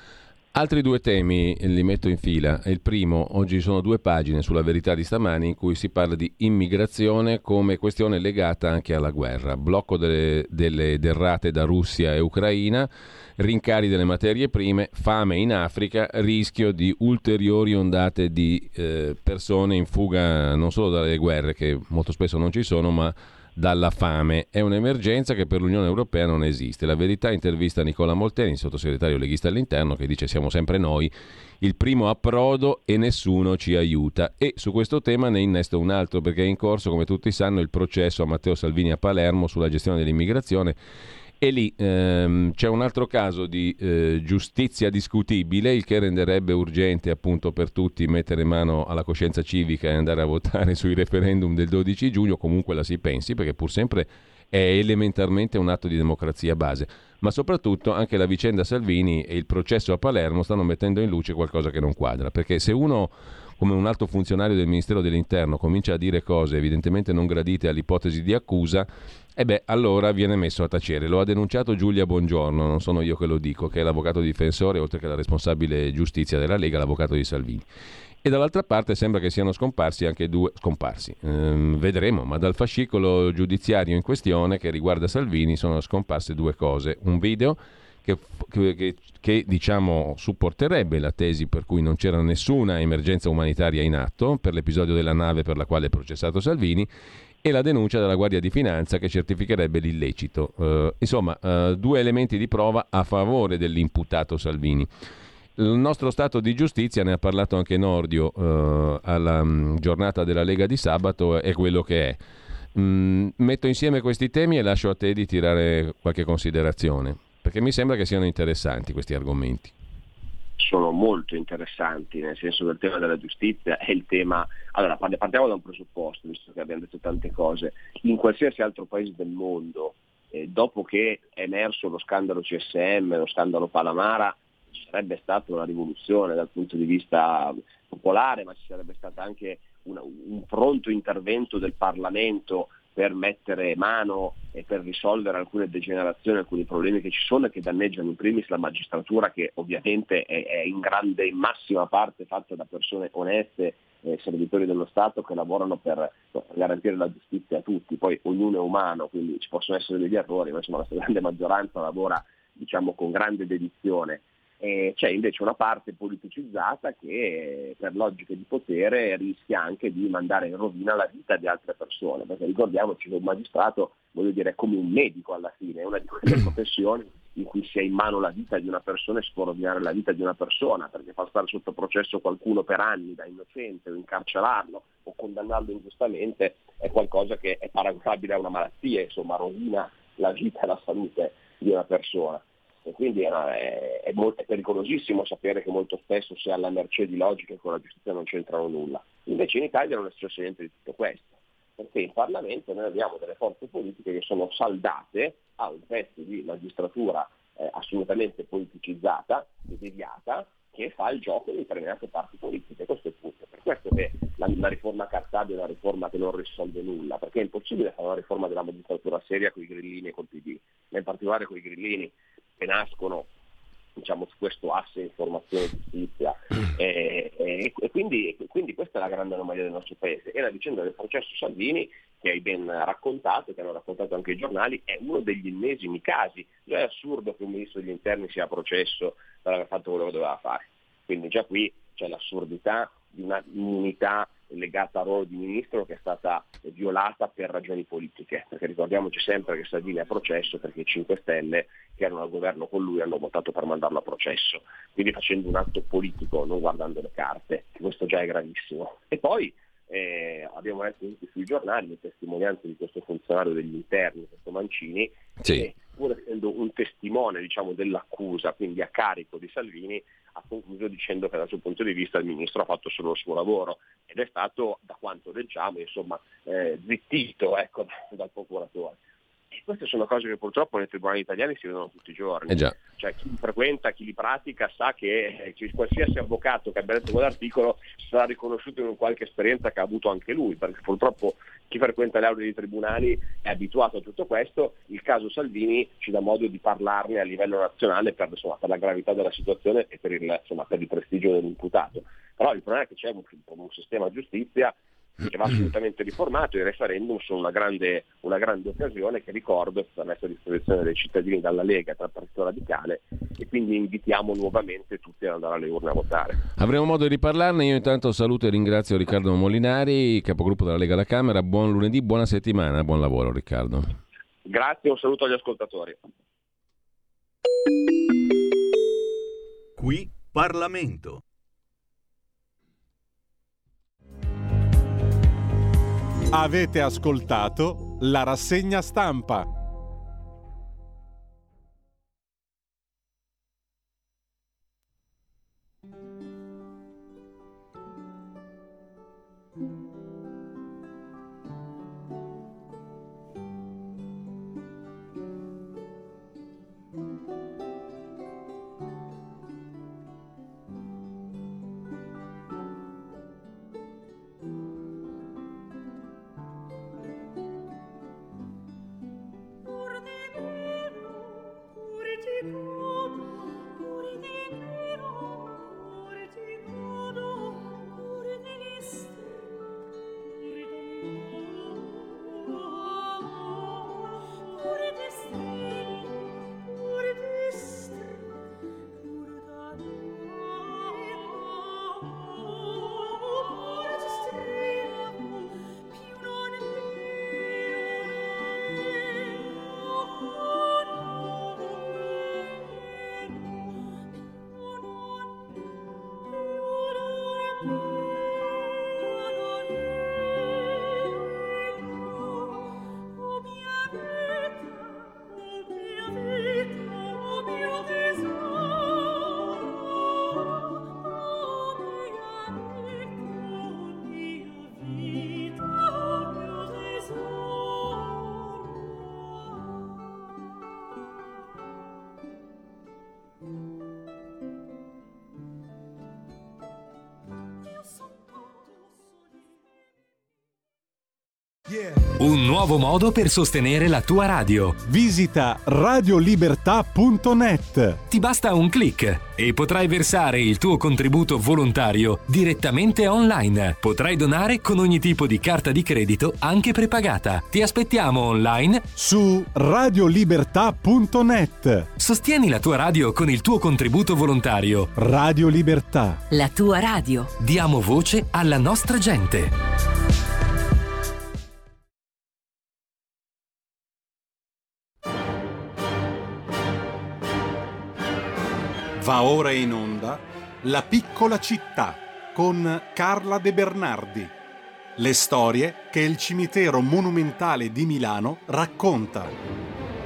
Altri due temi li metto in fila. Il primo, oggi sono due pagine sulla Verità di stamani in cui si parla di immigrazione come questione legata anche alla guerra. Blocco delle, delle derrate da Russia e Ucraina, rincari delle materie prime, fame in Africa, rischio di ulteriori ondate di eh, persone in fuga non solo dalle guerre, che molto spesso non ci sono, ma dalla fame. È un'emergenza che per l'Unione Europea non esiste. La Verità intervista Nicola Molteni, sottosegretario leghista all'interno, che dice: siamo sempre noi il primo approdo e nessuno ci aiuta. E su questo tema ne innesto un altro, perché è in corso, come tutti sanno, il processo a Matteo Salvini a Palermo sulla gestione dell'immigrazione. E lì ehm, c'è un altro caso di eh, giustizia discutibile, il che renderebbe urgente appunto per tutti mettere mano alla coscienza civica e andare a votare sui referendum del dodici giugno, comunque la si pensi, perché pur sempre è elementarmente un atto di democrazia base. Ma soprattutto anche la vicenda Salvini e il processo a Palermo stanno mettendo in luce qualcosa che non quadra, perché se uno, come un alto funzionario del Ministero dell'Interno, comincia a dire cose evidentemente non gradite all'ipotesi di accusa, e beh, allora viene messo a tacere. Lo ha denunciato Giulia Bongiorno, non sono io che lo dico, che è l'avvocato difensore, oltre che la responsabile giustizia della Lega, l'avvocato di Salvini. E dall'altra parte sembra che siano scomparsi anche due, scomparsi, ehm, vedremo, ma dal fascicolo giudiziario in questione che riguarda Salvini sono scomparse due cose. Un video che, che, che, che diciamo supporterebbe la tesi per cui non c'era nessuna emergenza umanitaria in atto per l'episodio della nave per la quale è processato Salvini, e la denuncia della Guardia di Finanza che certificherebbe l'illecito. Uh, insomma, uh, due elementi di prova a favore dell'imputato Salvini. Il nostro Stato di giustizia, ne ha parlato anche Nordio uh, alla um, giornata della Lega di sabato, è quello che è. Mm, metto insieme questi temi e lascio a te di tirare qualche considerazione, perché mi sembra che siano interessanti questi argomenti. Sono molto interessanti, nel senso che il tema della giustizia è il tema. Allora, partiamo da un presupposto, visto che abbiamo detto tante cose. In qualsiasi altro paese del mondo, eh, dopo che è emerso lo scandalo C S M, lo scandalo Palamara, ci sarebbe stata una rivoluzione dal punto di vista popolare, ma ci sarebbe stato anche una, un pronto intervento del Parlamento per mettere mano e per risolvere alcune degenerazioni, alcuni problemi che ci sono e che danneggiano in primis la magistratura, che ovviamente è, è in grande, in massima parte fatta da persone oneste, eh, servitori dello Stato che lavorano per, per garantire la giustizia a tutti. Poi ognuno è umano, quindi ci possono essere degli errori, ma insomma la grande maggioranza lavora, diciamo, con grande dedizione. E c'è invece una parte politicizzata che per logiche di potere rischia anche di mandare in rovina la vita di altre persone, perché ricordiamoci che un magistrato, voglio dire, è come un medico alla fine, è una di quelle professioni in cui si ha in mano la vita di una persona e si può rovinare la vita di una persona, perché far stare sotto processo qualcuno per anni da innocente o incarcerarlo o condannarlo ingiustamente è qualcosa che è paragonabile a una malattia, insomma rovina la vita e la salute di una persona. E quindi è, è, è, molto, è pericolosissimo sapere che molto spesso si è alla mercé di logiche che con la giustizia non c'entrano nulla. Invece in Italia non è successo niente di tutto questo, perché in Parlamento noi abbiamo delle forze politiche che sono saldate a un pezzo di magistratura eh, assolutamente politicizzata e deviata, che fa il gioco di determinate parti politiche. Questo è il punto. Per questo che la, la riforma Cartabia è una riforma che non risolve nulla, perché è impossibile fare una riforma della magistratura seria con i grillini e col P D, ma in particolare con i grillini che nascono, diciamo, su questo asse informazione e giustizia, e, e, e quindi, quindi questa è la grande anomalia del nostro paese. E la vicenda del processo Salvini, che hai ben raccontato, che hanno raccontato anche i giornali, è uno degli ennesimi casi. Già è assurdo che un ministro degli interni sia a processo per aver fatto quello che doveva fare, quindi già qui c'è l'assurdità di una immunità legata al ruolo di ministro che è stata violata per ragioni politiche, perché ricordiamoci sempre che Salvini è a processo perché i cinque Stelle, che erano al governo con lui, hanno votato per mandarlo a processo, quindi facendo un atto politico, non guardando le carte, che questo già è gravissimo. E poi eh, abbiamo letto tutti sui giornali le testimonianze di questo funzionario degli interni, questo Mancini, sì, che pur essendo un testimone, diciamo, dell'accusa, quindi a carico di Salvini, ha concluso dicendo che dal suo punto di vista il ministro ha fatto solo il suo lavoro ed è stato, da quanto leggiamo, insomma, eh, zittito, ecco, dal procuratore. E queste sono sono cose che purtroppo nei tribunali italiani si vedono tutti i giorni. Eh già. Cioè chi li frequenta, chi li pratica sa che eh, qualsiasi avvocato che abbia letto quell'articolo sarà riconosciuto in qualche esperienza che ha avuto anche lui, perché purtroppo chi frequenta le aule dei tribunali è abituato a tutto questo. Il caso Salvini ci dà modo di parlarne a livello nazionale per, insomma, per la gravità della situazione e per il, insomma, per il prestigio dell'imputato. Però il problema è che c'è un, un sistema giustizia che va assolutamente riformato. I referendum sono una grande, una grande occasione che, ricordo, è stata messa a disposizione dei cittadini dalla Lega e dal Partito Radicale, e quindi invitiamo nuovamente tutti ad andare alle urne a votare. Avremo modo di riparlarne. Io intanto saluto e ringrazio Riccardo Molinari, capogruppo della Lega alla Camera. Buon lunedì, buona settimana, buon lavoro Riccardo. Grazie, un saluto agli ascoltatori. Qui Parlamento. Avete ascoltato la rassegna stampa. Un nuovo modo per sostenere la tua radio. Visita radiolibertà punto net. Ti basta un click e potrai versare il tuo contributo volontario direttamente online. Potrai donare con ogni tipo di carta di credito, anche prepagata. Ti aspettiamo online su radiolibertà punto net. Sostieni la tua radio con il tuo contributo volontario. Radio Libertà. La tua radio. Diamo voce alla nostra gente. Va ora in onda La piccola città con Carla De Bernardi. Le storie che il cimitero monumentale di Milano racconta.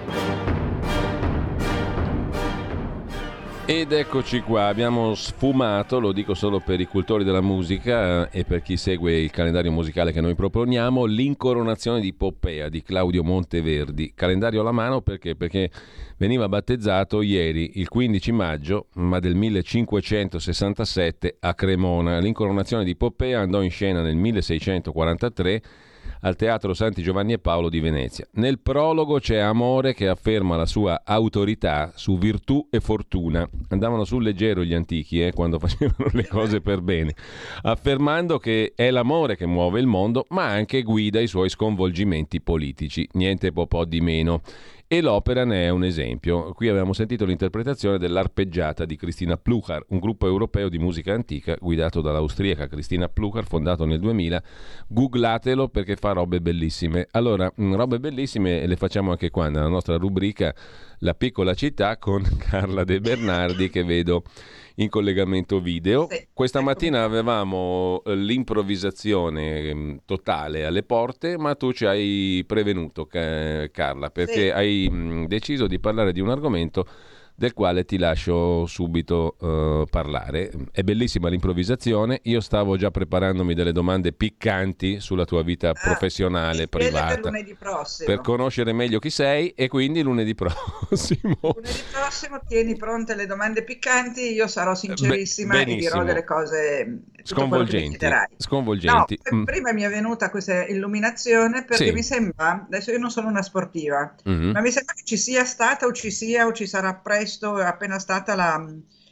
Ed eccoci qua, abbiamo sfumato, lo dico solo per i cultori della musica eh, e per chi segue il calendario musicale che noi proponiamo, l'incoronazione di Poppea di Claudio Monteverdi. Calendario alla mano perché? Perché veniva battezzato ieri, il quindici maggio, ma del millecinquecentosessantasette a Cremona. L'incoronazione di Poppea andò in scena nel milleseicentoquarantatré al Teatro Santi Giovanni e Paolo di Venezia. Nel prologo c'è Amore che afferma la sua autorità su virtù e fortuna. Andavano sul leggero gli antichi eh, quando facevano le cose per bene, affermando che è l'amore che muove il mondo, ma anche guida i suoi sconvolgimenti politici. Niente po' po' di meno. E l'opera ne è un esempio. Qui abbiamo sentito l'interpretazione dell'Arpeggiata di Christina Pluhar, un gruppo europeo di musica antica guidato dall'austriaca Christina Pluhar, fondato nel duemila. Googlatelo perché fa robe bellissime. Allora, robe bellissime le facciamo anche qua nella nostra rubrica La piccola città con Carla De Bernardi, che vedo in collegamento video. Sì, Questa ecco. mattina avevamo l'improvvisazione totale alle porte, ma tu ci hai prevenuto, Carla, perché sì. hai deciso di parlare di un argomento del quale ti lascio subito uh, parlare. È bellissima l'improvvisazione, io stavo già preparandomi delle domande piccanti sulla tua vita ah, professionale, privata, per lunedì prossimo, per conoscere meglio chi sei, e quindi lunedì prossimo. Lunedì prossimo tieni pronte le domande piccanti, io sarò sincerissima Beh, e dirò delle cose sconvolgenti. sconvolgenti. No, mm. Prima mi è venuta questa illuminazione perché sì. mi sembra, adesso io non sono una sportiva, mm-hmm. ma mi sembra che ci sia stata o ci sia o ci sarà presto, è appena stata la,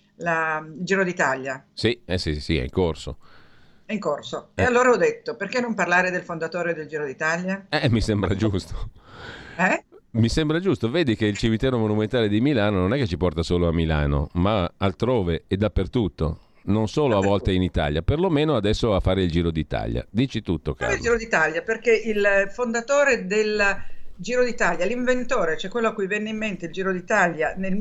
la il Giro d'Italia. Sì, eh sì, sì, è in corso. È in corso. Eh. E allora ho detto, perché non parlare del fondatore del Giro d'Italia? Eh, mi sembra giusto. Eh? Mi sembra giusto, vedi che il cimitero monumentale di Milano non è che ci porta solo a Milano, ma altrove e dappertutto. Non solo a volte in Italia, perlomeno adesso a fare il Giro d'Italia. Dici tutto, Carlo. Il Giro d'Italia, perché il fondatore del Giro d'Italia, l'inventore, cioè quello a cui venne in mente il Giro d'Italia nel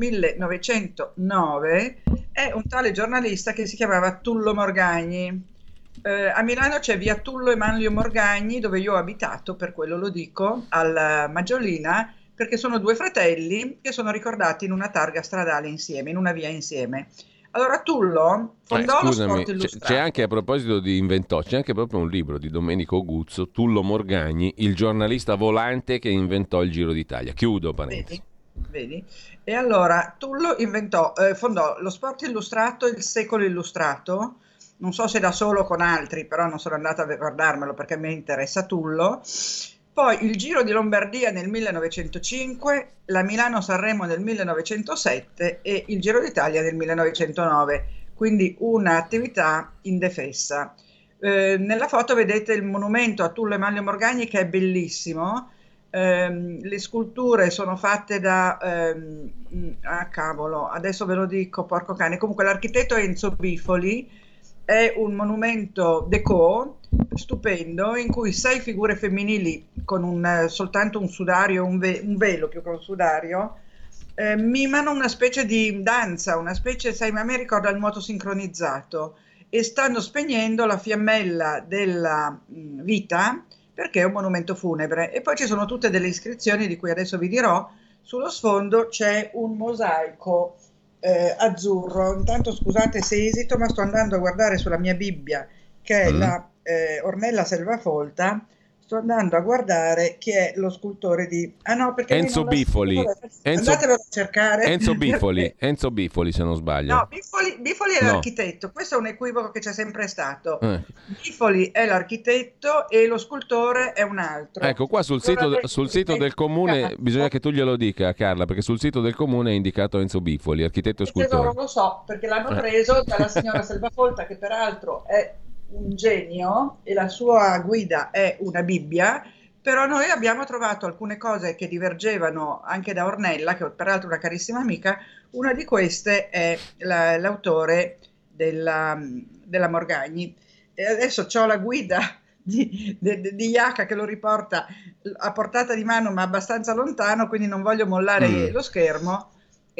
millenovecentonove, è un tale giornalista che si chiamava Tullo Morgagni. Eh, a Milano c'è via Tullo e Manlio Morgagni, dove io ho abitato, per quello lo dico, alla Maggiolina, perché sono due fratelli che sono ricordati in una targa stradale insieme, in una via insieme. Allora Tullo fondò eh, scusami, lo Sport Illustrato. C'è anche, a proposito di inventò, c'è anche proprio un libro di Domenico Guzzo, Tullo Morgagni, il giornalista volante che inventò il Giro d'Italia. Chiudo parentesi. Vedi? Vedi? E allora Tullo inventò, eh, fondò lo Sport Illustrato, il Secolo Illustrato, non so se da solo o con altri, però non sono andata a guardarmelo perché mi interessa Tullo. Poi il Giro di Lombardia nel millenovecentocinque, la Milano-Sanremo nel millenovecentosette e il Giro d'Italia nel millenovecentonove, quindi un'attività indefessa. Eh, nella foto vedete il monumento a Tullo e Manlio Morgagni che è bellissimo, eh, le sculture sono fatte da, ehm, ah cavolo, adesso ve lo dico, porco cane, comunque l'architetto è Enzo Bifoli, è un monumento déco stupendo in cui sei figure femminili con un, soltanto un sudario, un, ve, un velo più che un sudario, eh, mimano una specie di danza, una specie, sai, ma a me ricorda il nuoto sincronizzato, e stanno spegnendo la fiammella della mh, vita perché è un monumento funebre. E poi ci sono tutte delle iscrizioni di cui adesso vi dirò. Sullo sfondo c'è un mosaico Eh, azzurro. Intanto scusate se esito, ma sto andando a guardare sulla mia Bibbia, che è mm. la eh, Ornella Selvafolta, sto andando a guardare chi è lo scultore di ah no perché Enzo Bifoli Enzo... andatevelo a cercare. Enzo Bifoli Enzo Bifoli se non sbaglio. No, Bifoli, Bifoli è no. l'architetto, questo è un equivoco che c'è sempre stato. eh. Bifoli è l'architetto e lo scultore è un altro. Ecco, qua sul sito, Guardate, sul sito del comune bisogna che tu glielo dica, Carla, perché sul sito del comune è indicato Enzo Bifoli, architetto e scultore. Non lo so, perché l'hanno preso dalla signora Selvafolta, che peraltro è un genio e la sua guida è una Bibbia, però noi abbiamo trovato alcune cose che divergevano anche da Ornella, che peraltro è una carissima amica. Una di queste è la, l'autore della, della Morgagni, e adesso ho la guida di, di, di Iaca che lo riporta a portata di mano ma abbastanza lontano, quindi non voglio mollare mm. lo schermo,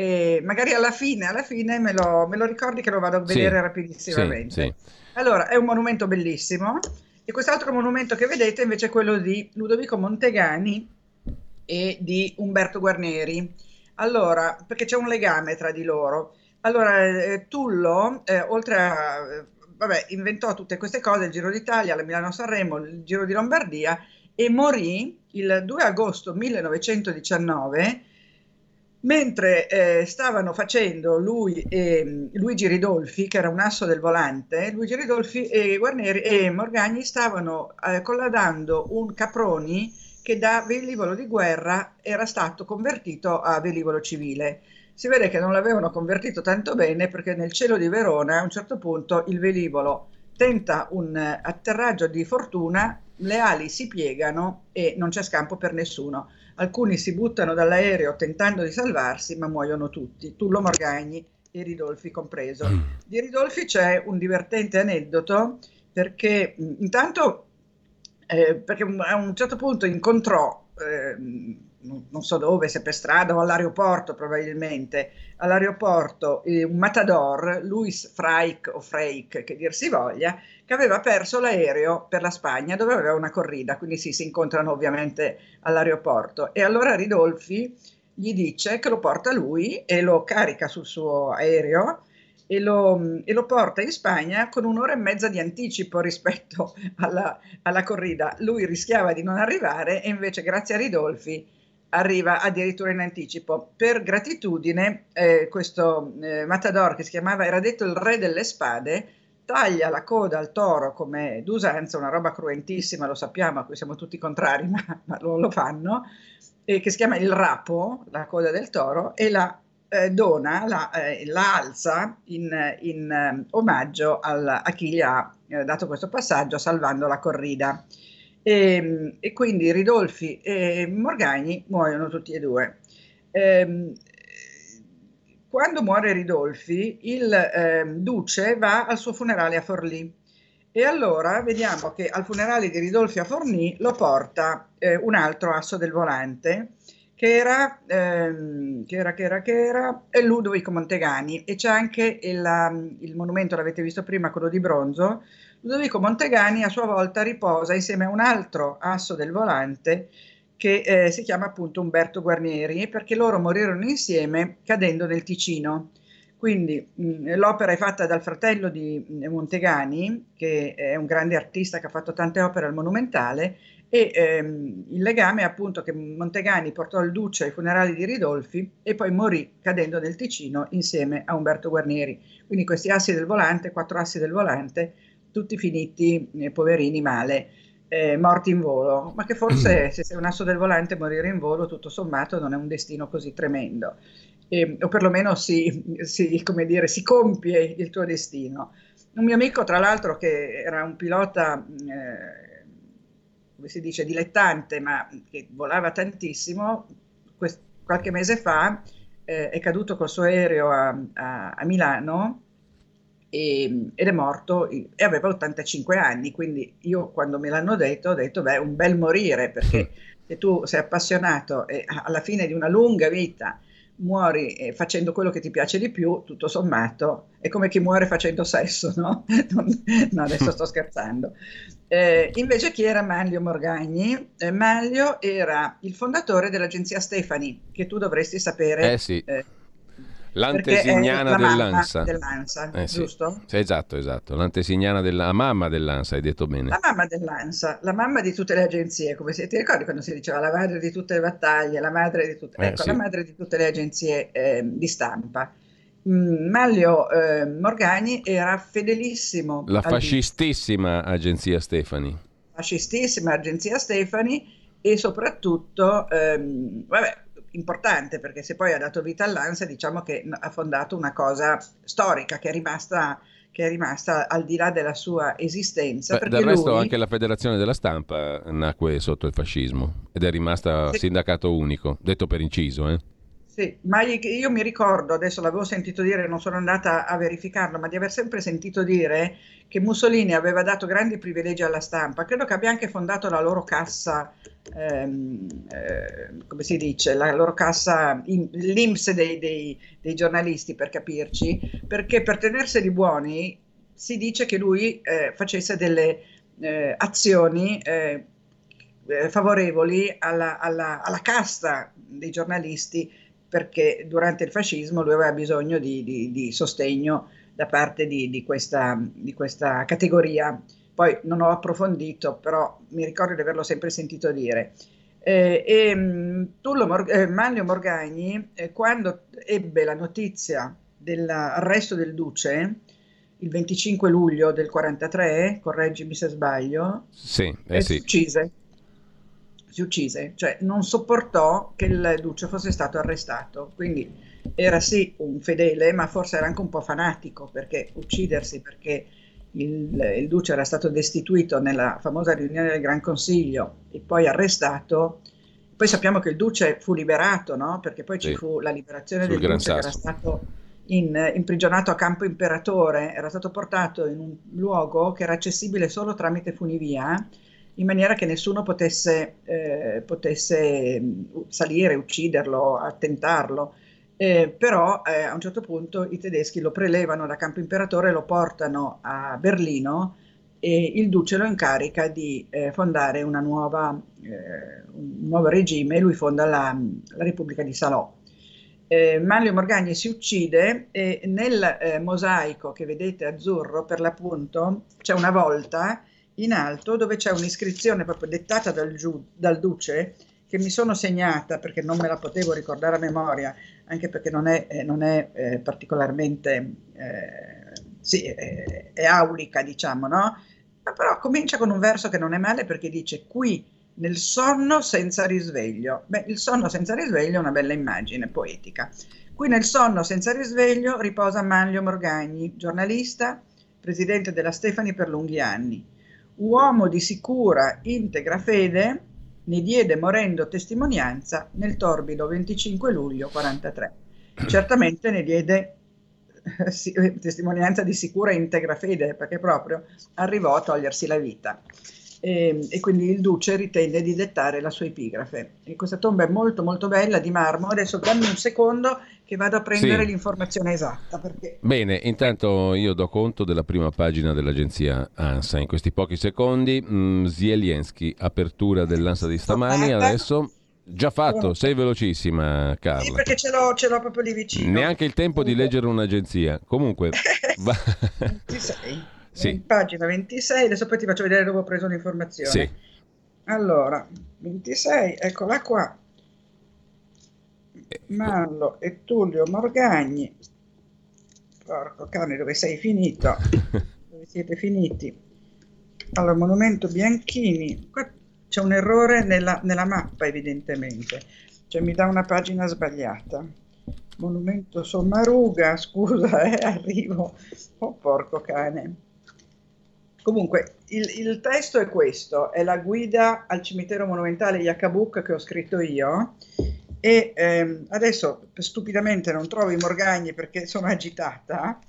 e magari alla fine, alla fine me lo, me lo ricordi che lo vado a vedere sì, rapidissimamente. Sì, sì. Allora, è un monumento bellissimo, e quest'altro monumento che vedete invece è quello di Ludovico Montegani e di Umberto Guarneri. Allora, perché c'è un legame tra di loro. Allora, eh, Tullo, eh, oltre a, eh, vabbè, inventò tutte queste cose, il Giro d'Italia, la Milano-Sanremo, il Giro di Lombardia, e morì il due agosto millenovecentodiciannove, mentre eh, stavano facendo lui e Luigi Ridolfi, che era un asso del volante. Luigi Ridolfi e Guarneri e Morgagni stavano eh, colladando un Caproni che da velivolo di guerra era stato convertito a velivolo civile. Si vede che non l'avevano convertito tanto bene, perché nel cielo di Verona a un certo punto il velivolo tenta un atterraggio di fortuna, le ali si piegano e non c'è scampo per nessuno. Alcuni si buttano dall'aereo tentando di salvarsi, ma muoiono tutti, Tullo Morgagni e Ridolfi compreso. Di Ridolfi c'è un divertente aneddoto, perché intanto eh, perché a un certo punto incontrò, eh, non so dove, se per strada o all'aeroporto probabilmente, all'aeroporto eh, un matador, Luis Freik o Freik, che dir si voglia, che aveva perso l'aereo per la Spagna, dove aveva una corrida, quindi sì, si incontrano ovviamente all'aeroporto. E allora Ridolfi gli dice che lo porta lui e lo carica sul suo aereo e lo, e lo porta in Spagna con un'ora e mezza di anticipo rispetto alla, alla corrida. Lui rischiava di non arrivare e invece grazie a Ridolfi arriva addirittura in anticipo. Per gratitudine eh, questo eh, Matador, che si chiamava, era detto il re delle spade, taglia la coda al toro come d'usanza, una roba cruentissima, lo sappiamo, a cui siamo tutti contrari, ma, ma lo, lo fanno, e che si chiama il rapo, la coda del toro, e la eh, dona, la, eh, la alza in, in eh, omaggio al, a chi gli ha eh, dato questo passaggio, salvando la corrida. E, e quindi Ridolfi e Morgagni muoiono tutti e due. E, quando muore Ridolfi, il eh, duce va al suo funerale a Forlì e allora vediamo che al funerale di Ridolfi a Forlì lo porta eh, un altro asso del volante che era, ehm, che era, che era, che era è Ludovico Montegani, e c'è anche il, il monumento, l'avete visto prima, quello di bronzo. Ludovico Montegani a sua volta riposa insieme a un altro asso del volante che eh, si chiama appunto Umberto Guarnieri, perché loro morirono insieme cadendo nel Ticino. Quindi mh, l'opera è fatta dal fratello di mh, Montegani, che è un grande artista che ha fatto tante opere al Monumentale, e ehm, il legame è appunto che Montegani portò il duce ai funerali di Ridolfi e poi morì cadendo nel Ticino insieme a Umberto Guarnieri. Quindi questi assi del volante, quattro assi del volante, tutti finiti, eh, poverini, male, eh, morti in volo, ma che forse se sei un asso del volante morire in volo tutto sommato non è un destino così tremendo, eh, o perlomeno si, si, come dire, si compie il tuo destino. Un mio amico, tra l'altro, che era un pilota, eh, come si dice, dilettante, ma che volava tantissimo, quest- qualche mese fa eh, è caduto col suo aereo a, a, a Milano e, ed è morto e aveva ottantacinque anni, quindi io quando me l'hanno detto ho detto beh, un bel morire, perché se tu sei appassionato e alla fine di una lunga vita muori eh, facendo quello che ti piace di più, tutto sommato è come chi muore facendo sesso, no? Non, no, adesso sto scherzando. Eh, invece chi era Manlio Morgagni? Eh, Manlio era il fondatore dell'agenzia Stefani, che tu dovresti sapere. Eh sì. Eh, L'antesignana dell'Ansa, dell'Ansa eh, sì. Giusto? Sì, esatto, esatto. L'antesignana della la mamma dell'Ansa, hai detto bene. La mamma dell'Ansa, la mamma di tutte le agenzie, come se ti ricordi quando si diceva la madre di tutte le battaglie, la madre di tutte, Eh, ecco, sì. la madre di tutte le agenzie eh, di stampa. Mm, Manlio eh, Morgagni era fedelissimo La al fascistissima agenzia Stefani. fascistissima agenzia Stefani e soprattutto, ehm, vabbè, importante perché se poi ha dato vita all'Ansa, diciamo che ha fondato una cosa storica che è rimasta, che è rimasta al di là della sua esistenza. Beh, perché del resto lui, anche la Federazione della Stampa nacque sotto il fascismo ed è rimasta Sì. sindacato unico, detto per inciso, eh. Sì, ma io mi ricordo, adesso l'avevo sentito dire, non sono andata a verificarlo, ma di aver sempre sentito dire che Mussolini aveva dato grandi privilegi alla stampa. Credo che abbia anche fondato la loro cassa, ehm, eh, come si dice, la loro cassa, in- l'I N P S dei, dei- dei giornalisti, per capirci, perché per tenerseli buoni si dice che lui eh, facesse delle eh, azioni eh, eh, favorevoli alla, alla- alla casta dei giornalisti, perché durante il fascismo lui aveva bisogno di, di- di sostegno da parte di, di questa, di questa categoria. Poi non ho approfondito, però mi ricordo di averlo sempre sentito dire. Eh, e mh, Tullo Mor- eh, Manlio Morgagni, eh, quando ebbe la notizia dell'arresto del duce, il venticinque luglio del quarantatré, correggimi se sbaglio, Sì, eh eh, sì. si uccise. Si uccise, cioè non sopportò che il duce fosse stato arrestato, quindi era sì un fedele, ma forse era anche un po' fanatico, perché uccidersi perché il, il duce era stato destituito nella famosa riunione del Gran Consiglio e poi arrestato. Poi sappiamo che il duce fu liberato, no? Perché poi ci Sì. fu la liberazione Sul del Gran duce, che era Sasso. stato in- imprigionato a Campo Imperatore, era stato portato in un luogo che era accessibile solo tramite funivia, in maniera che nessuno potesse, eh, potesse mh, salire, ucciderlo, attentarlo. Eh, però eh, a un certo punto i tedeschi lo prelevano da Campo Imperatore e lo portano a Berlino e il duce lo incarica di eh, fondare una nuova, eh, un nuovo regime, e lui fonda la, la Repubblica di Salò. Eh, Manlio Morgagni si uccide e nel eh, mosaico che vedete azzurro, per l'appunto, c'è una volta in alto dove c'è un'iscrizione proprio dettata dal, giu, dal duce, che mi sono segnata perché non me la potevo ricordare a memoria, anche perché non è, eh, non è eh, particolarmente, eh, sì, è, è aulica, diciamo, no? Ma però comincia con un verso che non è male, perché dice: qui nel sonno senza risveglio. Beh, il sonno senza risveglio è una bella immagine poetica. Qui nel sonno senza risveglio riposa Manlio Morgagni, giornalista, presidente della Stefani per lunghi anni. Uomo di sicura, integra fede, ne diede morendo testimonianza nel torbido venticinque luglio quarantatré. Certamente ne diede eh, sì, testimonianza di sicura e integra fede, perché proprio arrivò a togliersi la vita. E, e quindi il duce ritenne di dettare la sua epigrafe. E questa tomba è molto molto bella, di marmo. Adesso dammi un secondo che vado a prendere sì. l'informazione esatta, perché... Bene, intanto io do conto della prima pagina dell'agenzia ANSA in questi pochi secondi. mm, Zielinski, apertura dell'ANSA di stamani. Adesso già fatto, sei velocissima, Carla. Sì, perché ce l'ho, ce l'ho proprio lì vicino. Neanche il tempo di leggere un'agenzia. Comunque va... ventisei Sì. Pagina ventisei, adesso poi ti faccio vedere dove ho preso l'informazione. Sì. Allora, ventisei, eccola qua. Manlio e Tullio Morgagni. Porco cane, dove sei finito? Dove siete finiti? Allora, monumento Bianchini. Qua c'è un errore nella, nella mappa, evidentemente. Cioè mi dà una pagina sbagliata. Monumento Sommaruga, scusa, eh, arrivo. Oh, porco cane. Comunque, il, il testo è questo, è la guida al cimitero monumentale Yakabuk che ho scritto io, e ehm, adesso stupidamente non trovo i Morgagni perché sono agitata,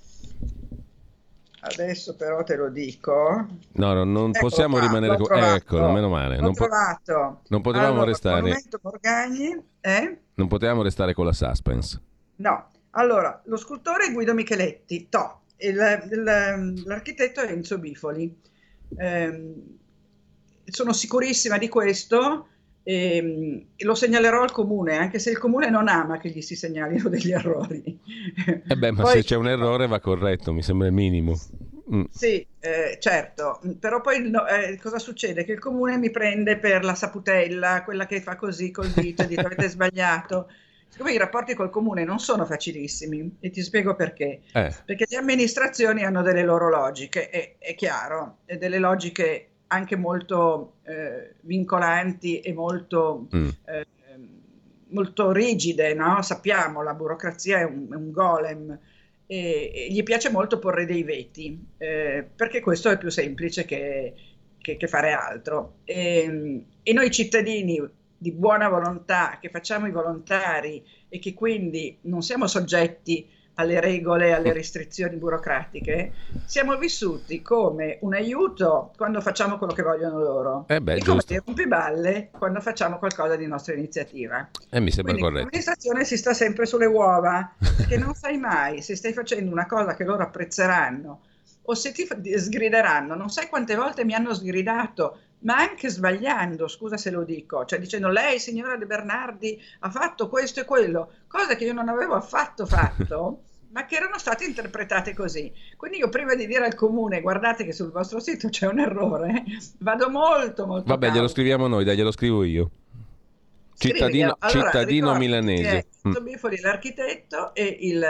adesso però te lo dico. No, no, non Eccolo possiamo qua, rimanere l'ho con... Eccolo, meno male. L'ho non po- trovato. Non potevamo allora, restare... Monumento Morgagni, eh? Non potevamo restare con la suspense. No, allora, lo scultore è Guido Micheletti, to, il, il, l'architetto è Enzo Bifoli. Eh, sono sicurissima di questo e, e lo segnalerò al comune, anche se il comune non ama che gli si segnalino degli errori. Eh beh, ma poi, se c'è un errore va corretto, mi sembra il minimo. Mm. Sì, eh, certo, però poi no, eh, cosa succede? Che il comune mi prende per la saputella, quella che fa così col dito, dice avete sbagliato. Siccome i rapporti col comune non sono facilissimi, e ti spiego perché. Eh. Perché le amministrazioni hanno delle loro logiche, è, è chiaro, e delle logiche anche molto eh, vincolanti e molto, mm. eh, molto rigide, no? Sappiamo, la burocrazia è un, è un golem, e, e gli piace molto porre dei veti, eh, perché questo è più semplice che, che, che fare altro. E, e noi cittadini di buona volontà, che facciamo i volontari e che quindi non siamo soggetti alle regole, alle restrizioni burocratiche, siamo vissuti come un aiuto quando facciamo quello che vogliono loro, eh beh, e come dei rompiballe quando facciamo qualcosa di nostra iniziativa. Eh, mi sembra quindi corretto. L'amministrazione si sta sempre sulle uova, perché non sai mai se stai facendo una cosa che loro apprezzeranno o se ti sgrideranno. Non sai quante volte mi hanno sgridato, ma anche sbagliando, scusa se lo dico, cioè dicendo lei signora De Bernardi ha fatto questo e quello, cose che io non avevo affatto fatto, ma che erano state interpretate così. Quindi io prima di dire al comune guardate che sul vostro sito c'è un errore, vado molto molto Vabbè, cauto. Glielo scriviamo noi, dai, glielo scrivo io. Cittadino, allora, cittadino milanese. Enzo Bifoli è l'architetto e il,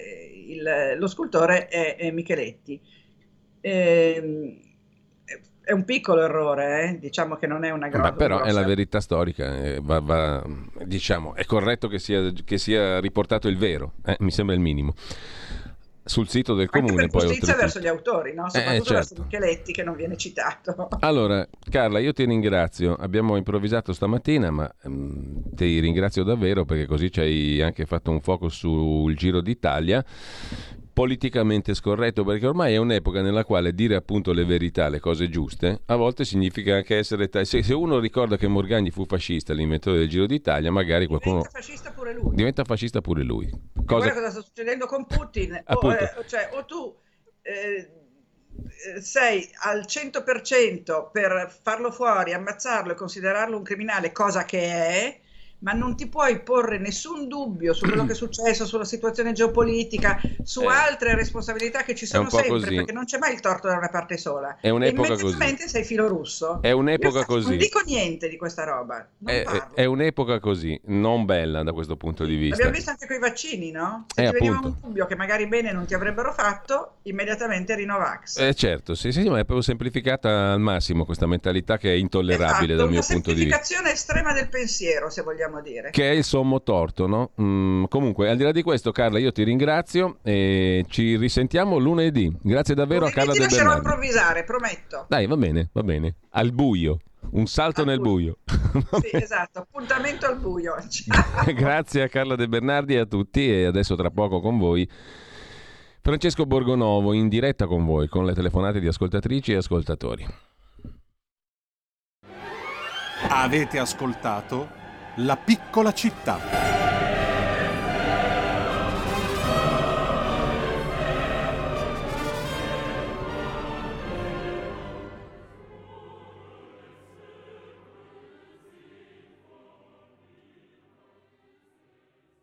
il, lo scultore è, è Micheletti. E, è un piccolo errore, eh? Diciamo che non è una grossa. Beh, però grossa. È la verità storica, eh, va, va, diciamo, è corretto che sia, che sia riportato il vero, eh, mi sembra il minimo. Sul sito del comune, anche per poi giustizia verso gli autori, no? Soprattutto eh, certo. verso Micheletti che non viene citato. Allora, Carla, io ti ringrazio. Abbiamo improvvisato stamattina, ma um, ti ringrazio davvero perché così ci hai anche fatto un focus sul Giro d'Italia. Politicamente scorretto, perché ormai è un'epoca nella quale dire appunto le verità, le cose giuste, a volte significa anche essere ta- se, se uno ricorda che Morgagni fu fascista, l'inventore del Giro d'Italia, magari qualcuno diventa fascista pure lui. Diventa fascista pure lui. Cosa... Guarda cosa sta succedendo con Putin. O, eh, cioè, o tu eh, eh, sei al cento per cento per farlo fuori, ammazzarlo e considerarlo un criminale, cosa che è, ma non ti puoi porre nessun dubbio su quello che è successo, sulla situazione geopolitica, su Eh. altre responsabilità che ci sono un po' sempre, così. perché non c'è mai il torto da una parte sola. È un'epoca e immediatamente sei filorusso. È un'epoca Io così. non dico niente di questa roba, non È, parlo. è un'epoca così, non bella da questo punto di vista. L'abbiamo visto anche con i vaccini, no? Se Eh, ti veniva appunto. un dubbio che magari bene non ti avrebbero fatto, immediatamente Rinovax. Eh, certo, sì, sì, ma è proprio semplificata al massimo questa mentalità che è intollerabile Esatto, dal mio una punto di vista. semplificazione estrema del pensiero, se vogliamo dire. Che è il sommo torto, no? Mm, comunque, al di là di questo, Carla, io ti ringrazio e ci risentiamo lunedì. Grazie davvero a Carla ti De lascerò Bernardi. improvvisare, prometto. Dai, va bene, va bene. Al buio, un salto nel buio. Sì, esatto, appuntamento al buio. Ciao. Grazie a Carla De Bernardi e a tutti, e adesso tra poco con voi Francesco Borgonovo in diretta con voi, con le telefonate di ascoltatrici e ascoltatori. Avete ascoltato La piccola città.